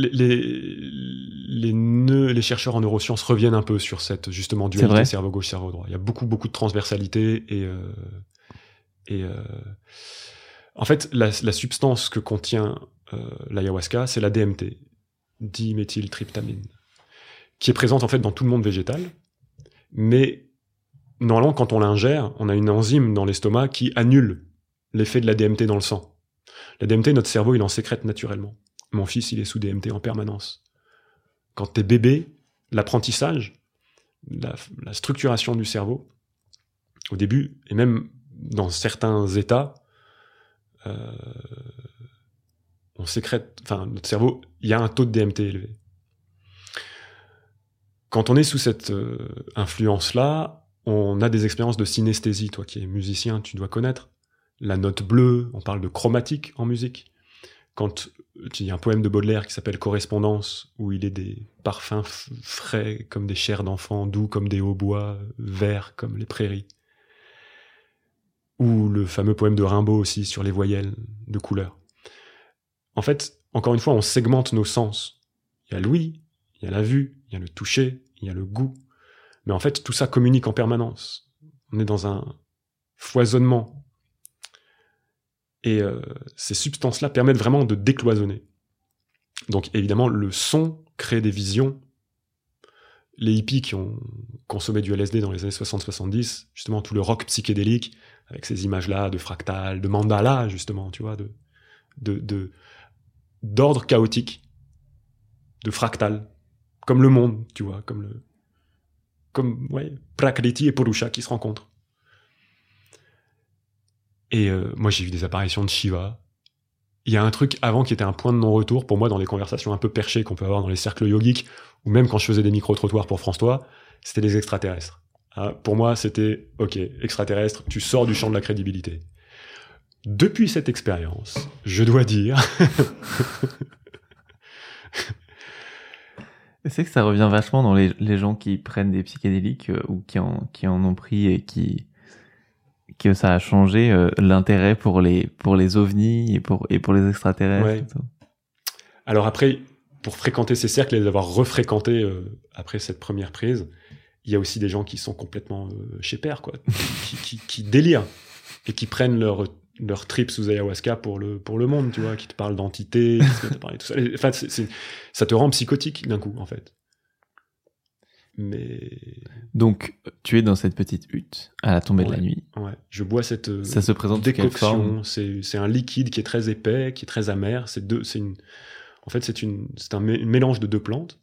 les chercheurs en neurosciences reviennent un peu sur cette, justement, dualité cerveau gauche, cerveau droit. Il y a beaucoup de transversalité en fait, la substance que contient l'ayahuasca, c'est la DMT, diméthyltryptamine, qui est présente en fait dans tout le monde végétal, mais normalement quand on l'ingère, on a une enzyme dans l'estomac qui annule l'effet de la DMT dans le sang. La DMT, notre cerveau, il en sécrète naturellement. Mon fils, il est sous DMT en permanence. Quand t'es bébé, l'apprentissage, la structuration du cerveau, au début, et même dans certains états, on sécrète, enfin, notre cerveau, il y a un taux de DMT élevé. Quand on est sous cette influence-là, on a des expériences de synesthésie. Toi qui es musicien, tu dois connaître la note bleue, on parle de chromatique en musique. Quand il y a un poème de Baudelaire qui s'appelle Correspondance, où il est des parfums frais comme des chairs d'enfants, doux comme des hautbois, verts comme les prairies. Ou le fameux poème de Rimbaud aussi sur les voyelles de couleur. En fait, encore une fois, on segmente nos sens. Il y a l'ouïe, il y a la vue, il y a le toucher, il y a le goût. Mais en fait, tout ça communique en permanence. On est dans un foisonnement. Et ces substances-là permettent vraiment de décloisonner. Donc évidemment, le son crée des visions. Les hippies qui ont consommé du LSD dans les années 60-70, justement tout le rock psychédélique, avec ces images-là de fractales, de mandalas, justement, tu vois, d'ordre chaotique, de fractal, comme le monde, tu vois, comme Prakriti et Purusha qui se rencontrent. Et moi, j'ai vu des apparitions de Shiva. Il y a un truc avant qui était un point de non-retour pour moi dans les conversations un peu perchées qu'on peut avoir dans les cercles yogiques, ou même quand je faisais des micro-trottoirs pour France 3, c'était les extraterrestres. Pour moi, c'était, ok, extraterrestre, tu sors du champ de la crédibilité. Depuis cette expérience, je dois dire... C'est que ça revient vachement dans les gens qui prennent des psychédéliques ou qui en ont pris et que ça a changé l'intérêt pour les ovnis et pour les extraterrestres. Ouais. Alors après, pour fréquenter ces cercles et les avoir refréquentés après cette première prise, il y a aussi des gens qui sont complètement chez père, quoi, qui délirent et qui prennent leur trip sous ayahuasca pour le monde, tu vois, qui te parlent d'entités, qui te parlent de tout ça. Enfin, ça te rend psychotique d'un coup, en fait. Mais... Donc, tu es dans cette petite hutte à la tombée de la nuit. Ouais, je bois cette ça se présente décoction. C'est un liquide qui est très épais, qui est très amer. En fait, c'est un mélange de deux plantes.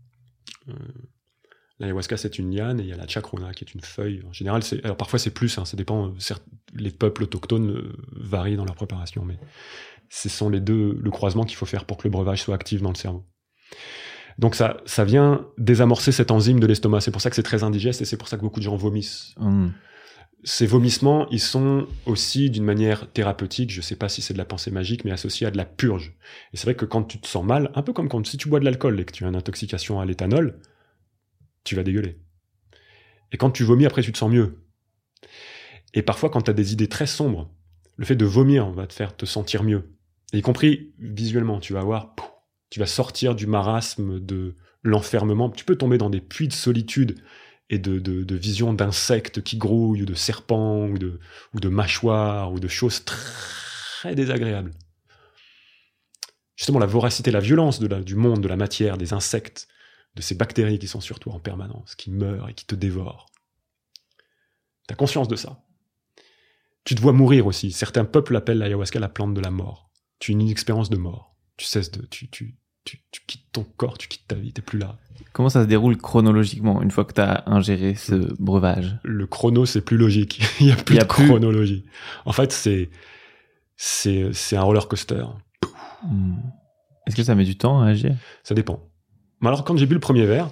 L'ayahuasca, c'est une liane, et il y a la chacruna, qui est une feuille. En général, alors parfois c'est plus, hein, ça dépend. Les peuples autochtones varient dans leur préparation, mais ce sont le croisement qu'il faut faire pour que le breuvage soit actif dans le cerveau. Donc ça vient désamorcer cette enzyme de l'estomac. C'est pour ça que c'est très indigeste et c'est pour ça que beaucoup de gens vomissent. Ces vomissements, ils sont aussi d'une manière thérapeutique, je sais pas si c'est de la pensée magique, mais associés à de la purge. Et c'est vrai que quand tu te sens mal, un peu comme si tu bois de l'alcool et que tu as une intoxication à l'éthanol, tu vas dégueuler. Et quand tu vomis, après tu te sens mieux. Et parfois, quand tu as des idées très sombres, le fait de vomir va te faire te sentir mieux. Et y compris visuellement, tu vas sortir du marasme de l'enfermement. Tu peux tomber dans des puits de solitude et de visions d'insectes qui grouillent, ou de serpents, ou de mâchoires, ou de choses très désagréables. Justement, la voracité, la violence du monde, de la matière, des insectes, de ces bactéries qui sont sur toi en permanence, qui meurent et qui te dévorent. T'as conscience de ça. Tu te vois mourir aussi. Certains peuples appellent l'ayahuasca la plante de la mort. Tu as une expérience de mort. Tu tu quittes ton corps, tu quittes ta vie, t'es plus là. Comment ça se déroule chronologiquement une fois que tu as ingéré ce breuvage? Le chrono, c'est plus logique. Il y a plus de chronologie. En fait, c'est un roller coaster. Est-ce que ça met du temps à agir? Ça dépend. Alors, quand j'ai bu le premier verre,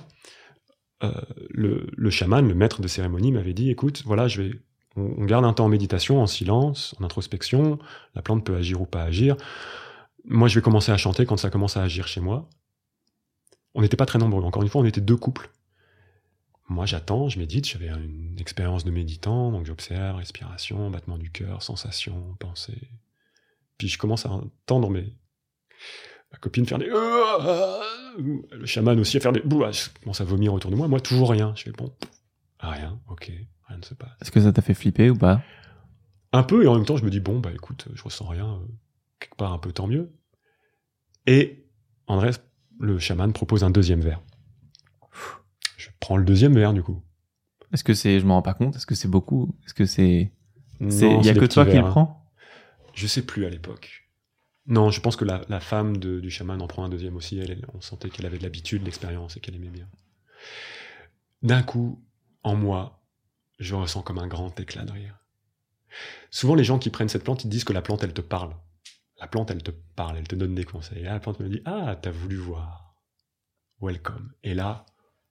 le chaman, le maître de cérémonie, m'avait dit, écoute, voilà, on garde un temps en méditation, en silence, en introspection. La plante peut agir ou pas agir. Moi, je vais commencer à chanter quand ça commence à agir chez moi. On n'était pas très nombreux. Encore une fois, on était 2 couples. Moi, j'attends, je médite. J'avais une expérience de méditant, donc j'observe, respiration, battement du cœur, sensations, pensées. Puis je commence à entendre ma copine faire des... Le chaman aussi à faire des... Je commence à vomir autour de moi. Moi, toujours rien. Je fais bon, rien, ok, rien ne se passe. Est-ce que ça t'a fait flipper ou pas? Un peu, et en même temps, je me dis, bon, écoute, je ressens rien. Quelque part, un peu, tant mieux. Et Andrés, le chaman, propose un 2e verre. Je prends le 2e verre, du coup. Est-ce que je m'en rends pas compte? Est-ce que c'est beaucoup? Est-ce que Non, il y a que toi qui le prends? Je sais plus à l'époque. Non, je pense que la femme du chaman en prend un 2e aussi. On sentait qu'elle avait de l'habitude, de l'expérience et qu'elle aimait bien. D'un coup, en moi, je ressens comme un grand éclat de rire. Souvent, les gens qui prennent cette plante, ils disent que la plante, elle te parle. La plante, elle te parle, elle te donne des conseils. Et là, la plante me dit, ah, t'as voulu voir. Welcome. Et là,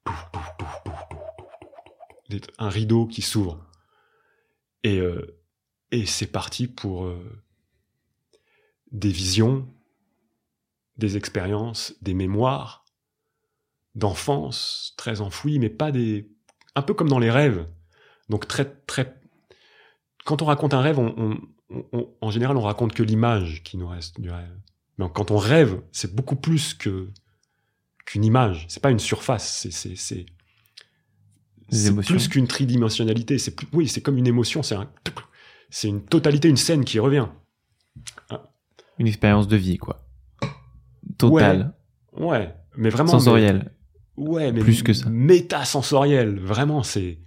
un rideau qui s'ouvre. Et c'est parti pour des visions, des expériences, des mémoires d'enfance très enfouies, mais pas des... Un peu comme dans les rêves. Donc très, très... Quand on raconte un rêve, en général, on raconte que l'image qui nous reste du rêve. Mais quand on rêve, c'est beaucoup plus qu'une image. C'est pas une surface. C'est plus qu'une tridimensionnalité. C'est comme une émotion. C'est une totalité, une scène qui revient. Une expérience de vie, quoi. Totale. Ouais, mais vraiment... Sensorielle. Ouais, mais plus que ça. Métasensorielle. Vraiment,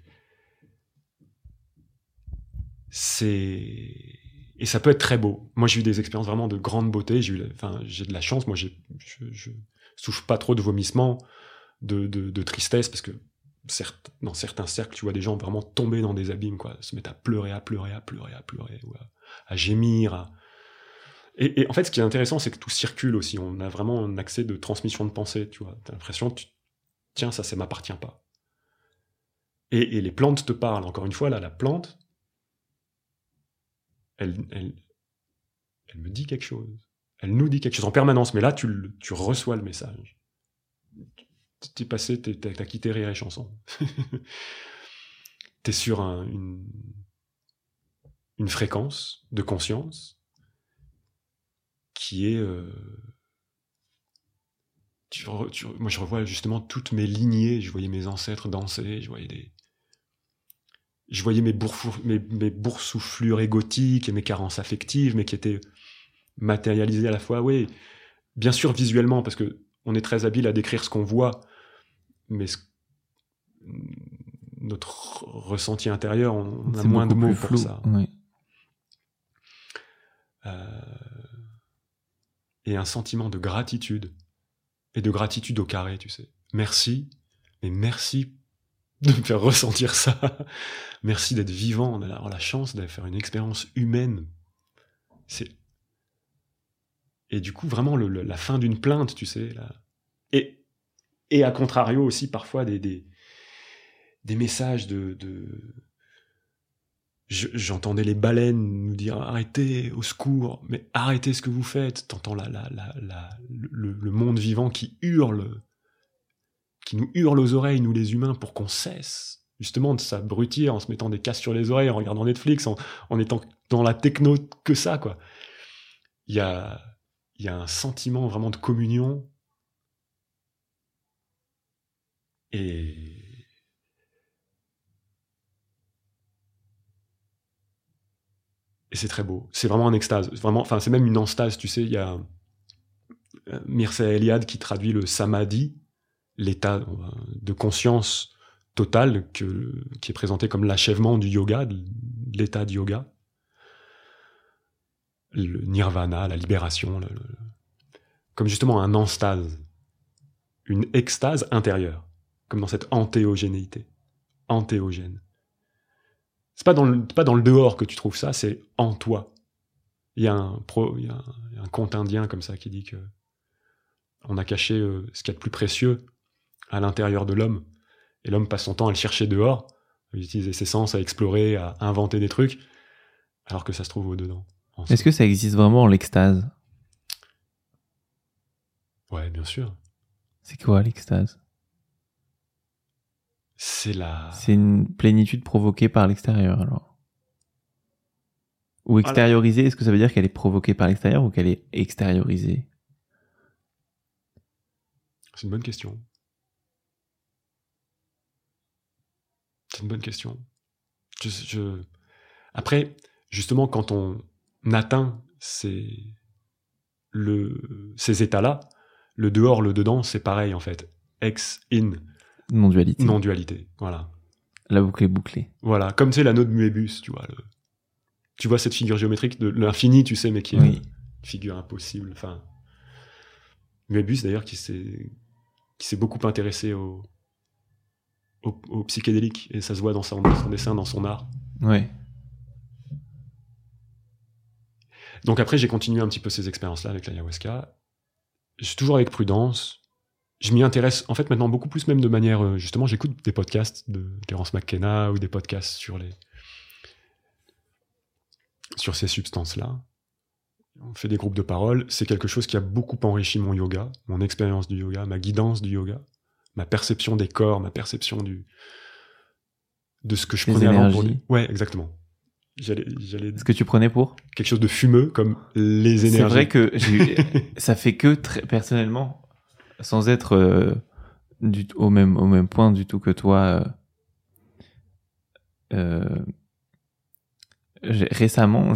Et ça peut être très beau. Moi, j'ai eu des expériences vraiment de grande beauté. J'ai de la chance. Moi, je souffre pas trop de vomissements, de tristesse, parce que dans certains cercles, tu vois des gens vraiment tomber dans des abîmes, quoi, se mettre à pleurer, ou à gémir. Et en fait, ce qui est intéressant, c'est que tout circule aussi. On a vraiment un accès de transmission de pensée, tu vois. T'as l'impression, tiens, ça m'appartient pas. Et les plantes te parlent. Encore une fois, là, la plante, elle me dit quelque chose. Elle nous dit quelque chose en permanence. Mais là, tu reçois le message. T'es passé, t'as quitté Rire et Chanson. T'es sur une fréquence de conscience qui est... moi, je revois justement toutes mes lignées. Je voyais mes ancêtres danser. Je voyais mes boursouflures égotiques et mes carences affectives, mais qui étaient matérialisées à la fois, oui, bien sûr visuellement, parce que on est très habile à décrire ce qu'on voit, mais notre ressenti intérieur, on a moins de mots pour ça. Oui. Et un sentiment de gratitude, et de gratitude au carré, tu sais. Merci, mais merci de me faire ressentir ça. Merci d'être vivant, on a la chance de faire une expérience humaine. Et du coup, vraiment, la fin d'une plainte, tu sais. Là. Et à contrario aussi, parfois, des messages j'entendais les baleines nous dire « Arrêtez, au secours, mais arrêtez ce que vous faites ». T'entends le monde vivant qui nous hurle aux oreilles, nous les humains, pour qu'on cesse justement de s'abrutir en se mettant des casques sur les oreilles, en regardant Netflix, en étant dans la techno que ça, quoi. Il y a un sentiment vraiment de communion et c'est très beau. C'est vraiment un extase. Vraiment, enfin, c'est même une enstase, tu sais. Il y a Mircea Eliade qui traduit le samadhi, l'état de conscience totale qui est présenté comme l'achèvement du yoga, de l'état de yoga. Le nirvana, la libération, comme justement un enstase. une extase intérieure, comme dans cette antéogénéité. Antéogène. C'est pas dans le dehors que tu trouves ça, c'est en toi. Il y a un conte indien comme ça qui dit que on a caché ce qu'il y a de plus précieux à l'intérieur de l'homme, et l'homme passe son temps à le chercher dehors, à utiliser ses sens, à explorer, à inventer des trucs, alors que ça se trouve au-dedans. Est-ce que ça existe vraiment, l'extase? Ouais, bien sûr. C'est quoi l'extase? C'est une plénitude provoquée par l'extérieur, alors. Ou extériorisée, est-ce que ça veut dire qu'elle est provoquée par l'extérieur ou qu'elle est extériorisée? C'est une bonne question. C'est une bonne question. Après, justement, quand on atteint ces états-là, le dehors, le dedans, c'est pareil, en fait. Ex, in. Non-dualité. Non-dualité, voilà. La boucle est bouclée. Voilà, comme c'est l'anneau de Moebius, tu vois. Tu vois cette figure géométrique de l'infini, tu sais, mais qui est une figure impossible. Enfin, Moebius, d'ailleurs, qui s'est beaucoup intéressé au psychédélique, et ça se voit dans son dessin, dans son art. Ouais. Donc après, j'ai continué un petit peu ces expériences-là avec l'ayahuasca. Je suis toujours avec prudence. Je m'y intéresse, en fait, maintenant beaucoup plus, même de manière... justement, j'écoute des podcasts de Terence McKenna ou des podcasts sur ces substances-là. On fait des groupes de parole. C'est quelque chose qui a beaucoup enrichi mon yoga, mon expérience du yoga, ma guidance du yoga, ma perception des corps, ma perception de ce que je prenais avant pour lui. Ouais, exactement. Ce que tu prenais pour quelque chose de fumeux, comme les énergies. C'est vrai que ça fait que personnellement, sans être au même point du tout que toi, récemment,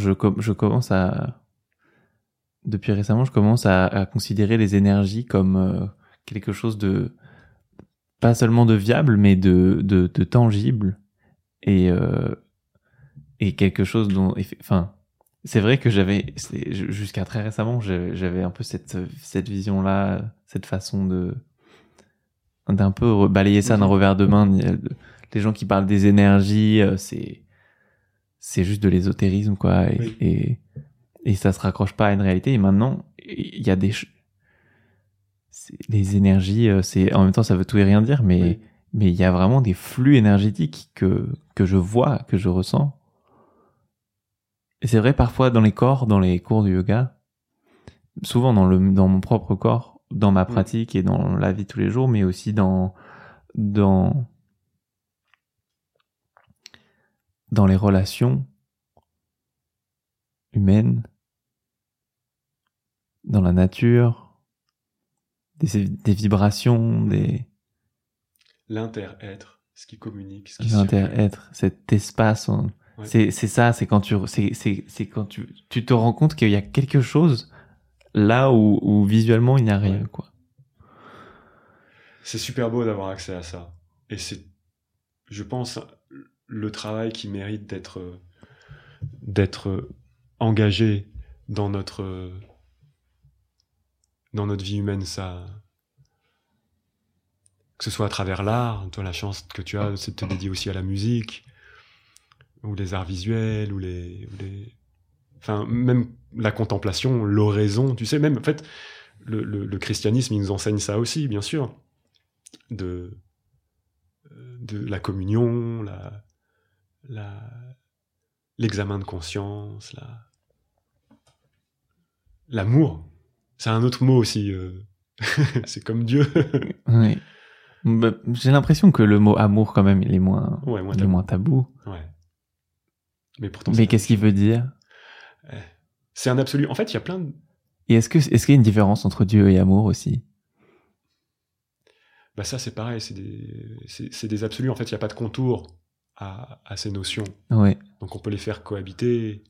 depuis récemment, je commence à considérer les énergies comme quelque chose de pas seulement de viable, mais de tangible, et quelque chose dont, enfin, c'est vrai que jusqu'à très récemment, j'avais un peu cette vision-là, cette façon d'un peu balayer ça d'un revers de main. Les gens qui parlent des énergies, c'est juste de l'ésotérisme, quoi, et ça se raccroche pas à une réalité. Et maintenant, il y a les énergies, en même temps, ça veut tout et rien dire, mais il y a vraiment des flux énergétiques que je vois, que je ressens. Et c'est vrai, parfois dans les cours du yoga, souvent dans mon propre corps, dans ma pratique et dans la vie de tous les jours, mais aussi dans les relations humaines, dans la nature, des vibrations, l'inter-être, ce qui communique, l'inter-être, cet espace. C'est ça, c'est quand tu te rends compte qu'il y a quelque chose là où visuellement il n'y a rien, quoi. C'est super beau d'avoir accès à ça. Et c'est, je pense, le travail qui mérite d'être engagé dans notre vie humaine, ça. Que ce soit à travers l'art, toi, la chance que tu as, c'est de te dédier aussi à la musique, ou les arts visuels, ou enfin, même la contemplation, l'oraison, tu sais, même, en fait, le christianisme, il nous enseigne ça aussi, bien sûr, de la communion, l'examen de conscience, l'amour. C'est un autre mot aussi, c'est comme Dieu. Oui. Bah, j'ai l'impression que le mot amour, quand même, il est moins tabou. Ouais. Mais pourtant, qu'est-ce qu'il veut dire? C'est un absolu. En fait, il y a plein de... Et est-ce qu'il y a une différence entre Dieu et amour aussi? Bah ça, c'est pareil, c'est des absolus. En fait, il n'y a pas de contour à ces notions. Ouais. Donc on peut les faire cohabiter.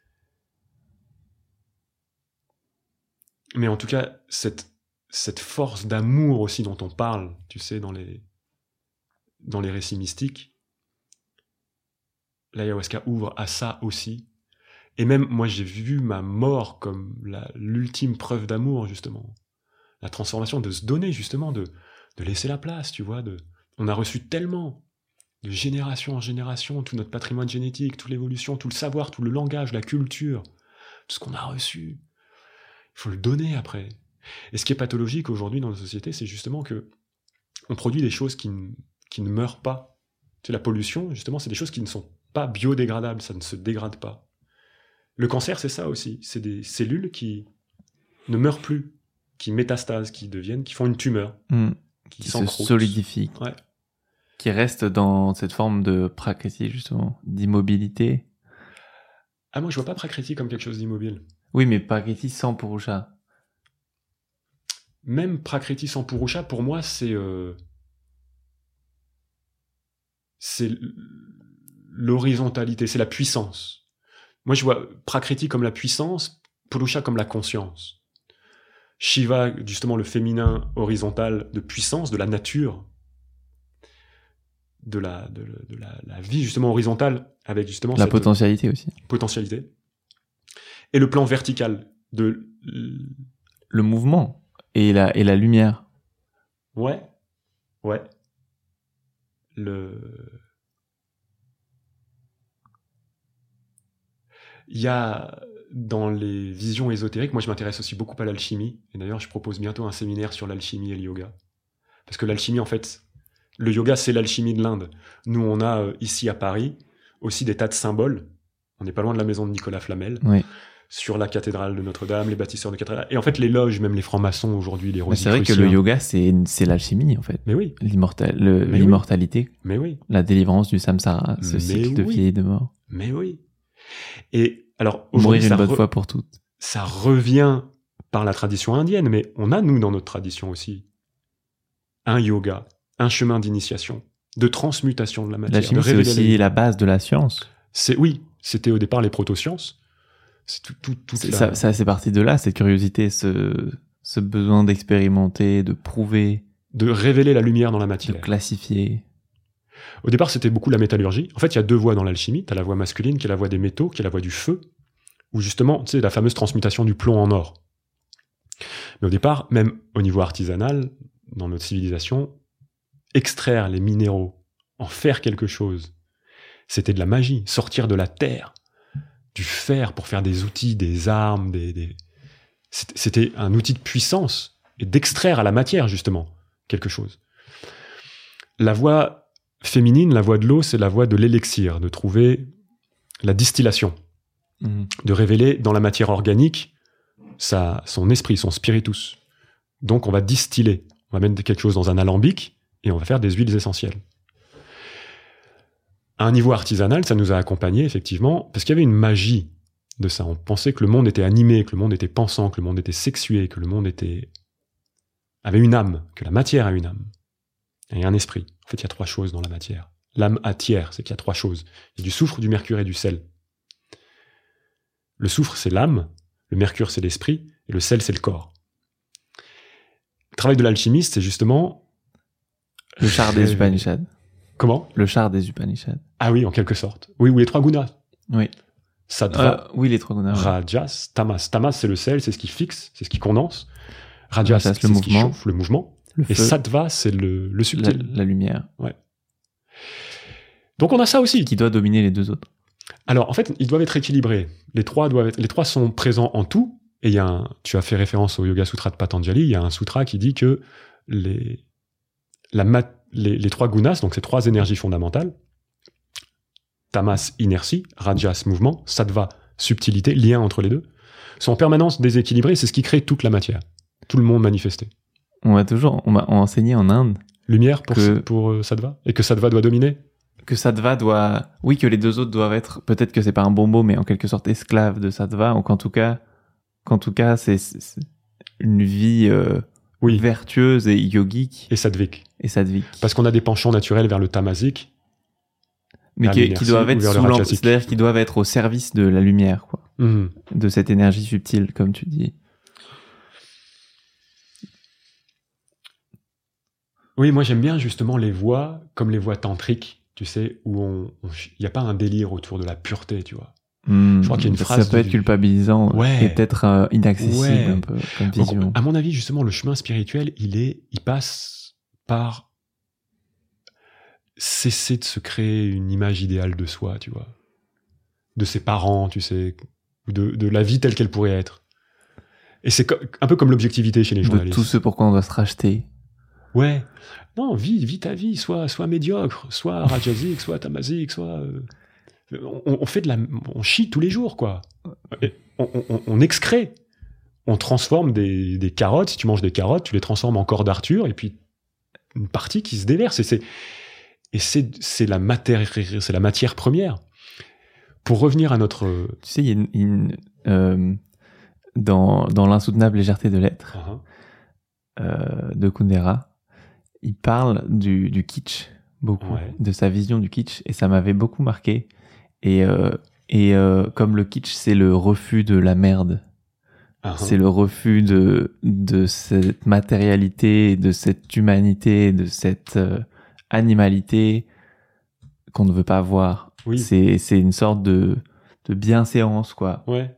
Mais en tout cas, cette force d'amour aussi dont on parle, tu sais, dans les récits mystiques, l'ayahuasca ouvre à ça aussi. Et même, moi, j'ai vu ma mort comme l'ultime preuve d'amour, justement. La transformation, de se donner, justement, de de laisser la place, tu vois. On a reçu tellement de génération en génération tout notre patrimoine génétique, toute l'évolution, tout le savoir, tout le langage, la culture, tout ce qu'on a reçu. Il faut le donner après. Et ce qui est pathologique aujourd'hui dans nos sociétés, c'est justement que on produit des choses qui ne meurent pas. Tu sais, la pollution, justement, c'est des choses qui ne sont pas biodégradables, ça ne se dégrade pas. Le cancer, c'est ça aussi. C'est des cellules qui ne meurent plus, qui métastasent, qui font une tumeur, qui se solidifient, qui restent dans cette forme de prakriti, justement, d'immobilité. Ah, moi, je vois pas prakriti comme quelque chose d'immobile. Oui, mais prakriti sans purusha. Même prakriti sans purusha, pour moi, c'est l'horizontalité, c'est la puissance. Moi, je vois prakriti comme la puissance, purusha comme la conscience. Shiva, justement, le féminin horizontal de puissance, de la nature, de la vie, justement, horizontale, avec justement la potentialité aussi. Potentialité. Et le plan vertical de... Le mouvement et la lumière. Ouais. Il y a, dans les visions ésotériques, moi je m'intéresse aussi beaucoup à l'alchimie, et d'ailleurs je propose bientôt un séminaire sur l'alchimie et le yoga. Parce que l'alchimie, en fait, le yoga c'est l'alchimie de l'Inde. Nous on a ici à Paris aussi des tas de symboles, on n'est pas loin de la maison de Nicolas Flamel, sur la cathédrale de Notre-Dame, les bâtisseurs de cathédrale, et en fait les loges, même les francs-maçons aujourd'hui, les Rosicruciens. C'est vrai que le yoga c'est l'alchimie en fait. Mais oui. L'immortalité. Mais oui. La délivrance du samsara, ce cycle de vie et de mort. Mais oui. Et alors, mourir une bonne fois pour toutes. Ça revient par la tradition indienne, mais on a, nous, dans notre tradition aussi, un yoga, un chemin d'initiation, de transmutation de la matière. L'alchimie, c'est aussi la base de la science. C'était au départ les protosciences. Ça, c'est parti de là, cette curiosité, ce besoin d'expérimenter, de prouver. De révéler la lumière dans la matière. De classifier. Au départ, c'était beaucoup la métallurgie. En fait, il y a deux voies dans l'alchimie. Tu as la voie masculine, qui est la voie des métaux, qui est la voie du feu, où justement, tu sais, la fameuse transmutation du plomb en or. Mais au départ, même au niveau artisanal, dans notre civilisation, extraire les minéraux, en faire quelque chose, c'était de la magie. Sortir de la terre, du fer pour faire des outils, des armes, c'était un outil de puissance, et d'extraire à la matière, justement, quelque chose. La voie féminine, la voie de l'eau, c'est la voie de l'élixir, de trouver la distillation, de révéler dans la matière organique son esprit, son spiritus. Donc on va distiller, on va mettre quelque chose dans un alambic et on va faire des huiles essentielles. À un niveau artisanal, ça nous a accompagnés, effectivement, parce qu'il y avait une magie de ça. On pensait que le monde était animé, que le monde était pensant, que le monde était sexué, que le monde avait une âme, que la matière a une âme. Et un esprit. En fait, il y a trois choses dans la matière. L'âme tiers, c'est qu'il y a trois choses. Il y a du soufre, du mercure et du sel. Le soufre, c'est l'âme, le mercure, c'est l'esprit, et le sel, c'est le corps. Le travail de l'alchimiste, c'est justement... Le char des Upanishads. Comment ? Le char des Upanishads. Ah oui, en quelque sorte. Oui, ou les trois gunas. Oui. Sattva, oui, les trois gunas. Rajas, tamas. Tamas, c'est le sel, c'est ce qui fixe, c'est ce qui condense. Rajas, c'est ce qui chauffe, le mouvement. Et sattva, c'est le subtil. La lumière. Ouais. Donc on a ça aussi. Qui doit dominer les deux autres. Alors, en fait, ils doivent être équilibrés. Les trois sont présents en tout. Et tu as fait référence au Yoga Sutra de Patanjali. Il y a un sutra qui dit que les trois gunas, donc ces trois énergies fondamentales, tamas, inertie, rajas, mouvement, sattva, subtilité, lien entre les deux, sont en permanence déséquilibrés. C'est ce qui crée toute la matière. Tout le monde manifesté. On m'a enseigné en Inde. Lumière pour Sattva? Et que Sattva doit dominer? Que Sattva doit... Oui, que les deux autres doivent être... Peut-être que c'est pas un bon mot, mais en quelque sorte esclaves de Sattva, ou qu'en tout cas, c'est une vie vertueuse et yogique. Et sattvique. Parce qu'on a des penchants naturels vers le tamasique. Mais qui doivent être c'est-à-dire qu'ils doivent être au service de la lumière, quoi. De cette énergie subtile, comme tu dis. Oui, moi j'aime bien justement les voies, comme les voies tantriques, tu sais, où il n'y a pas un délire autour de la pureté, tu vois. Je crois qu'il y a une phrase... Ça peut être culpabilisant et peut-être inaccessible un peu, comme vision. Donc, à mon avis, justement, le chemin spirituel, il passe par cesser de se créer une image idéale de soi, tu vois, de ses parents, tu sais, ou de la vie telle qu'elle pourrait être. Et c'est un peu comme l'objectivité chez les journalistes. De tout ce pourquoi on doit se racheter. Ouais. Non, vis ta vie, sois médiocre, soit Rajazik, soit Tamazik, soit... On fait on chie tous les jours, quoi. Et on excrée. On transforme des carottes. Si tu manges des carottes, tu les transformes en corps d'Arthur, et puis une partie qui se déverse. Et c'est la matière première. Pour revenir à notre... Tu sais, il y a dans l'insoutenable légèreté de l'être, de Kundera, il parle du kitsch, beaucoup, de sa vision du kitsch, et ça m'avait beaucoup marqué. Et comme le kitsch, c'est le refus de la merde. C'est le refus de cette matérialité, de cette humanité, de cette animalité qu'on ne veut pas voir. Oui. C'est une sorte de bienséance, quoi. Ouais.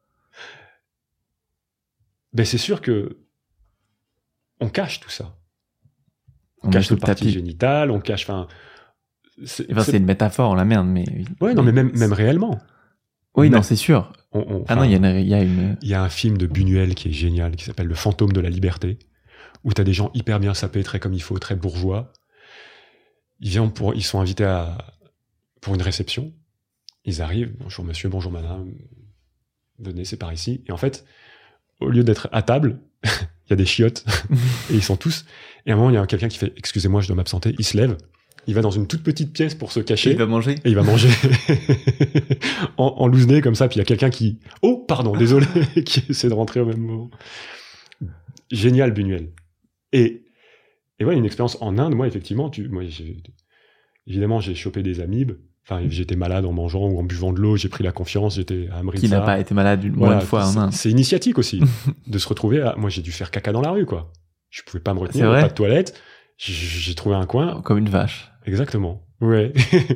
Ben c'est sûr que on cache tout ça. On cache notre partie génitale, on cache... c'est une métaphore, la merde, mais... Ouais, non, mais même réellement. Oui, non, c'est sûr. Il y a un film de Buñuel qui est génial, qui s'appelle Le fantôme de la liberté, où t'as des gens hyper bien sapés, très comme il faut, très bourgeois. Ils sont invités pour une réception. Ils arrivent, bonjour monsieur, bonjour madame, venez, c'est par ici. Et en fait, au lieu d'être à table, il y a des chiottes, et ils sont tous... Et à un moment, il y a quelqu'un qui fait « Excusez-moi, je dois m'absenter ». Il se lève, il va dans une toute petite pièce pour se cacher. Et il va manger. Et il va manger en loose-nez comme ça, puis il y a quelqu'un qui... Oh, pardon, désolé, qui essaie de rentrer au même moment. Génial, Buñuel. Et ouais, une expérience en Inde, moi, effectivement, évidemment, j'ai chopé des amibes. Enfin, j'étais malade en mangeant ou en buvant de l'eau, j'ai pris la confiance, j'étais à Amritsar. Qui n'a pas été malade moins de fois en Inde. C'est initiatique aussi, de se retrouver à... Moi, j'ai dû faire caca dans la rue, quoi. Je pouvais pas me retenir, pas de toilette. J'ai trouvé un coin. Comme une vache. Exactement. Ouais.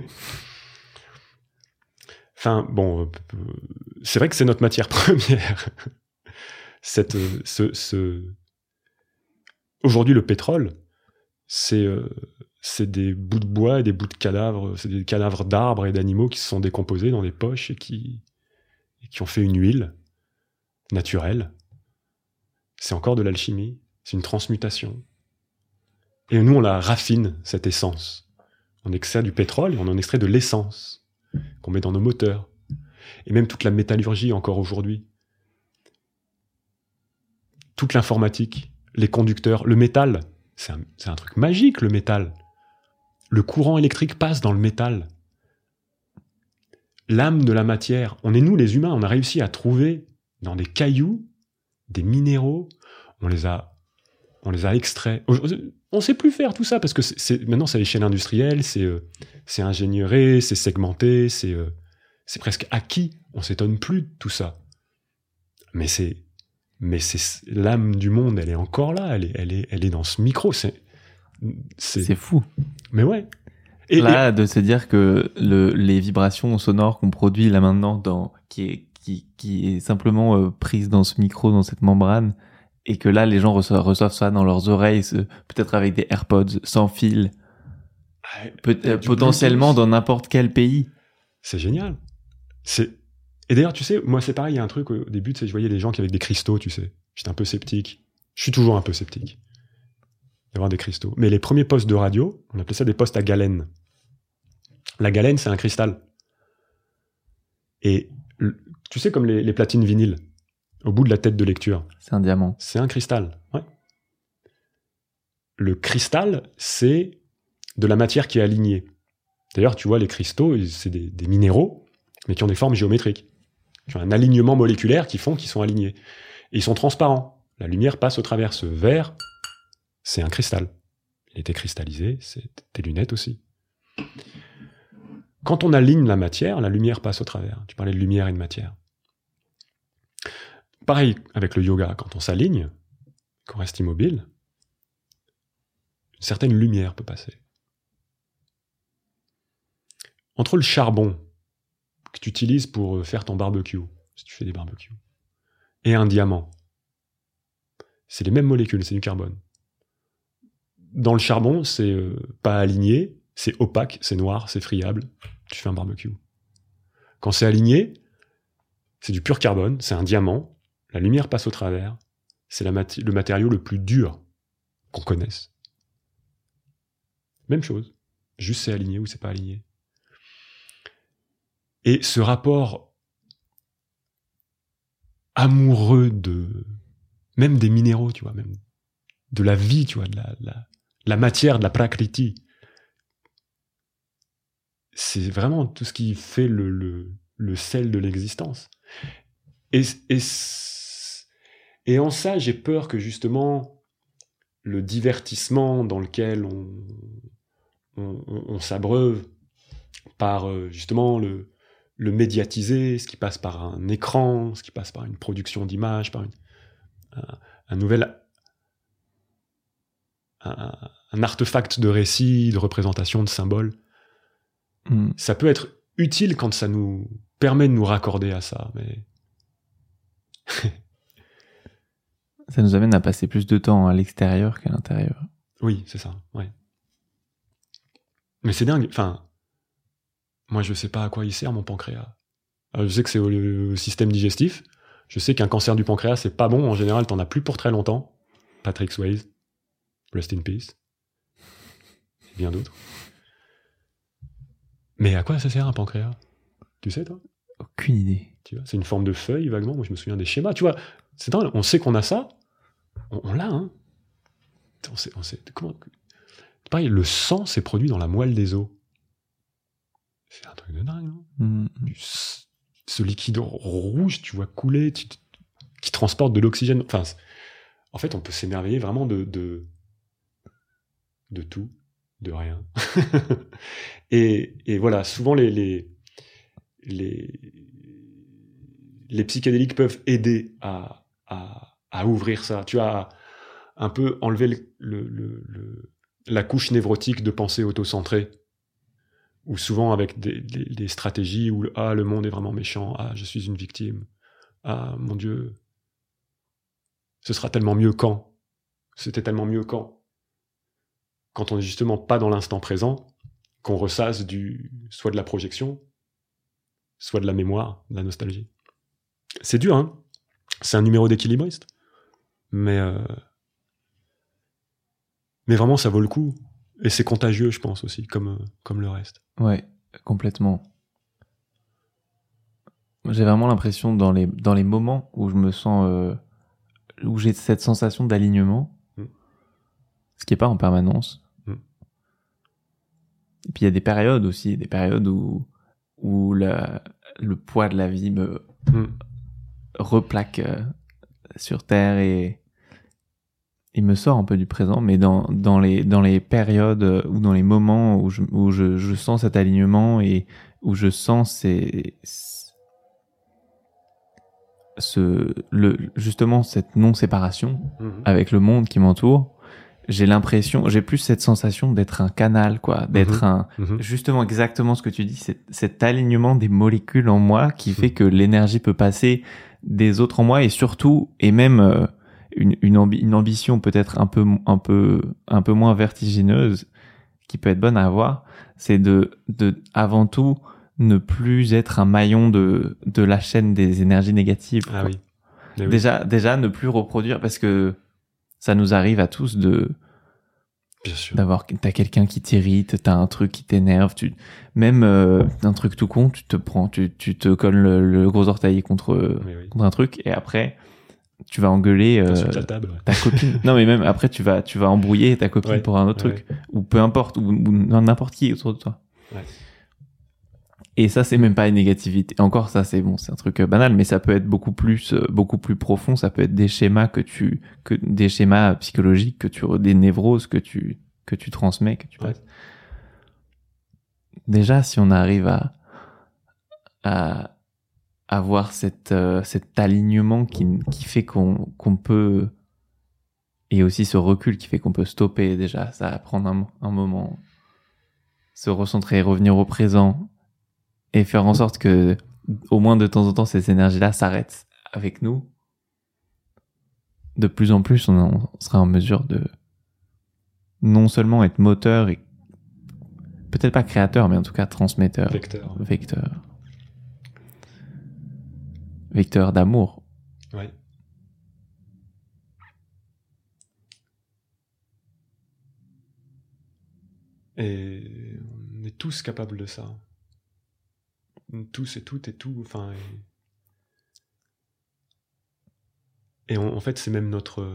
Enfin, bon, c'est vrai que c'est notre matière première. Aujourd'hui, le pétrole, c'est des bouts de bois et des bouts de cadavres, c'est des cadavres d'arbres et d'animaux qui se sont décomposés dans des poches et qui ont fait une huile naturelle. C'est encore de l'alchimie, c'est une transmutation. Et nous, on la raffine, cette essence. On extrait du pétrole et on en extrait de l'essence qu'on met dans nos moteurs. Et même toute la métallurgie encore aujourd'hui. Toute l'informatique, les conducteurs, le métal. C'est un truc magique, le métal. Le courant électrique passe dans le métal. L'âme de la matière. On est nous, les humains, on a réussi à trouver dans des cailloux, des minéraux. On les a extraits. On sait plus faire tout ça parce que maintenant c'est à l'échelle industrielle, c'est ingénieuré, c'est segmenté, c'est presque acquis. On s'étonne plus de tout ça. Mais c'est l'âme du monde, elle est encore là, elle est dans ce micro. C'est fou. Mais ouais. De se dire que les vibrations sonores qu'on produit là maintenant, qui est simplement prise dans ce micro, dans cette membrane. Et que là, les gens reçoivent ça dans leurs oreilles, peut-être avec des AirPods sans fil, potentiellement dans n'importe quel pays. C'est génial. Et d'ailleurs, tu sais, moi c'est pareil, il y a un truc, au début, tu sais, je voyais les gens qui avaient des cristaux, tu sais. J'étais un peu sceptique. Je suis toujours un peu sceptique d'avoir des cristaux. Mais les premiers postes de radio, on appelait ça des postes à galène. La galène, c'est un cristal. Et tu sais, comme les platines vinyles, au bout de la tête de lecture. C'est un diamant. C'est un cristal, ouais. Le cristal, c'est de la matière qui est alignée. D'ailleurs, tu vois, les cristaux, c'est des minéraux, mais qui ont des formes géométriques, qui ont un alignement moléculaire qui font qu'ils sont alignés. Et ils sont transparents. La lumière passe au travers. Ce verre, c'est un cristal. Il était cristallisé, c'est tes lunettes aussi. Quand on aligne la matière, la lumière passe au travers. Tu parlais de lumière et de matière. Pareil avec le yoga, quand on s'aligne, qu'on reste immobile, une certaine lumière peut passer. Entre le charbon que tu utilises pour faire ton barbecue, si tu fais des barbecues, et un diamant, c'est les mêmes molécules, c'est du carbone. dans le charbon, c'est pas aligné, c'est opaque, c'est noir, c'est friable. Tu fais un barbecue. Quand c'est aligné, c'est du pur carbone, c'est un diamant. La lumière passe au travers. C'est le matériau le plus dur qu'on connaisse. Même chose. Juste c'est aligné ou c'est pas aligné. Et ce rapport amoureux même des minéraux, tu vois, même de la vie, tu vois, de la matière, de la prakriti. C'est vraiment tout ce qui fait le sel de l'existence. Et en ça, j'ai peur que justement le divertissement dans lequel on s'abreuve par justement le médiatiser, ce qui passe par un écran, ce qui passe par une production d'images, par un artefact de récit, de représentation, de symbole. Ça peut être utile quand ça nous permet de nous raccorder à ça, mais... Ça nous amène à passer plus de temps à l'extérieur qu'à l'intérieur. Oui, c'est ça, ouais. Mais c'est dingue, enfin... Moi, je sais pas à quoi il sert, mon pancréas. Je sais que c'est au système digestif. Je sais qu'un cancer du pancréas, c'est pas bon. En général, t'en as plus pour très longtemps. Patrick Swayze. Rest in peace. Et bien d'autres. Mais à quoi ça sert un pancréas? Tu sais, toi? Aucune idée. Tu vois, c'est une forme de feuille, vaguement. Moi, je me souviens des schémas. Tu vois, c'est dingue. On sait qu'on a ça. On l'a, hein. On sait. Comment... Pareil, le sang, c'est produit dans la moelle des os. C'est un truc de dingue, non? Ce liquide rouge, tu vois, couler, qui transporte de l'oxygène. Enfin, en fait, on peut s'émerveiller vraiment de tout, de rien. et voilà, souvent les psychédéliques peuvent aider à ouvrir ça. Tu as un peu enlevé la couche névrotique de pensée autocentrée, ou souvent avec des stratégies où le monde est vraiment méchant, je suis une victime, mon Dieu, ce sera tellement mieux c'était tellement mieux quand on est justement pas dans l'instant présent, qu'on ressasse soit de la projection, soit de la mémoire, de la nostalgie. C'est dur, hein. C'est un numéro d'équilibriste, mais vraiment ça vaut le coup. Et c'est contagieux, je pense aussi, comme le reste. Ouais, complètement. J'ai vraiment l'impression dans les moments où je me sens, où j'ai cette sensation d'alignement, ce qui est pas en permanence. Et puis il y a des périodes aussi, où le poids de la vie me replaque sur terre et me sort un peu du présent, mais dans les périodes ou dans les moments où je sens cet alignement et où je sens justement cette non-séparation avec le monde qui m'entoure, j'ai plus cette sensation d'être un canal, quoi, d'être justement exactement ce que tu dis, cet alignement des molécules en moi qui fait que l'énergie peut passer des autres en moi et surtout, et même, une ambition peut-être un peu moins vertigineuse qui peut être bonne à avoir, c'est de avant tout ne plus être un maillon de la chaîne des énergies négatives. Ah oui. Oui. Déjà ne plus reproduire, parce que ça nous arrive à tous bien sûr, t'as quelqu'un qui t'irrite, t'as un truc qui t'énerve, même un truc tout con, tu te colles le gros orteil contre un truc et après tu vas engueuler ta copine. Non, mais même après tu vas embrouiller ta copine pour un autre truc, ou peu importe, ou n'importe qui autour de toi. Ouais. Et ça, c'est même pas une négativité. Encore, ça, c'est un truc banal, mais ça peut être beaucoup plus profond. Ça peut être des schémas des schémas psychologiques des névroses que tu transmets, que tu passes. Déjà, si on arrive à avoir cet alignement qui fait qu'on peut, et aussi ce recul qui fait qu'on peut stopper, déjà, ça va prendre un moment, se recentrer, revenir au présent, et faire en sorte que, au moins de temps en temps, ces énergies-là s'arrêtent avec nous. De plus en plus, on sera en mesure non seulement être moteur et peut-être pas créateur, mais en tout cas transmetteur. Vecteur d'amour. Ouais. Et on est tous capables de ça. Tous et toutes et tout. Enfin, et en fait, c'est même notre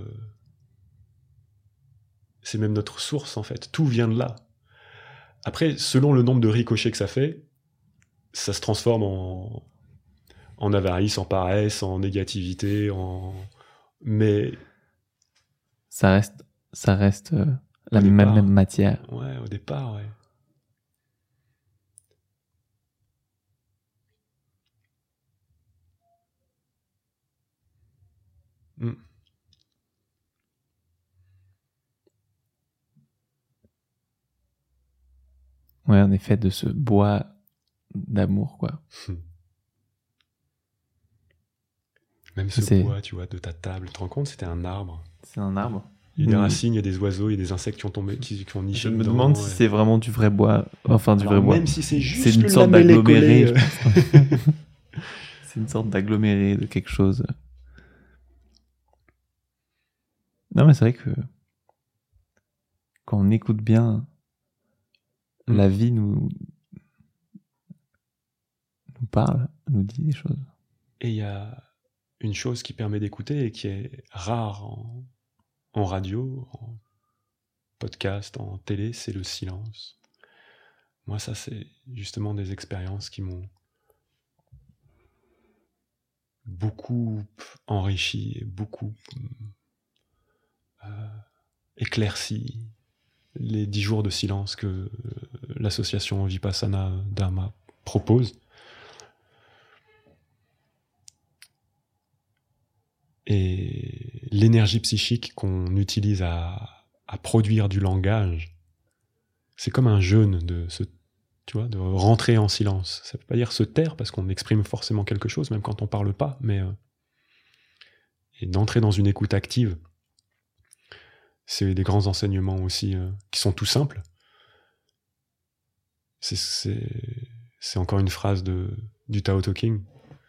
source, en fait. Tout vient de là. Après, selon le nombre de ricochets que ça fait, ça se transforme en avarice, en paresse, en négativité, mais ça reste la même matière. Ouais, au départ, ouais. Mm. Ouais, on est fait de ce bois d'amour, quoi. Même ce bois, tu vois, de ta table, tu te rends compte, c'était un arbre. C'est un arbre. Il y a des racines, il y a des oiseaux, il y a des insectes qui ont tombé, qui ont niché. Je me demande si c'est vraiment du vrai bois. Enfin, du vrai bois. Même si c'est juste une sorte d'aggloméré. C'est une sorte d'aggloméré de quelque chose. Non, mais c'est vrai que quand on écoute bien, la vie nous parle, nous dit des choses. Et il y a une chose qui permet d'écouter et qui est rare en radio, en podcast, en télé, c'est le silence. Moi, ça, c'est justement des expériences qui m'ont beaucoup enrichi et beaucoup éclairci les 10 jours de silence que l'association Vipassana Dharma propose. Et l'énergie psychique qu'on utilise à produire du langage, c'est comme un jeûne de rentrer en silence. Ça ne veut pas dire se taire, parce qu'on exprime forcément quelque chose, même quand on ne parle pas, mais et d'entrer dans une écoute active. C'est des grands enseignements aussi qui sont tout simples. C'est encore une phrase du Tao Te Ching.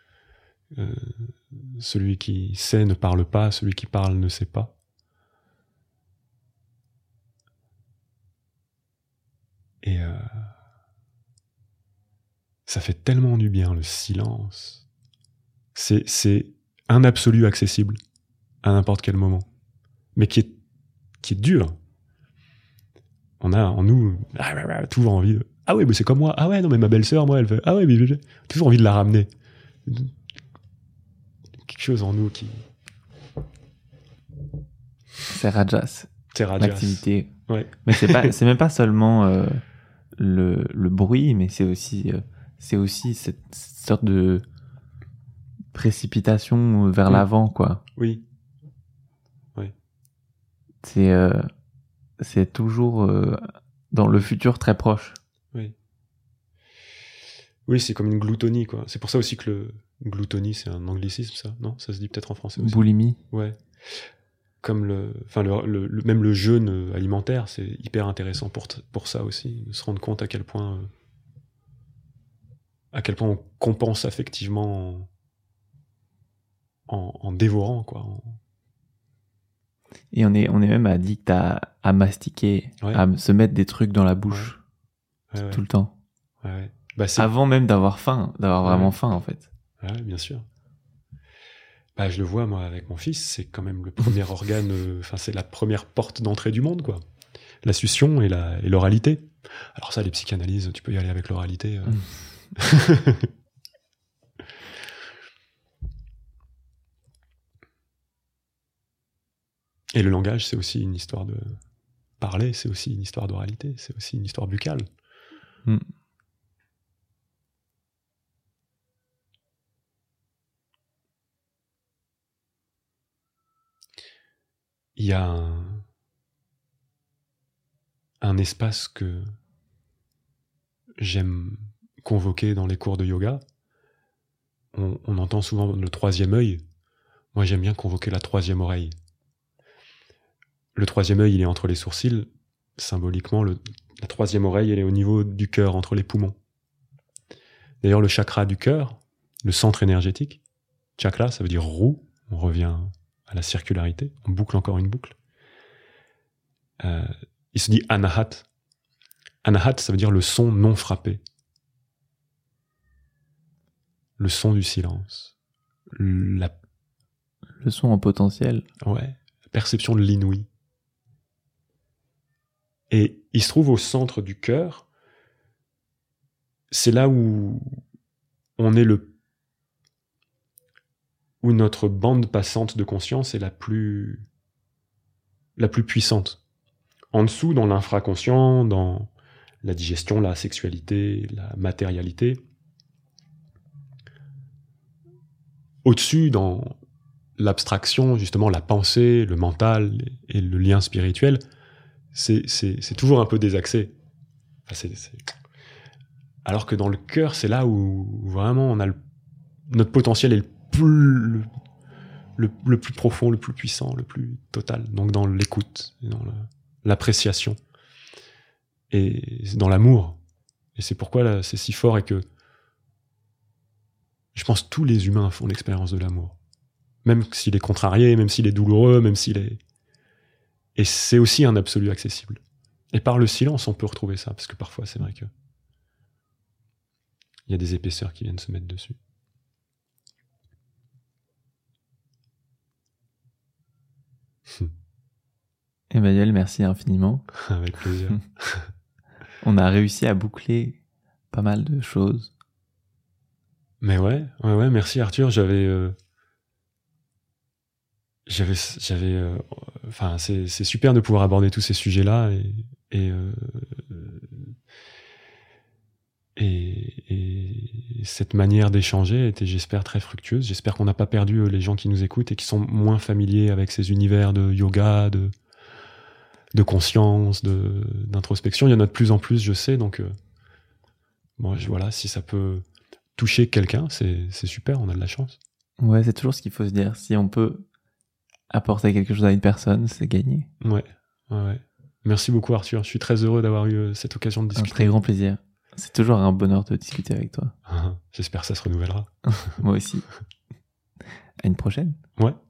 Celui qui sait ne parle pas, celui qui parle ne sait pas. Et ça fait tellement du bien, le silence. C'est un absolu accessible à n'importe quel moment, mais qui est dur. On a en nous toujours envie de... Ah ouais, mais c'est comme moi. Ah ouais, non, mais ma belle-sœur, moi, elle fait... Ah ouais, mais j'ai toujours envie de la ramener. Quelque chose en nous qui... C'est Rajas. C'est Rajas. L'activité. Ouais. Mais c'est même pas seulement le bruit, mais c'est aussi cette sorte de précipitation vers l'avant, quoi. Oui. C'est toujours dans le futur très proche. Oui, c'est comme une gloutonie, quoi. C'est pour ça aussi que gloutonie, c'est un anglicisme, ça, non? Ça se dit peut-être en français aussi. Boulimie. Ouais. Comme même le jeûne alimentaire, c'est hyper intéressant pour ça aussi, de se rendre compte à quel point on compense affectivement en dévorant, quoi. Et on est même addict à mastiquer, à se mettre des trucs dans la bouche tout le temps. Ouais. Avant même d'avoir faim, vraiment faim, en fait. Ouais, bien sûr. Je le vois, moi, avec mon fils, c'est quand même le premier organe, c'est la première porte d'entrée du monde, quoi. La succion et l'oralité. Alors ça, les psychanalyses, tu peux y aller avec l'oralité. Et le langage, c'est aussi une histoire de parler, c'est aussi une histoire d'oralité, c'est aussi une histoire buccale. Il y a un espace que j'aime convoquer dans les cours de yoga. On entend souvent le troisième œil. Moi, j'aime bien convoquer la troisième oreille. Le troisième œil, il est entre les sourcils. symboliquement, la troisième oreille, elle est au niveau du cœur, entre les poumons. D'ailleurs, le chakra du cœur, le centre énergétique, chakra, ça veut dire roue, on revient à la circularité, on boucle encore une boucle. Il se dit anahat. Anahat, ça veut dire le son non frappé. Le son du silence. Le son en potentiel. Ouais, la perception de l'inouï. Et il se trouve au centre du cœur. C'est là où on est où notre bande passante de conscience est la plus puissante. En dessous, dans l'infraconscient, dans la digestion, la sexualité, la matérialité. Au-dessus, dans l'abstraction, justement, la pensée, le mental et le lien spirituel, c'est toujours un peu désaxé. Enfin, Alors que dans le cœur, c'est là où vraiment notre potentiel est le plus profond, le plus puissant, le plus total. Donc dans l'écoute, dans l'appréciation et dans l'amour. Et c'est pourquoi là, c'est si fort et que je pense que tous les humains font l'expérience de l'amour. Même s'il est contrarié, même s'il est douloureux, même s'il est... Et c'est aussi un absolu accessible. Et par le silence, on peut retrouver ça, parce que parfois, c'est vrai que il y a des épaisseurs qui viennent se mettre dessus. Emmanuel, merci infiniment. Avec plaisir. On a réussi à boucler pas mal de choses. Mais ouais, merci Arthur. Enfin, c'est super de pouvoir aborder tous ces sujets-là et cette manière d'échanger était, j'espère, très fructueuse. J'espère qu'on n'a pas perdu les gens qui nous écoutent et qui sont moins familiers avec ces univers de yoga, de conscience, d'introspection. Il y en a de plus en plus, je sais. Donc, voilà, si ça peut toucher quelqu'un, c'est super, on a de la chance. Ouais, c'est toujours ce qu'il faut se dire. Si on peut apporter quelque chose à une personne, c'est gagné. Ouais. Merci beaucoup Arthur, je suis très heureux d'avoir eu cette occasion de discuter. Un très grand plaisir. C'est toujours un bonheur de discuter avec toi. J'espère que ça se renouvellera. Moi aussi. À une prochaine. Ouais.